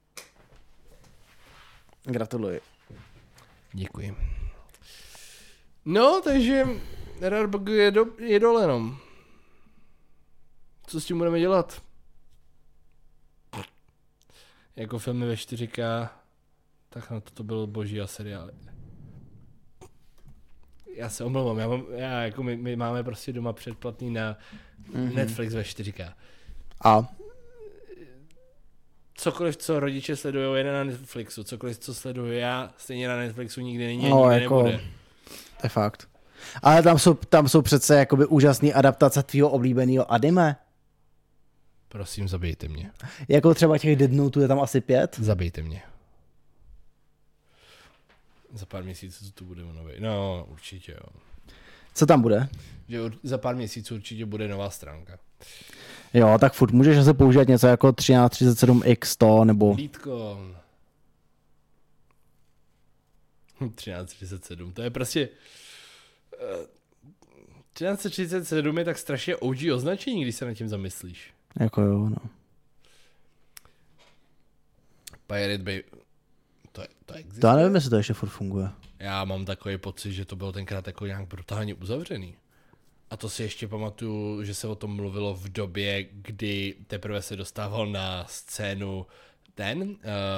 Gratuluji. Děkuji. No, takže Rarbog je dole, no. Co s tím budeme dělat? Jako filmy ve 4K, tak na to bylo boží a seriály. Já se omlouvám, jako my máme prostě doma předplatný na Netflix ve 4K. A? Cokoliv, co rodiče sledují, je na Netflixu. Cokoliv, co sleduju já, stejně na Netflixu nikdy není, no, nikdy jako, nebude. To je fakt. Ale tam jsou přece jakoby úžasný adaptace tvýho oblíbeného anime. Prosím, zabijte mě. Jako třeba těch Death Noteů je tam asi 5. Zabijte mě. Za pár měsíců to bude nový. No, určitě jo. Co tam bude? Že za pár měsíců určitě bude nová stránka. Jo, tak furt můžeš zase používat něco jako 1337X100 nebo... Lítko. 1337, to je prostě... 1337 je tak strašně OG označení, když se nad tím zamyslíš. Jako jo, no. Pirate Bay... To existuje? To já nevím, jestli to ještě furt funguje. Já mám takový pocit, že to bylo tenkrát jako nějak brutálně uzavřený. A to si ještě pamatuju, že se o tom mluvilo v době, kdy teprve se dostával na scénu ten,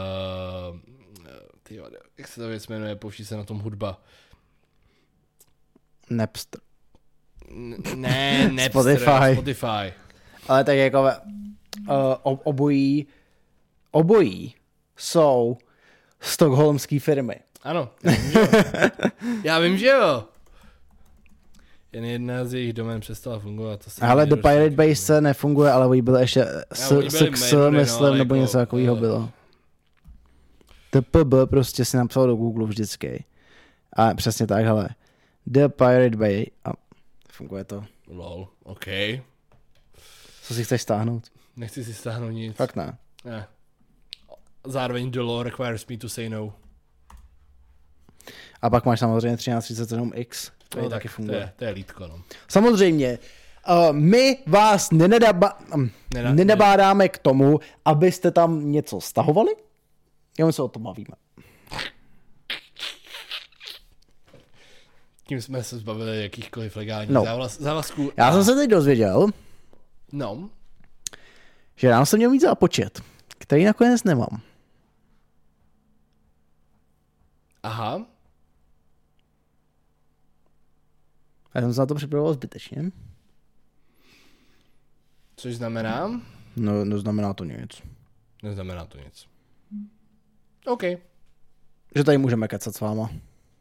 jak se to věc jmenuje, pouští se na tom hudba. Napster. Ne, Napster, Spotify. Ale tak jako obojí jsou stockholmský firmy. Ano, já vím, že jo. Jen jedna z jejich domén přestala fungovat. Ale The Pirate Bay se nefunguje, ale oni byli ještě myslím, nebo něco takového bylo. TPB prostě si napsal do Google vždycky. A přesně tak, hele. The Pirate Bay. A funguje to. Lol, OK. Co si chceš stáhnout? Nechci si stáhnout nic. Fakt ne. Ne. Zároveň the law requires me to say no. A pak máš samozřejmě 1337X. To taky funguje. To je lítko, no. Samozřejmě. My vás nenabádáme k tomu, abyste tam něco stahovali. Jenom se o tom bavíme. Tím jsme se zbavili jakýchkoliv legálních závazků. Já jsem se teď dozvěděl, že já jsem měl mít zápočet, který nakonec nemám. Aha. Já jsem se na to připravoval zbytečně. Což znamená? No, neznamená to nic. Neznamená to nic. OK. Že tady můžeme kecat s váma.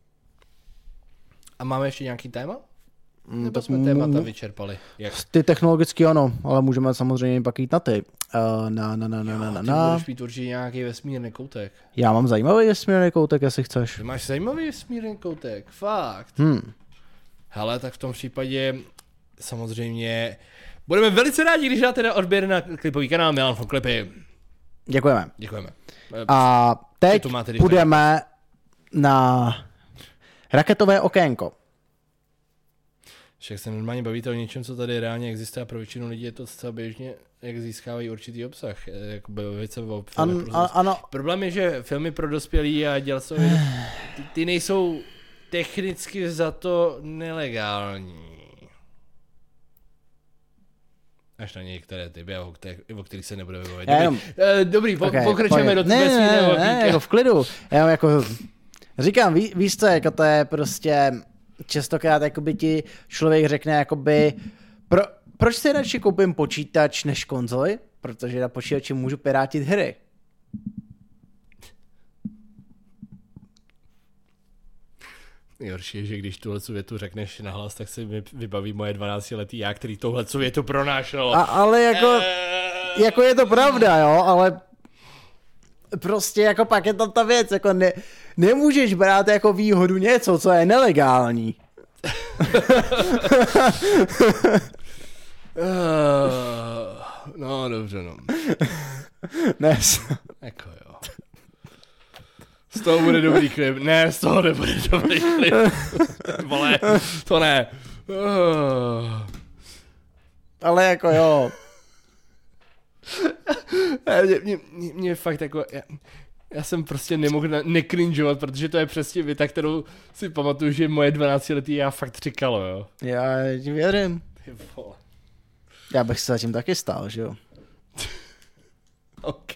A máme ještě nějaký téma? Nebo jsme témata vyčerpali? Jak? Ty technologicky ano, ale můžeme samozřejmě pak jít na ty. Ty budeš mít určitě nějaký vesmírný koutek. Já mám zajímavý vesmírný koutek, jestli chceš. Ty máš zajímavý vesmírný koutek, fakt. Hele, tak v tom případě samozřejmě budeme velice rádi, když dáte na odběr na klipový kanál Milan von Klipy. Děkujeme. Děkujeme. A teď půjdeme na raketové okénko. Však se normálně bavíte o něčem, co tady reálně existuje a pro většinu lidí je to zcela běžně, jak získávají určitý obsah. Jako ano. Problém je, že filmy pro dospělí a dělcové, ty nejsou technicky za to nelegální. Až na některé typy, o kterých se nebude bavit. Dobrý, pokračujeme do vesmírného okýnka. Ne, jako v klidu. Já jako říkám, víš co, jako to je prostě častokrát jakoby ti člověk řekne jakoby proč si radši koupím počítač než konzoli? Protože na počítači můžu pirátit hry. Nejhorší je, že když tuhle větu řekneš nahlas, tak se mi vybaví moje 12letý já, který touhle větu pronášel. Ale jako je to pravda, jo, prostě jako pak je tam ta věc, jako nemůžeš brát jako výhodu něco, co je nelegální. No, dobře, no. Ne. Jako jo. Z toho bude dobrý klip. Ne, z toho nebude dobrý klip. Vole, to ne. Ale jako jo. Mě fakt jako... Já jsem prostě nemohl nekrinžovat, protože to je přesně věta, kterou si pamatuju, že moje 12letý já fakt říkalo, jo. Já ti věřím. Ty vole. Já bych se zatím taky stál, že jo. OK.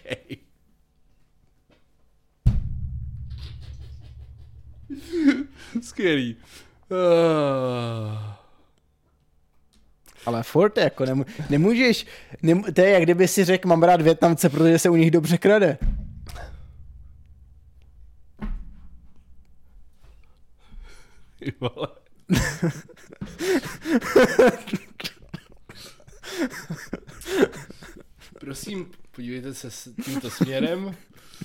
Skvělý. Ale furt jako nemůžeš, to je jak kdyby si řekl, mám rád Vietnamce, protože se u nich dobře krade. Ty vole. Prosím, podívejte se s tímto směrem.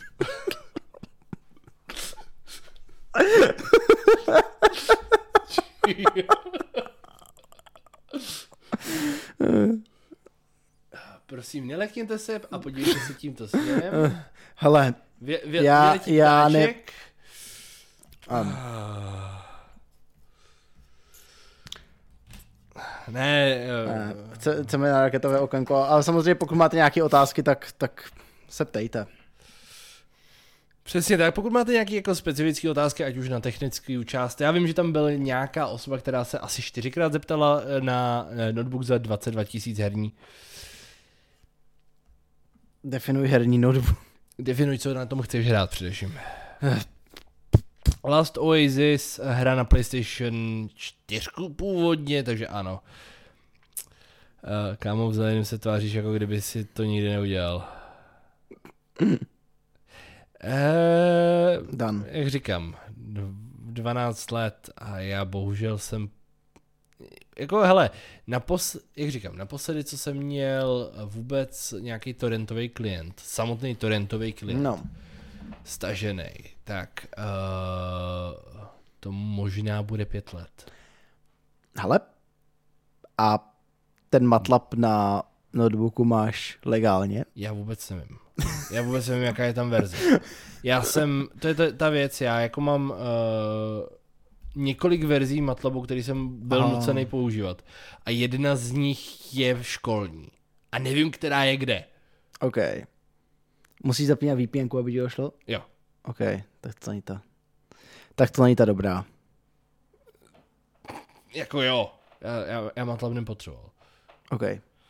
Prosím, nelekněte se a podívejte se tímto směrem. Hele, já ne... Ne. Chceme na raketové okénko, ale samozřejmě pokud máte nějaké otázky, tak se ptejte. Přesně tak, pokud máte nějaké jako specifické otázky, ať už na technickou část. Já vím, že tam byla nějaká osoba, která se asi 4krát zeptala na notebook za 22 000 herní. Definuj herní notebook. Definuj, co na tom chceš hrát především. Last Oasis, hra na PlayStation 4 původně, takže ano. Kámo, v zeleném se tváříš, jako kdyby si to nikdy neudělal. Dan. Jak říkám, 12 let a já bohužel jsem jako hele, jak říkám, naposledy, co jsem měl vůbec nějaký torrentový klient, samotný torrentový klient, no. stažený, tak to možná bude 5 let. Hele, a ten MATLAB na notebooku máš legálně? Já vůbec nevím. Jaká je tam verze. To je ta věc, já jako mám několik verzí MATLABu, který jsem byl nucený používat. A jedna z nich je školní. A nevím, která je kde. OK. Musíš zapínat VPN, aby ti došlo? Jo. OK, tak to není ta dobrá. Jako jo. Já MATLAB nepotřeboval. OK.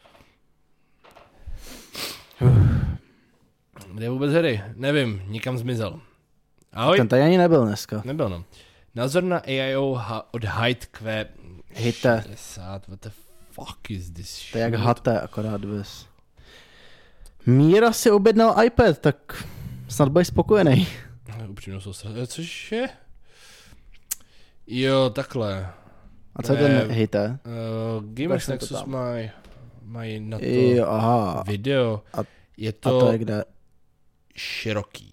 Kde je vůbec hry? Nevím, nikam zmizel. Ahoj. Ten tady ani nebyl dneska. Nebyl, no. Názor na AIO od HydeQ. Hite. 60, what the fuck is this shit? To je jak hate, akorát bez. Míra si objednal iPad, tak snad budeš spokojený. Upřímnou soustředění. Což je? Jo, takhle. A co je ten hite? Gamers Nexus mají na to video. Je to, a to je kde? Široký.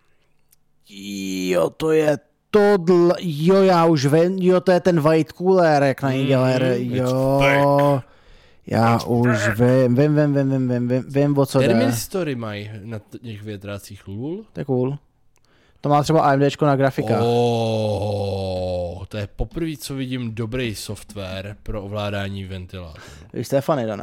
Jo, to je tohle, jo, já už vím, jo, to je ten white cooler, jak na děler, jo. Já už vím, o co jde. Termin story mají na těch větrácích lul. To je cool. To má třeba AMDčko na grafikách. To je poprvé, co vidím dobrý software pro ovládání ventilátorů. Víš, Stefany, Dané.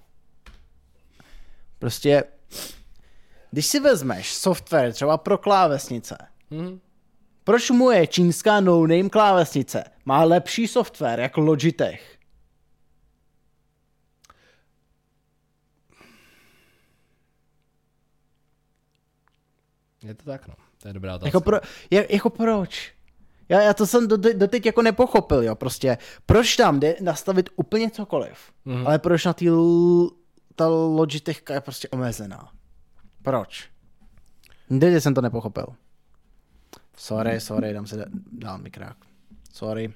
Prostě, když si vezmeš software třeba pro klávesnice, proč moje čínská no-name klávesnice má lepší software jako Logitech? Je to tak, no. To je dobrá otázka. Jako proč? Já to jsem doteď jako nepochopil, jo, prostě. Proč tam jde nastavit úplně cokoliv, ale proč na ta Logitechka je prostě omezená? Proč? Teď jsem to nepochopil. Sorry, dám mikrák. Sorry.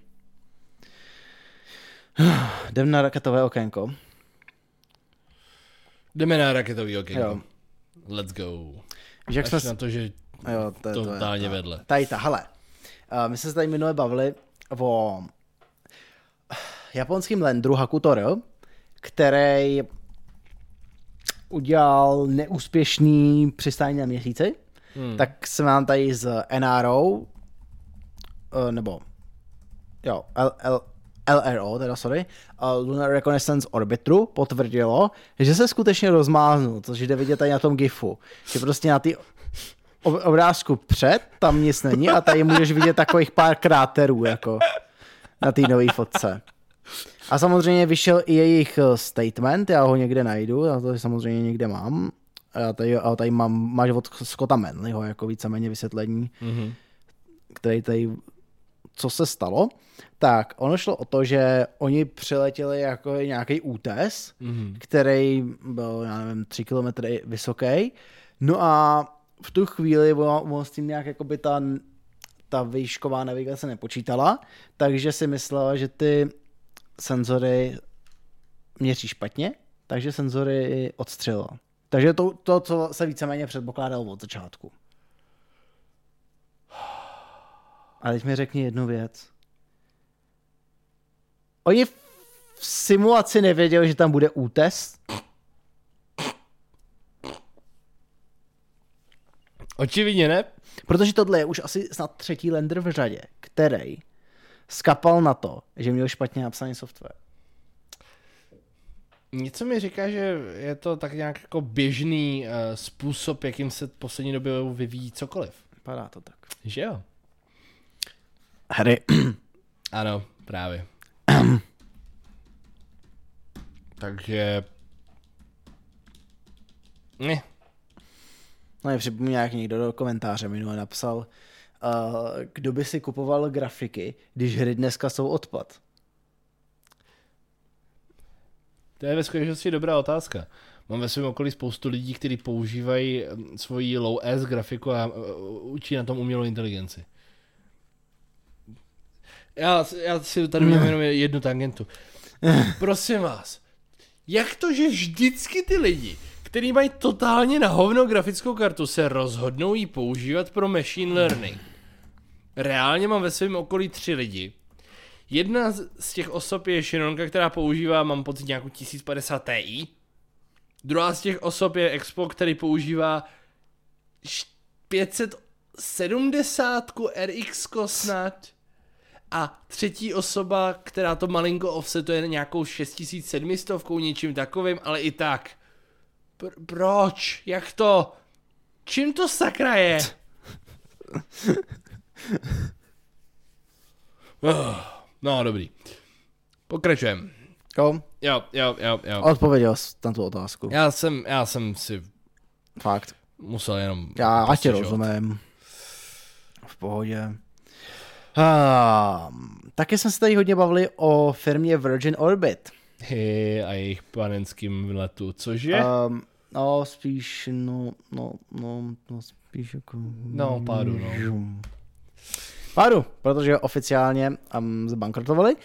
Jdem na raketové okénko. Jdeme na raketový okénko. Jo. Let's go. Víš, jak Až na to, že jo, totálně vedle. Tady ta, hele. My jsme se tady minule bavili o japonským landru Hakutor, který udělal neúspěšný přistání na měsíci, tak jsme vám tady z NRO, nebo jo, LRO, teda sorry, Lunar Reconnaissance Orbiteru potvrdilo, že se skutečně rozmáznul, což jde vidět tady na tom GIFu, že prostě na ty obrázku před, tam nic není a tady můžeš vidět takových pár kráterů, jako na té nové fotce. A samozřejmě vyšel i jejich statement, já ho někde najdu, já to samozřejmě někde mám. A tady máš od Scotta Manleyho jako víceméně vysvětlení, který tady, co se stalo. Tak, ono šlo o to, že oni přiletěli jako nějaký útes, který byl, já nevím, 3 kilometry vysoký. No a v tu chvíli on s tím nějak jakoby ta výšková navigace nepočítala, takže si myslela, že ty senzory měří špatně, takže senzory odstřelila. Takže to, co se víceméně předpokládalo od začátku. A teď mi řekni jednu věc. Oni v simulaci nevěděli, že tam bude útes? Očividně ne. Protože tohle je už asi snad 3. lander v řadě, který skapal na to, že měl špatně napsaný software. Něco mi říká, že je to tak nějak jako běžný způsob, jakým se poslední době vyvíjí cokoliv. Vypadá to tak. Že jo? Harry. Ano, právě. Takže... Ne. No je připomíná, jak někdo do komentáře minule napsal, kdo by si kupoval grafiky, když hry dneska jsou odpad. To je ve skutečnosti dobrá otázka. Mám ve svém okolí spoustu lidí, kteří používají svoji low-s grafiku a učí na tom umělou inteligenci. Já si tady mám jenom jednu tangentu. Prosím vás, jak to, že vždycky ty lidi, kteří mají totálně na hovno grafickou kartu, se rozhodnou ji používat pro machine learning? Reálně mám ve svém okolí 3 lidi. Jedna z těch osob je Shinonka, která používá, mám pocit, nějakou 1050 Ti. Druhá z těch osob je Expo, který používá 570 RX snad. A třetí osoba, která to malinko offsetuje nějakou 6700, něčím takovým, ale i tak. Proč? Jak to? Čím to sakra je? No, dobrý. Pokračujem. Jo. Odpověděl jsi na tu otázku. Já jsem si Fakt. musel jenom... Já tě rozumím. V pohodě. Taky jsme se tady hodně bavili o firmě Virgin Orbit. A jejich panenským letu, cože? No, spíš, spíš jako... No, pádu, Pádu, protože oficiálně zbankrotovali.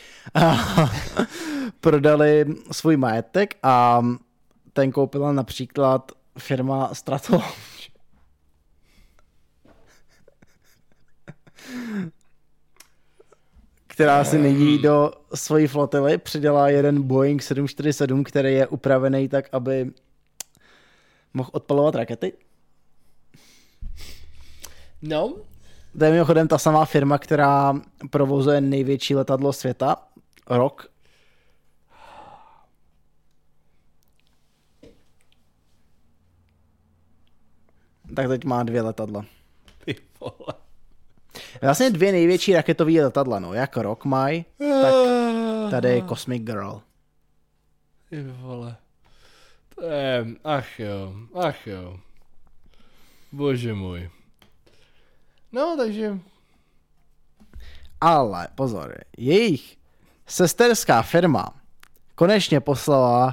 Prodali svůj majetek a ten koupila například firma Stratolaunch. Která si nyní do svojí flotily přidala jeden Boeing 747, který je upravený tak, aby mohl odpalovat rakety. No. To je mimochodem ta samá firma, která provozuje největší letadlo světa, Rock. Tak teď má 2 letadla. Ty vole. Vlastně 2 největší raketové letadla, no. Jak Rock mají, tak tady Cosmic Girl. Ty vole. To je... Ach jo. Bože můj. No, takže... Ale pozor, jejich sesterská firma konečně poslala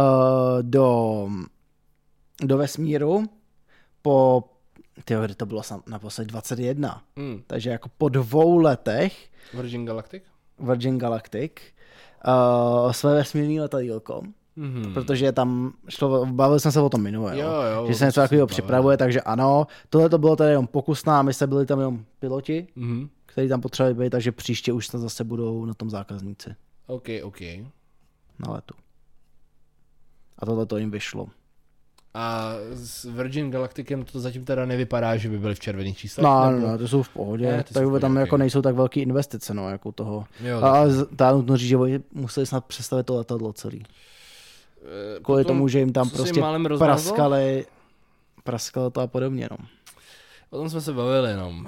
do vesmíru po... Tyjo, to bylo naposled 21. Takže jako po 2 letech Virgin Galactic své vesmírný letadýlko. protože tam šlo, bavili jsme se o tom minule, Jo, že se něco takového připravuje, takže ano, tohle to bylo tady jenom pokusná, my se byli tam jenom piloti, kteří tam potřebovali být, takže příště už zase budou na tom zákazníci. OK. Na letu. A tohle to jim vyšlo. A s Virgin Galacticem to zatím teda nevypadá, že by byly v červených číslech? No, to jsou v pohodě, Ne, tak tam okay. Jako nejsou tak velké investice, no, jako toho. Jo, a ta nutno říct, že oni museli snad představit to letadlo celý. Kvůli tomu, že jim tam prostě praskalo to a podobně, no. O tom jsme se bavili jenom.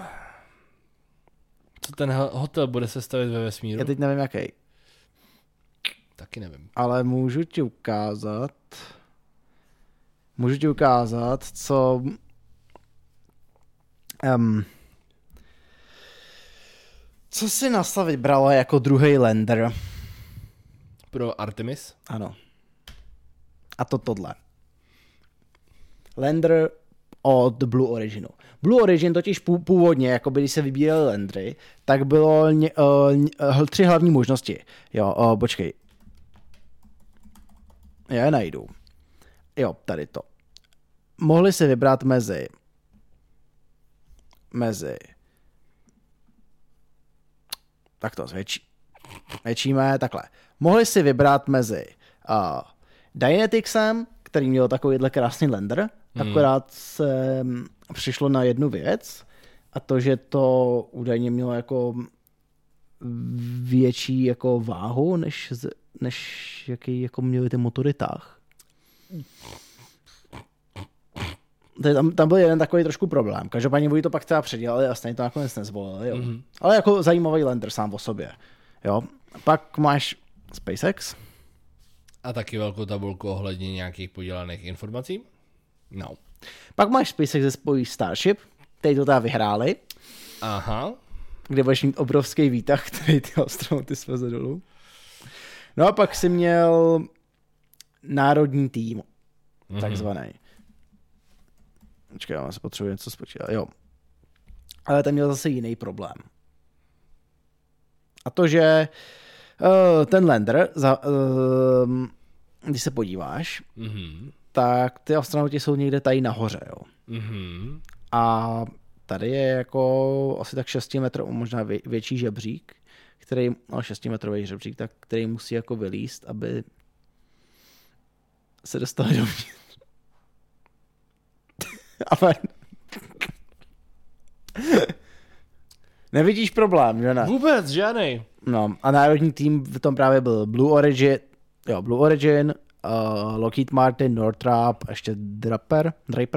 Co ten hotel bude se stavit ve vesmíru? Já teď nevím, jaký. Taky nevím. Ale můžu ti ukázat, co... co si nastavit brala jako druhý lander. Pro Artemis? Ano. A tohle. Lander od Blue Originu. Blue Origin totiž původně, jako když se vybíraly landry, tak bylo 3 hlavní možnosti. Jo, počkej. Já je najdu. Jo, tady to. Mohli si vybrat mezi tak to zvětšíme takhle. Mohli si vybrat mezi Dyneticsem, který měl takovýhle krásný lander, akorát se přišlo na jednu věc, a to, že to údajně mělo jako větší jako váhu, než jaký jako měly ty motory tah. Tam byl jeden takový trošku problém. Každopádně oni to pak třeba předělali a stejně to nakonec nezvolili. Jo. Ale jako zajímavý lander sám o sobě. Jo. Pak máš SpaceX. A taky velkou tabulku ohledně nějakých podělaných informací. No. Pak máš SpaceX ze spojí Starship, který to teda vyhráli. Aha. Kde budeš mít obrovský výtah, který ty astronauty sveze dolů. No a pak si měl národní tým, takzvaný. Počkej, já se potřebuji něco spočítat. Jo. Ale ten měl zase jiný problém. A to, že ten lander, když se podíváš, tak ty astronauti jsou někde tady nahoře. Jo. A tady je jako asi tak 6 metrů, možná větší žebřík, který, 6metrový žebřík, tak který musí jako vylízt, aby se dostali dovnitř. Ale... Nevidíš problém, že ne? Vůbec, žádnej. No, a národní tým v tom právě byl Blue Origin, Lockheed Martin, Northrop, ještě Draper.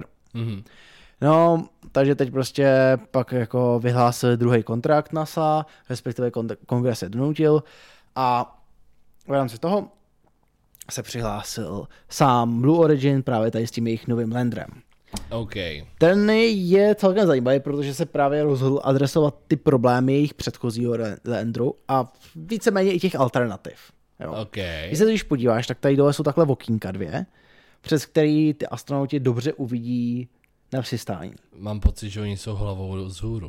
No, takže teď prostě pak jako vyhlásil druhý kontrakt NASA, respektive kongres se donutil a v rámci toho se přihlásil sám Blue Origin právě tady s tím jejich novým landrem. Okay. Ten je celkem zajímavý, protože se právě rozhodl adresovat ty problémy jejich předchozího landru a víceméně i těch alternativ. Jo. Okay. Když se když podíváš, tak tady dole jsou takhle okýnka 2, přes který ty astronauti dobře uvidí na přistání. Mám pocit, že oni jsou hlavou vzhůru.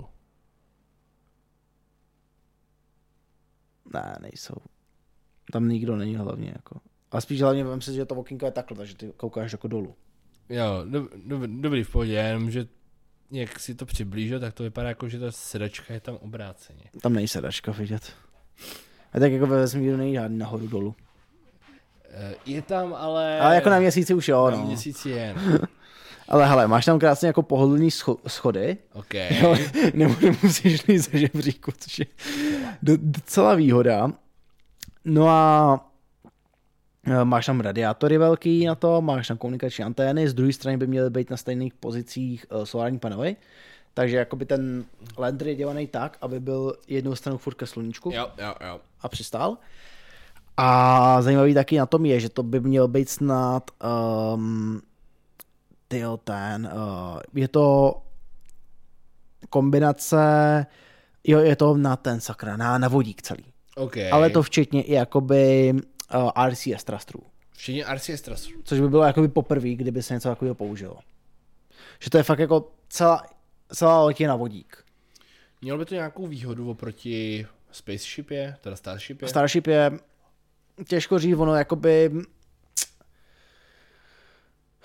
Ne, nejsou. Tam nikdo není hlavně jako. A spíš hlavně vem si, že to okýnko je takhle, takže ty koukáš jako dolů. Jo, dobrý v pohodě, jenom že jak si to přiblížil, tak to vypadá jako, že ta sedačka je tam obráceně. Tam není sedačka vidět. A tak jako ve vesmíru není žádný nahoru dolů. Je tam, ale... Ale jako na měsíci už jo, na no. měsíci je. Ale hele, máš tam krásně jako pohodlný schody. OK. Jo, nemusíš jít ze žebříku, což je docela výhoda. No a máš tam radiátory velký na to, máš tam komunikační antény, z druhé strany by měly být na stejných pozicích solární panely, takže jakoby ten lander je dělaný tak, aby byl jednou stranou furt ke sluníčku Jo. a přistál. A zajímavý taky na tom je, že to by měl být snad je to kombinace, jo, je to na ten sakra, na vodík celý. Okay. Ale to včetně i jakoby RCS thrusterů. Včetně RCS thrusterů. Což by bylo jakoby poprvé, kdyby se něco takového použilo. Že to je fakt jako celá loď je na vodík. Mělo by to nějakou výhodu oproti Spaceshipě, teda Starshipě? Starship je těžko říct, ono jakoby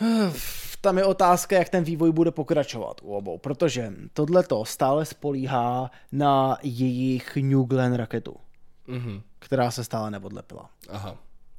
Tam je otázka, jak ten vývoj bude pokračovat u obou, protože tohleto stále spolíhá na jejich New Glenn raketu, která se stále neodlepila. Aha.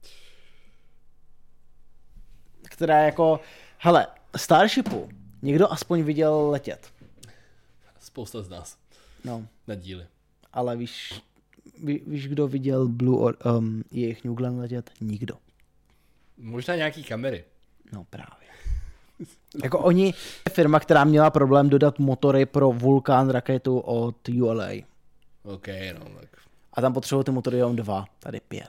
Která jako, hele, Starshipu někdo aspoň viděl letět. Spousta z nás. No. Na díly. Ale víš, kdo viděl jejich New Glenn letět? Nikdo. Možná nějaký kamery. No právě. Jako oni, firma, která měla problém dodat motory pro Vulcan raketu od ULA. OK, no tak. A tam potřebují ty motory jenom 2, tady 5.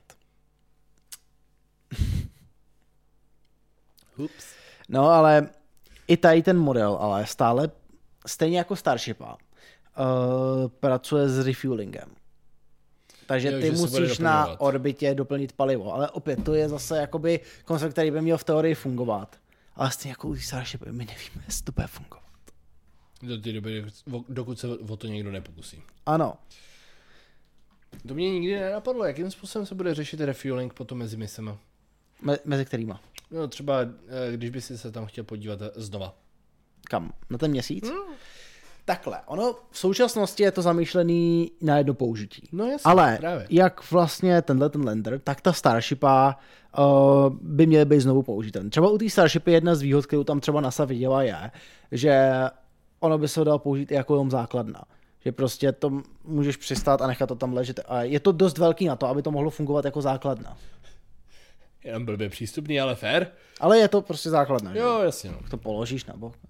Ups. No ale i tady ten model, ale stále, stejně jako Starshipa, pracuje s refuelingem. Takže jo, ty musíš na orbitě doplnit palivo. Ale opět, to je zase jakoby koncept, který by měl v teorii fungovat. Ale stejně jako u Starshipy, my nevíme, jestli to bude fungovat. Do té doby, dokud se o to někdo nepokusí. Ano. To mě nikdy nenapadlo, jakým způsobem se bude řešit refueling potom mezi misema. Mezi kterýma? No třeba, když by si se tam chtěl podívat znova. Kam? Na ten měsíc? Takhle, ono v současnosti je to zamýšlený na jedno použití. No jasně, ale právě. Jak vlastně ten lander, tak ta Starshipa by měly být znovu použitelný. Třeba u té Starshipy jedna z výhod, kterou tam třeba NASA viděla, je, že ono by se dalo použít i jako jenom základna. Že prostě to můžeš přistát a nechat to tam ležet. A je to dost velký na to, aby to mohlo fungovat jako základna. Jenom blbě přístupný, ale fair. Ale je to prostě základna. Jo, že? jasně. No. To položíš na bok.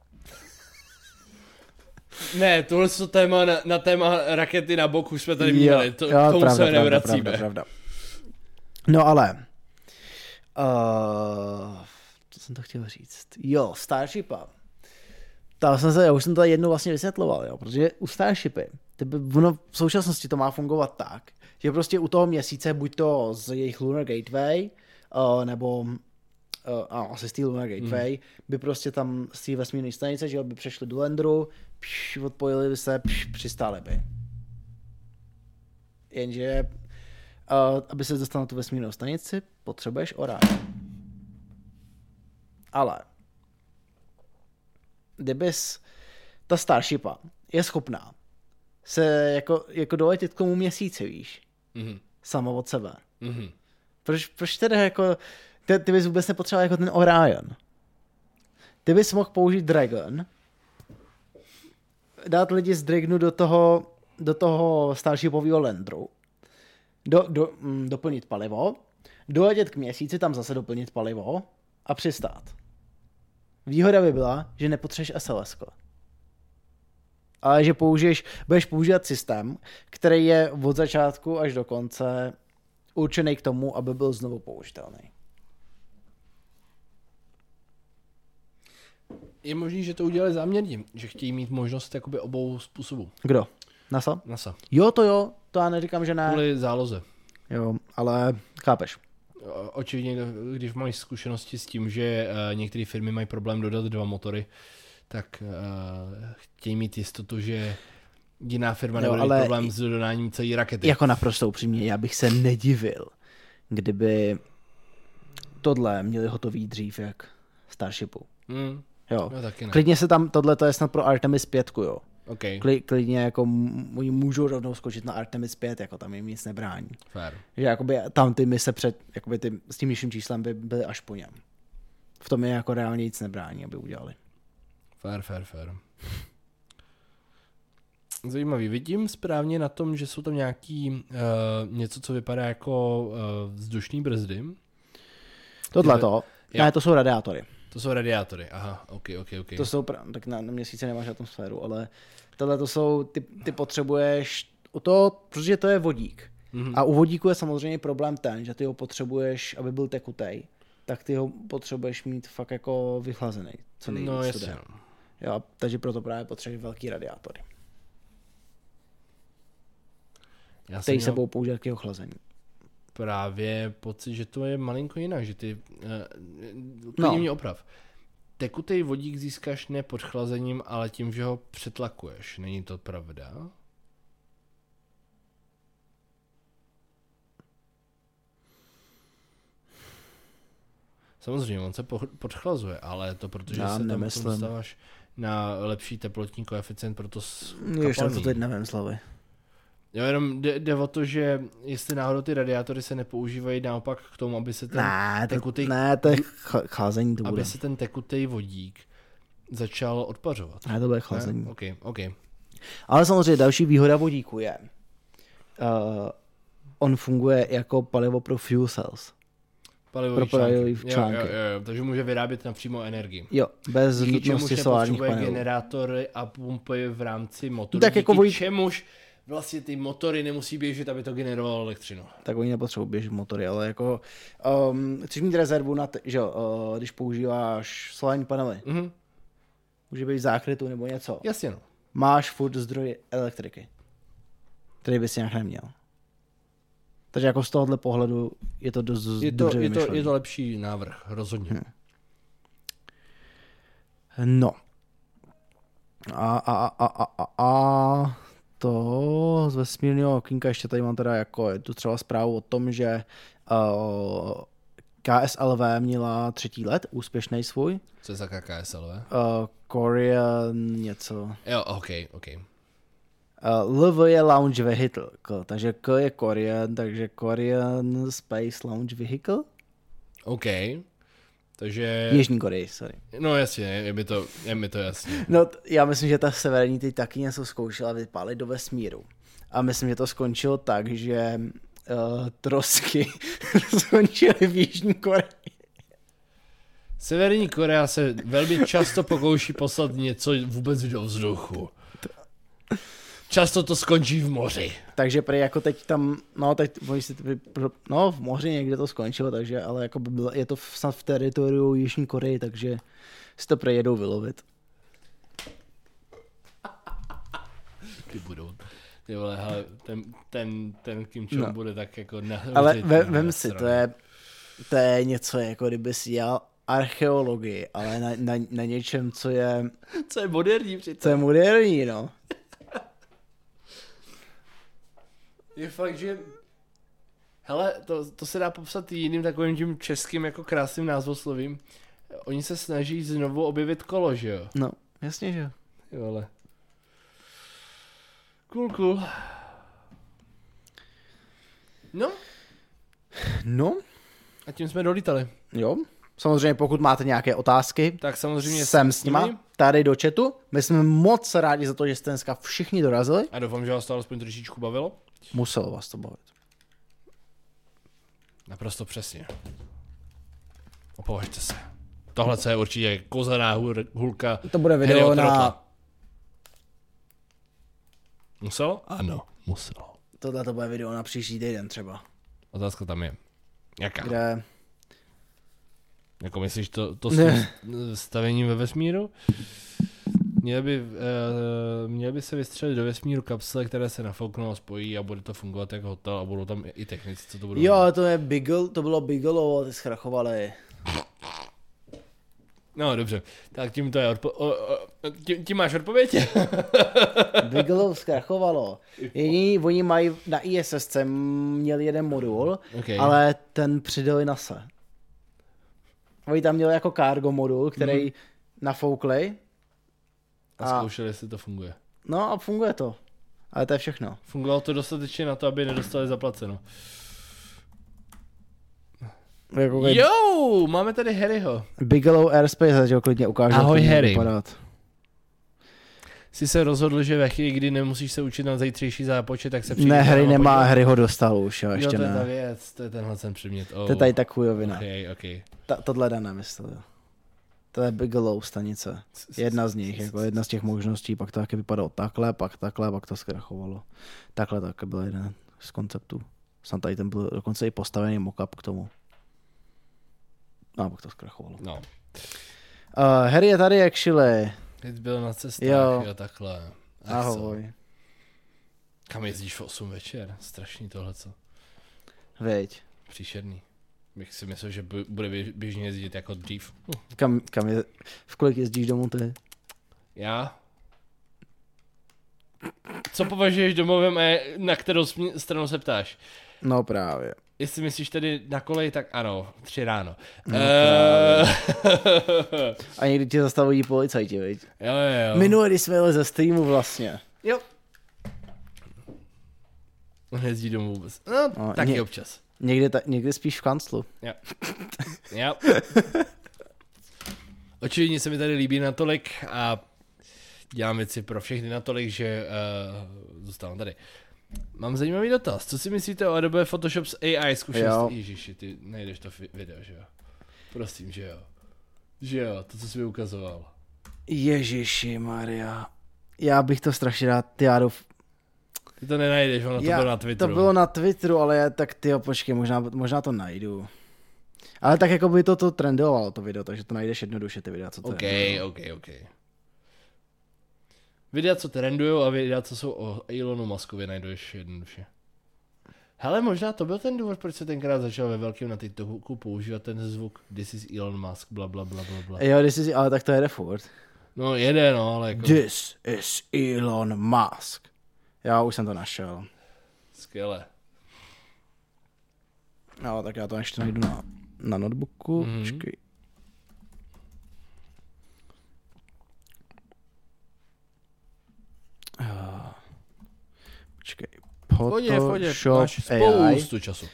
Ne, tohle jsou téma na téma rakety na boku, už jsme tady měli, k tomu se nevracíme. Pravda. No ale, co jsem to chtěl říct? Jo, Starshipa. Já už jsem to jednou vlastně vysvětloval, jo, protože u Starshipy, v současnosti to má fungovat tak, že prostě u toho měsíce, buď to z jejich Lunar Gateway, nebo asi z té Lunar Gateway, by prostě tam z té vesmírné stanice, že by přešli do landeru, odpojili by se, přistáli by. Jenže, aby se dostal na tu vesmírnou stanici, potřebuješ Orion. Ale kdybys ta Starshipa je schopná se jako doletět k tomu měsíci, víš? Sama od sebe. Proč teda jako ty bys vůbec nepotřeboval jako ten Orion? Ty bys mohl použít Dragon, dát lidi z Dragonu do toho Starshipového landeru, doplnit palivo, doletět k měsíci, tam zase doplnit palivo a přistát. Výhoda by byla, že nepotřebuješ SLS. Ale že budeš používat systém, který je od začátku až do konce určený k tomu, aby byl znovu použitelný. Je možný, že to udělali záměrně, že chtějí mít možnost jakoby obou způsobů. Kdo? NASA? NASA. Jo, to já neříkám, že ne. Kvůli záloze. Jo, ale chápeš. Očividně, když máš zkušenosti s tím, že některé firmy mají problém dodat 2 motory, tak chtějí mít jistotu, že jiná firma nebude mít problém s dodáním celé rakety. Jako naprosto upřímně, já bych se nedivil, kdyby tohle měli hotový dřív jak Starshipu. Jo. No, taky ne. Klidně se tam, tohle to je snad pro Artemis 5, jo. Okay. Klidně jako oni můžou rovnou skočit na Artemis 5, jako tam jim nic nebrání. Fair. Že jakoby tam ty mise s tím nižším číslem by byly až po něm. V tom je jako reálně nic nebrání, aby udělali. Fair. Zajímavý. Vidím správně na tom, že jsou tam nějaký něco, co vypadá jako vzdušný brzdy. Tohleto? Ne, to jsou radiátory. To jsou radiátory, aha, ok. To jsou, tak na měsíci nemáš atmosféru, ale tohle to jsou, ty potřebuješ, protože to je vodík. A u vodíku je samozřejmě problém ten, že ty ho potřebuješ, aby byl tekutej, tak ty ho potřebuješ mít fakt jako vychlazený, co nejvíc. No jasně. Jo, takže proto právě potřebuješ velký radiátory. Který se budou používat k jeho chlazení. Právě pocit, že to je malinko jinak, že ty mě oprav. Tekutej vodík získáš ne pod chlazením, ale tím, že ho přetlakuješ. Není to pravda? Samozřejmě, on se podchlazuje, ale to protože Já se tam nemyslím. dostáváš na lepší teplotní koeficient, proto Už to teď nevím slovy. Jo, jenom jde o to, že jestli náhodou ty radiátory se nepoužívají naopak k tomu, aby se ten tekutej, to je chlazení to bude. aby se ten tekutej vodík začal odpařovat. Ne, to bude chlazení. OK. Ale samozřejmě další výhoda vodíku je, on funguje jako palivo pro fuel cells. Palivový články. Jo, takže může vyrábět napřímo energii. Jo, bez Díky nutnosti solárních panelů. Generátory a pumpy v rámci motoru, Tak díky jako čemuž vlastně ty motory nemusí běžet, aby to generovalo elektřinu. Tak oni nepotřebují běžet motory, ale jako chceš mít rezervu na že jo, když používáš solární panely. Mhm. Může být v zákrytu nebo něco. Jasně no. Máš furt zdroj elektriky, který bys nějak neměl. Takže jako z tohohle pohledu je to dost dobře vymyšlené. Je to lepší návrh, rozhodně. No. A to z vesmírného okýnka ještě tady mám teda jako je tu třeba zprávu o tom, že KSLV měla 3. let, úspěšný svůj. Co je za KSLV? Korean něco. Jo, OK. LV je Launch Vehicle, takže K je Korean, takže Korean Space Launch Vehicle. OK. Takže... Jižní Koreji, sorry. No jasně, je mi to jasně. No já myslím, že ta severní ty taky něco zkoušela vypálit do vesmíru. A myslím, že to skončilo tak, že trosky skončily v Jižní Koreji. Severní Korea se velmi často pokouší poslat něco vůbec do vzduchu. Často to skončí v moři. Takže prý jako teď tam, v moři někde to skončilo, takže, ale jako by bylo, je to snad v teritoriu Jižní Koreji, takže si to prý jedou vylovit. Ty budou. Ty vole, hele, ten Kim Jong bude tak jako nahrozit. Ale vem si, to je něco, jako kdyby si dělal archeologii, ale na něčem, co je... Co je moderní přitom. Co je moderní, no. Je fakt, že... Hele, to se dá popsat jiným takovým tím českým jako krásným názvoslovím. Oni se snaží znovu objevit kolo, že jo? No, jasně, že jo. Jo, ale... Cool. No. A tím jsme dolítali. Jo. Samozřejmě pokud máte nějaké otázky, tak samozřejmě jsem s nima, tady do chatu. My jsme moc rádi za to, že jste dneska všichni dorazili. A doufám, že vás to alespoň trošičku bavilo. Muselo vás to bavit. Naprosto přesně. Opovažte se. Tohle je určitě kouzelná hůlka. To bude video na... Muselo? Ano, muselo. Tohle to bude video na příští týden třeba. Otázka tam je. Jaká? Kde? Jako myslíš to stavení ve vesmíru? Měly by se vystřelit do vesmíru kapsle, které se nafouknou a spojí a bude to fungovat jako hotel a budou tam i technici, co to budou. Jo, to je to bylo Bigelow, ty zkrachovali. No dobře, tak tím to je tím máš odpověď? Bigelow zkrachovalo. Jediný, oni mají na ISS měli jeden modul, okay. Ale ten přidali NASA. Oni tam měli jako cargo modul, který nafoukli. A zkoušeli, jestli to funguje. No a funguje to. Ale to je všechno. Fungovalo to dostatečně na to, aby nedostali zaplaceno. Jo, máme tady Harryho. Bigelow Airspace, takže ho klidně ukážu. Ahoj Harry. Jsi se rozhodl, že ve chvíli, kdy nemusíš se učit na zítřejší zápočet, tak se přijde. Ne, Harry nemá, Harry ho dostal už, jo, ještě ne. Ne. To je ta věc, to je tenhle ten předmět. To je tady ta chujovina. Okay. Tohle nemyslel. To je Bigelow stanice. Jedna z nich, jako jedna z těch možností, pak to taky vypadalo takhle, pak to zkrachovalo. Takhle taky byl jeden z konceptů. Sam tady ten byl dokonce i postavený mock-up k tomu. A pak to zkrachovalo. No. Harry je tady actually. Teď byl na cestách, jo takhle. Ahoj. Kam jezdíš v 8 večer? Strašný tohleco. Veď. Příšerný. Bych si myslel, že bude běžně jezdit jako dřív. V kolik jezdíš domů ty? Já? Co považuješ domovem a na kterou stranu se ptáš? No právě. Jestli myslíš tedy na kolej, tak ano, 3 ráno. No, a někdy tě zastavují policajti, viď? Jo. Minule, když jsme jeli ze streamu vlastně. Jo. On jezdí domů vůbec. No, taky občas. Někdy spíš v kanclu. Jo. Očividně se mi tady líbí natolik a dělám věci pro všechny natolik, že zůstávám tady. Mám zajímavý dotaz. Co si myslíte o Adobe Photoshop s AI zkušeností? Ježiši, ty najdeš to video, že jo? Prosím, že jo. Že jo, to, co jsi mi ukazoval. Ježiši Maria. Já bych to strašně rád, Ty to nenajdeš, ono to bylo na Twitteru. To bylo na Twitteru, ale tak počkej, možná to najdu. Ale tak jako by to trendovalo to video, takže to najdeš jednoduše ty videa, co to OK. Videa, co trendujou a videa, co jsou o Elonu Muskovi, najdeš jednoduše. Hele, možná to byl ten důvod, proč se tenkrát začal ve velkém na TikToku používat ten zvuk This is Elon Musk, bla. Jo, ale tak to jede furt. No jede, no, ale jako... This is Elon Musk. Já už jsem to našel. Skvěle. No, tak já to ještě najdu na notebooku. Počkej. Počkej. Photoshop máš AI. spoustu času.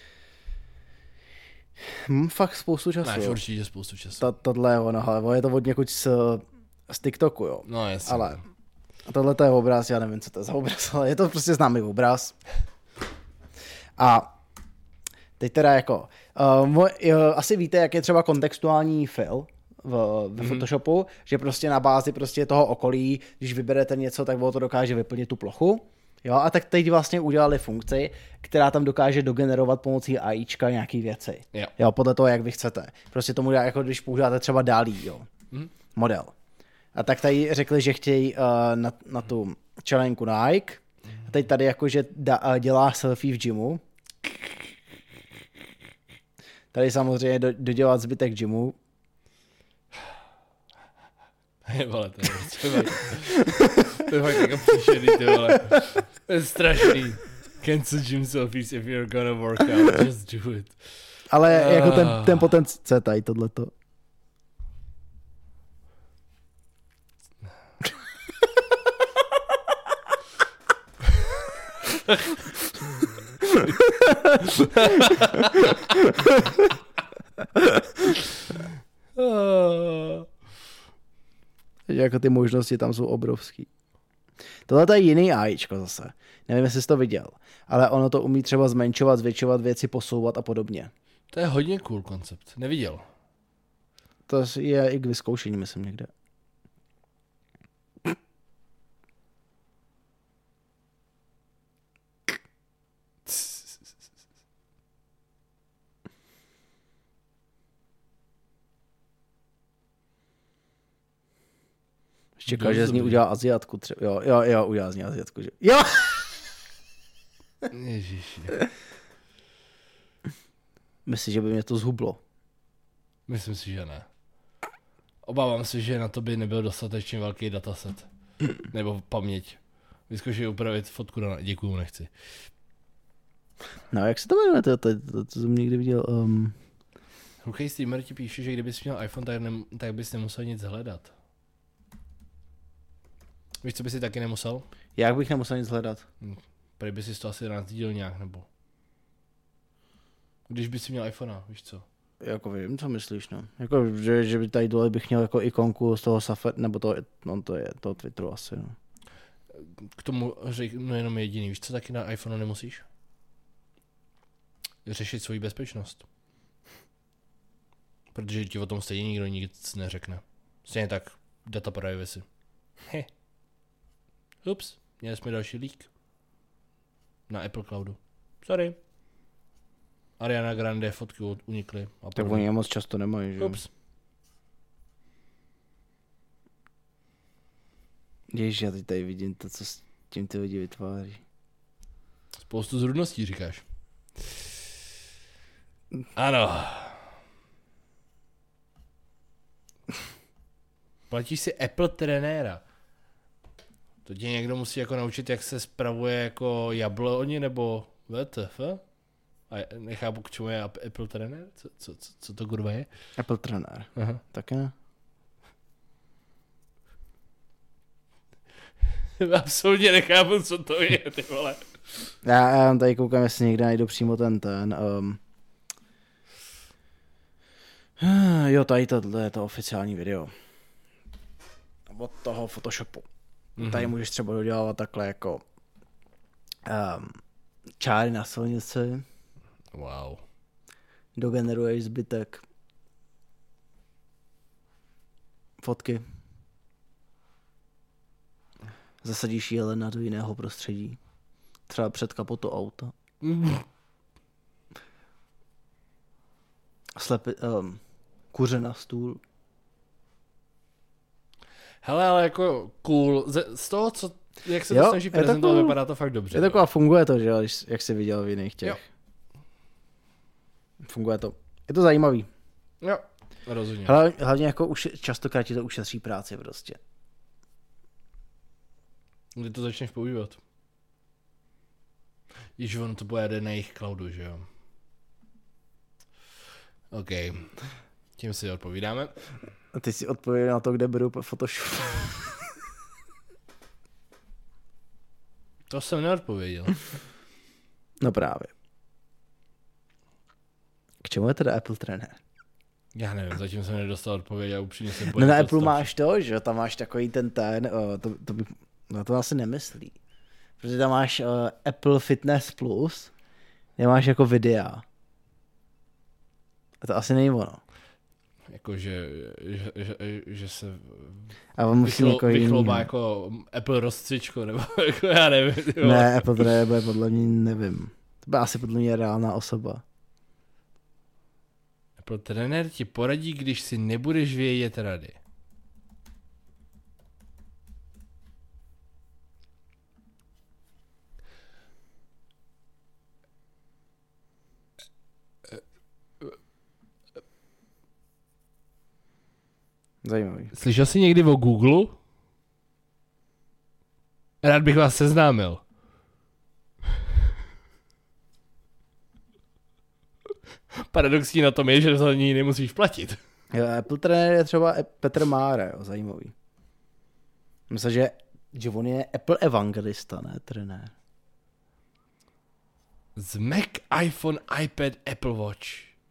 Fakt spoustu času. Máš určitě spoustu času. Tohle je ono, ale je to od někud z TikToku, jo. No jasně. Ale tohle to je obraz, já nevím, co to je za obraz, ale je to prostě známý obraz. A teď teda jako, asi víte, jak je třeba kontextuální fill ve Photoshopu, že prostě na bázi prostě toho okolí, když vyberete něco, tak to dokáže vyplnit tu plochu. Jo, a tak teď vlastně udělali funkci, která tam dokáže dogenerovat pomocí AIčka nějaký věci. Jo, podle toho, jak vy chcete. Prostě tomu dá, jako když používáte třeba DALL-E, jo, model. A tak tady řekli, že chtějí na tu čelenku Nike. A teď tady jakože dělá selfie v gymu. Tady samozřejmě dodělat zbytek gymu. Vole, to je fakt jako příšerný, ty vole. To je strašný. Cancel gym selfies if you're gonna work out, just do it. Ale jako ten potenciál tady tohleto. Takže jako ty možnosti tam jsou obrovský. Tohle je jiný AIčko zase. Nevím, jestli jsi to viděl. Ale ono to umí třeba zmenšovat, zvětšovat věci, posouvat a podobně. To je hodně cool koncept. Neviděl. To je i k vyzkoušení, myslím, někde. Čekal, že z ní udělá Aziatku třeba. Jo, udělá z ní Aziatku. Že... Jo! Ježiši. Myslíš, že by mě to zhublo? Myslím si, že ne. Obávám se, že na to by nebyl dostatečně velký dataset. Nebo paměť. Vyzkoušej upravit fotku na... Děkuju, nechci. No, jak se to jmenuje? To jsem někdy viděl. Hluchej streamer ti píše, že kdybys měl iPhone, tak bys nemusel nic hledat. Víš, co bys si taky nemusel? Jak bych nemusel nic hledat? Prý bys si to asi nazdíl nějak, nebo... Když bys si měl iPhonea, víš co? Jako vím, co myslíš, no. Jako, že by tady dole bych měl jako ikonku z toho Safari, nebo to je toho Twitteru asi, no. K tomu řeknu jenom jediný, víš co, taky na iPhoneu nemusíš? Řešit svoji bezpečnost. Protože ti o tom stejně nikdo nic neřekne. Stejně tak data privacy. Ups, měli jsme další leak. Na Apple Cloudu. Sorry. Ariana Grande fotky unikly. Tak oni je moc často nemají, že? Ups. Ježiš, já teď tady vidím to, co s tím ty lidi vytváří. Spoustu zrůdností říkáš. Ano. Platíš si Apple trenéra. To tě někdo musí jako naučit, jak se spravuje jako jabloně nebo WTF? A nechápu, k čemu je Apple trenér? Co to kurva je? Apple trenér. Aha. Taky ne? Absolutně nechápu, co to je, ty vole. Já tady koukám, jestli někde najdu přímo ten jo, tady tohle je to oficiální video. Od toho Photoshopu. Mm-hmm. Tady můžeš třeba dodělávat takhle jako čáry na silnici. Wow. Dogeneruješ zbytek. Fotky. Zasadíš jelena do jiného prostředí. Třeba před kapotu auta. Kuře na stůl. Hele, ale jako cool. Z toho, jak se to snaží prezentovat, cool. Vypadá to fakt dobře. Je to jako, funguje to, že jak jsi viděl v jiných těch. Jo. Funguje to. Je to zajímavý. Jo, rozumím. Hlavně jako častokrát ti to ušetří práci prostě. Kdy to začneš používat? Již ono to pojede na jejich cloudu, že jo? OK. Tím si odpovídáme. A ty si odpověděl na to, kde beru Photoshop. To jsem neodpověděl. No právě. K čemu je teda Apple trenér? Já nevím, zatím jsem nedostal odpověď a upřímně jsem No na Apple máš to, že tam máš takový ten no to asi nemyslí. Protože tam máš Apple Fitness Plus, kde máš jako videa. A to asi není ono. Jako, že se vychloubá jako Apple rozcvičku, nebo jako já nevím. Ne, Apple trenér bude podle mě, nevím. To bude asi podle mě reálná osoba. Apple trenér ti poradí, když si nebudeš vědět rady. Zajímavý. Slyšel jsi někdy o Google? Rád bych vás seznámil. Paradoxní na tom je, že za ní nemusíš platit. Jo, Apple trenér je třeba Petr Mára, jo, zajímavý. Myslím, že on je Apple evangelista, ne trenér. Z Mac, iPhone, iPad, Apple Watch.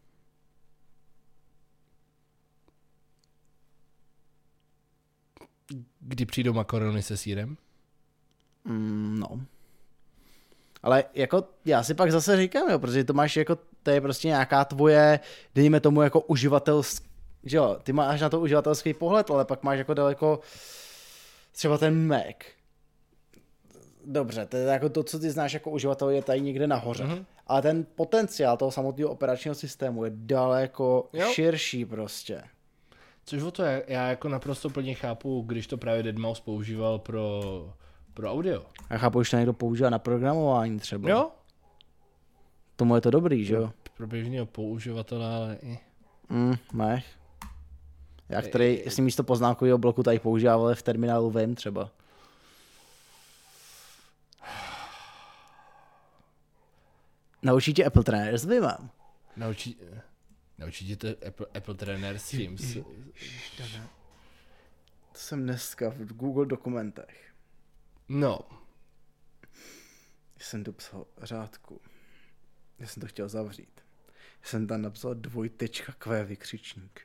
Kdy přijdou makarony se sýrem? No. Ale jako já si pak zase říkám, jo, protože to máš jako, to je prostě nějaká tvoje, dejme tomu jako uživatelský, že jo, ty máš na to uživatelský pohled, ale pak máš jako daleko třeba ten Mac. Dobře, to je jako to, co ty znáš jako uživatel, je tady někde nahoře. Mm-hmm. Ale ten potenciál toho samotného operačního systému je daleko širší prostě. Což o to já jako naprosto plně chápu, když to právě deadmau5 používal pro audio. Já chápu, že to někdo používá na programování třeba. Jo. Tomu je to dobrý, že jo? Pro běžného použivatele, ale i... Mech. Já, který si místo poznámkového bloku tady používali v terminálu VIM třeba. Naučí tě Apple trenér s VIMem. Naučí tě Apple trenér s Teams. To jsem dneska v Google dokumentech. No. Já jsem tu psal řádku. Já jsem to chtěl zavřít. Já jsem tam napsal 2Q vykřičník.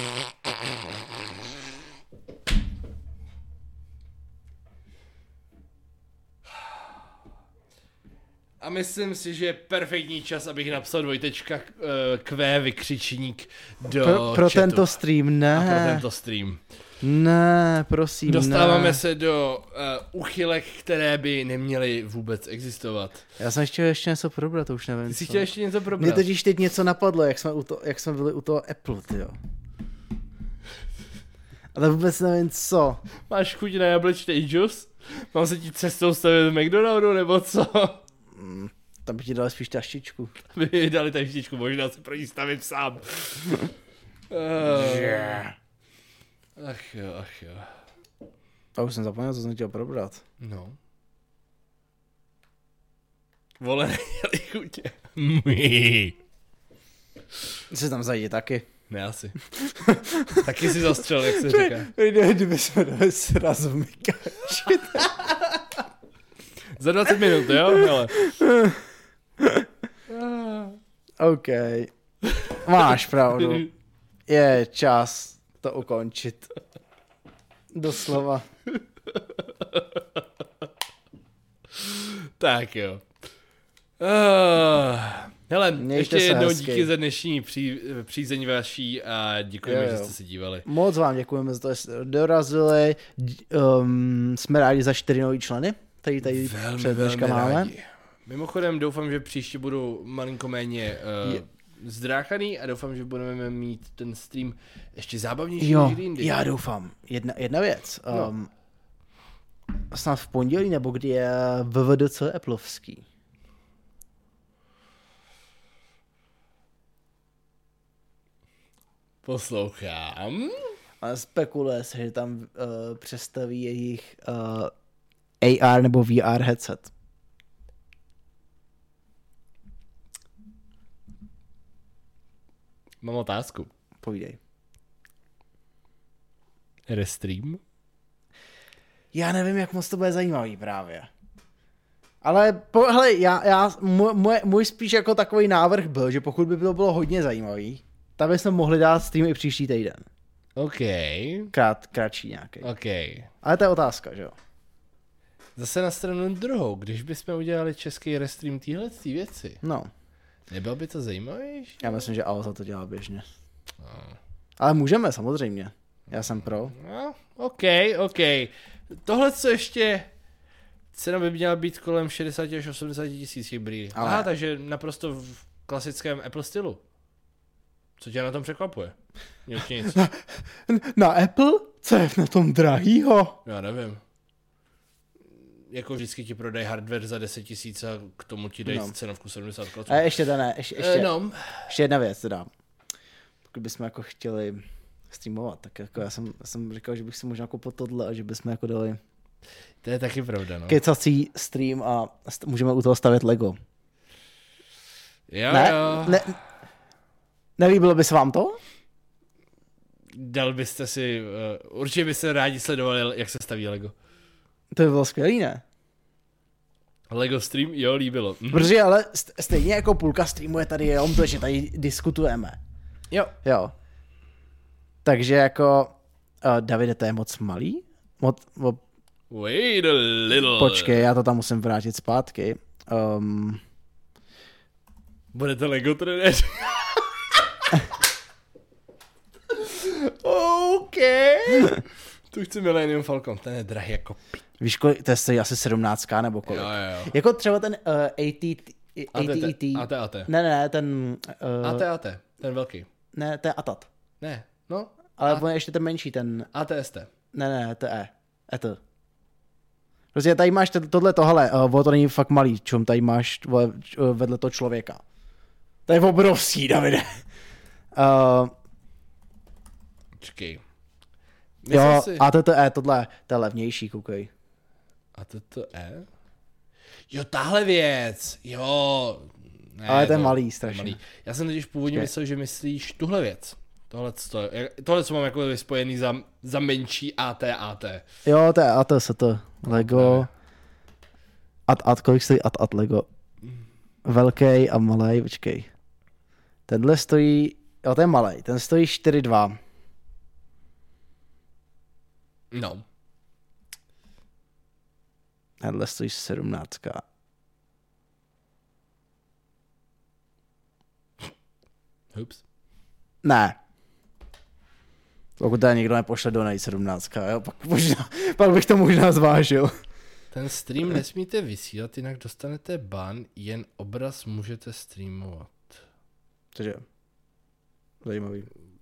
A myslím si, že je perfektní čas, abych napsal 2Q vykřičník do pro chatu. Tento stream, ne. A pro tento stream. Ne, prosím, Dostáváme se do uchylek, které by neměly vůbec existovat. Já jsem chtěl ještě něco probrat, to už nevím. Ty jsi chtěl ještě něco probrat? Mně totiž teď něco napadlo, jak jsme byli u toho Apple, tyjo. Ale vůbec nevím co. Máš chuť na jablečný džus? Mám se ti cestou stavit v McDonaldu, nebo co? Tam by ti dali spíš taštičku. By mi dali taštičku, možná se pro ní stavit sám. Ach jo. A už jsem zapomněl, co jsem chtěl probrat. No. Vole, neměli chutě. Se tam zajít taky. Ne, asi. Taky si zastřel, jak se říká. Kdyby jsme dali sraz v Mikáči. Za 20 minut, jo? Hele. OK. Máš pravdu. Je čas to ukončit. Doslova. Tak jo. Hele, Mějte ještě se jednou hezky. díky za dnešní přízeň vaší a děkujeme, že jste se dívali. Moc vám děkujeme za to, že jste dorazili. Jsme rádi za 4 nový členy, tady před dneška máme. rádi. Mimochodem doufám, že příště budu malinko méně zdráchaný a doufám, že budeme mít ten stream ještě zábavnější Jo, než jindy. já doufám. Jedna věc. Snad v pondělí, nebo kdy je VVDC Appleovský. Poslouchám. A spekuluje se, že tam představí jejich AR nebo VR headset. Mám otázku. Povídej. Restream? Já nevím, jak moc to bude zajímavý právě. Ale hele, můj spíš jako takový návrh byl, že pokud by to bylo hodně zajímavý, tak bychom mohli dát stream i příští týden. OK. Kratší nějaký. OK. Ale to je otázka, že jo? Zase na stranu druhou, když bychom udělali český restream téhle věci, No, nebylo by to zajímavější? já myslím, že Alza to dělá běžně. Ale můžeme, samozřejmě. Já jsem pro. No, OK. Tohle co ještě cena by měla být kolem 60 až 80 tisíc těch brýlí. Ale- Aha, takže naprosto v klasickém Apple stylu. Co tě na tom překvapuje? Nic. Na Apple? Co je na tom drahýho? Já nevím. Jako vždycky ti prodají hardware za 10 tisíc a k tomu ti dají cenovku 70 klaců. A ještě ještě jedna věc teda. Pokud bychom jako chtěli streamovat, tak jako já jsem říkal, že bych si možná koupil tohle a že bychom jako dali To je taky pravda, no. kecací stream a můžeme u toho stavět Lego. Jo. Nelíbilo by se vám to? Dal byste si, určitě byste rádi sledovali, jak se staví Lego. To by bylo skvělý, ne? Lego stream, jo, líbilo. Protože ale stejně jako půlka streamu je tady jenom to, že tady diskutujeme. Jo. Takže jako, Davide, to je moc malý? Wait a little. Počkej, já to tam musím vrátit zpátky. Bude to Lego trenér. OK. Tu chci Millennium Falcon, ten je drahý jako pít. Víš, kolik, to je stojí asi 17 nebo kolik. Jo. Jako třeba ten AT. Ne, ten... AT, ten velký. Ne, to je ATAT. Ne, no. Ale on je ještě ten menší, ten... ATST. Ne, to je ET. Prostě tady máš tohle, to není fakt malý, čum, tady máš vedle toho člověka. To je obrovský, Davide. Počkej. Jo, ATTE, tohle, to je levnější, koukej. ATTE? Jo, tahle věc, jo. Ne, Ale to je malý, strašně. Malý. Já jsem totiž původně myslel, že myslíš tuhle věc. Tohle, co mám jako spojený za menší AT. Jo, to je ATST, Lego. Kolik stojí Lego? Velký a malý, počkej. Tenhle stojí, jo, to je malý, ten stojí 4,2. No. Tenhle stojí 17. Ups. Ne. Pokud tady někdo nepošle donate 17, jo, pak bych to možná zvážil. Ten stream nesmíte vysílat, jinak dostanete ban, jen obraz můžete streamovat. Cože? Zajímavý.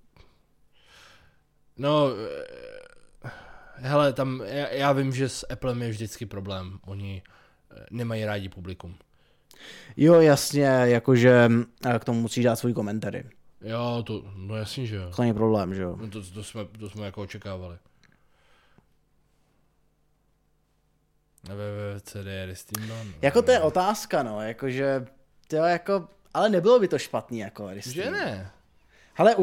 No, hele, tam, já vím, že s Applem je vždycky problém. Oni nemají rádi publikum. Jo, jasně, jakože k tomu musíš dát svůj komentář. Jo, no jasně, že jo. To není problém, že jo. No to jsme jako očekávali. CDR stream ban. Jako to je otázka, no, jakože, to jako, Ale nebylo by to špatný jako Že ne? Hele,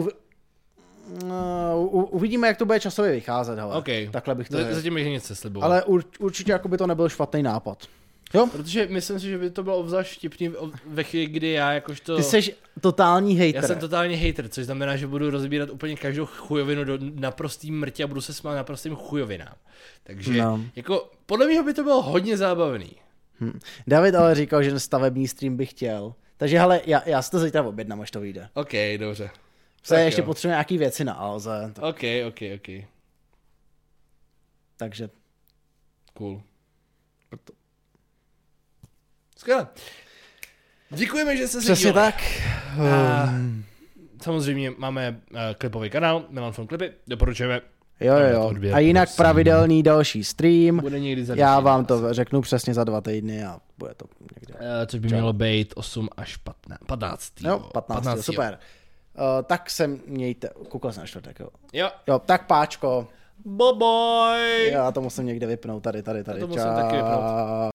uvidíme, jak to bude časově vycházet, hele. Okay. Takhle bych to řekl. Zatím bych nic nesliboval. Ale určitě jako by to nebyl špatný nápad. Jo? Protože myslím si, že by to bylo obzvlášť vtipný ve chvíli, kdy já jakožto... Ty jsi totální hejter. Já jsem totální hejter, což znamená, že budu rozbírat úplně každou chujovinu do naprostý mrtě a budu se smát naprostým chujovinám. Takže jako podle mě by to bylo hodně zábavný. David ale říkal, že stavební stream by chtěl. Takže hele, já si to zítra objednám, až to vyjde. OK, dobře. Ještě potřebujeme nějaký věci na Alze. OK. Takže. Cool. Skvěle. Děkujeme, že jste se přesně dívali. tak. Samozřejmě máme klipový kanál, Milan Film Klipy, doporučujeme. Jo. A jinak pravidelný další stream. Bude někdy za já vám to řeknu přesně za 2 týdny a bude to někde. Což by mělo být 8 až 15. Jo, 15. Super. Tak se mějte, koukal jsem na čtvrtek, jo. Jo, tak páčko. Bye bye. Já to musím někde vypnout, tady. Já to musím taky vypnout.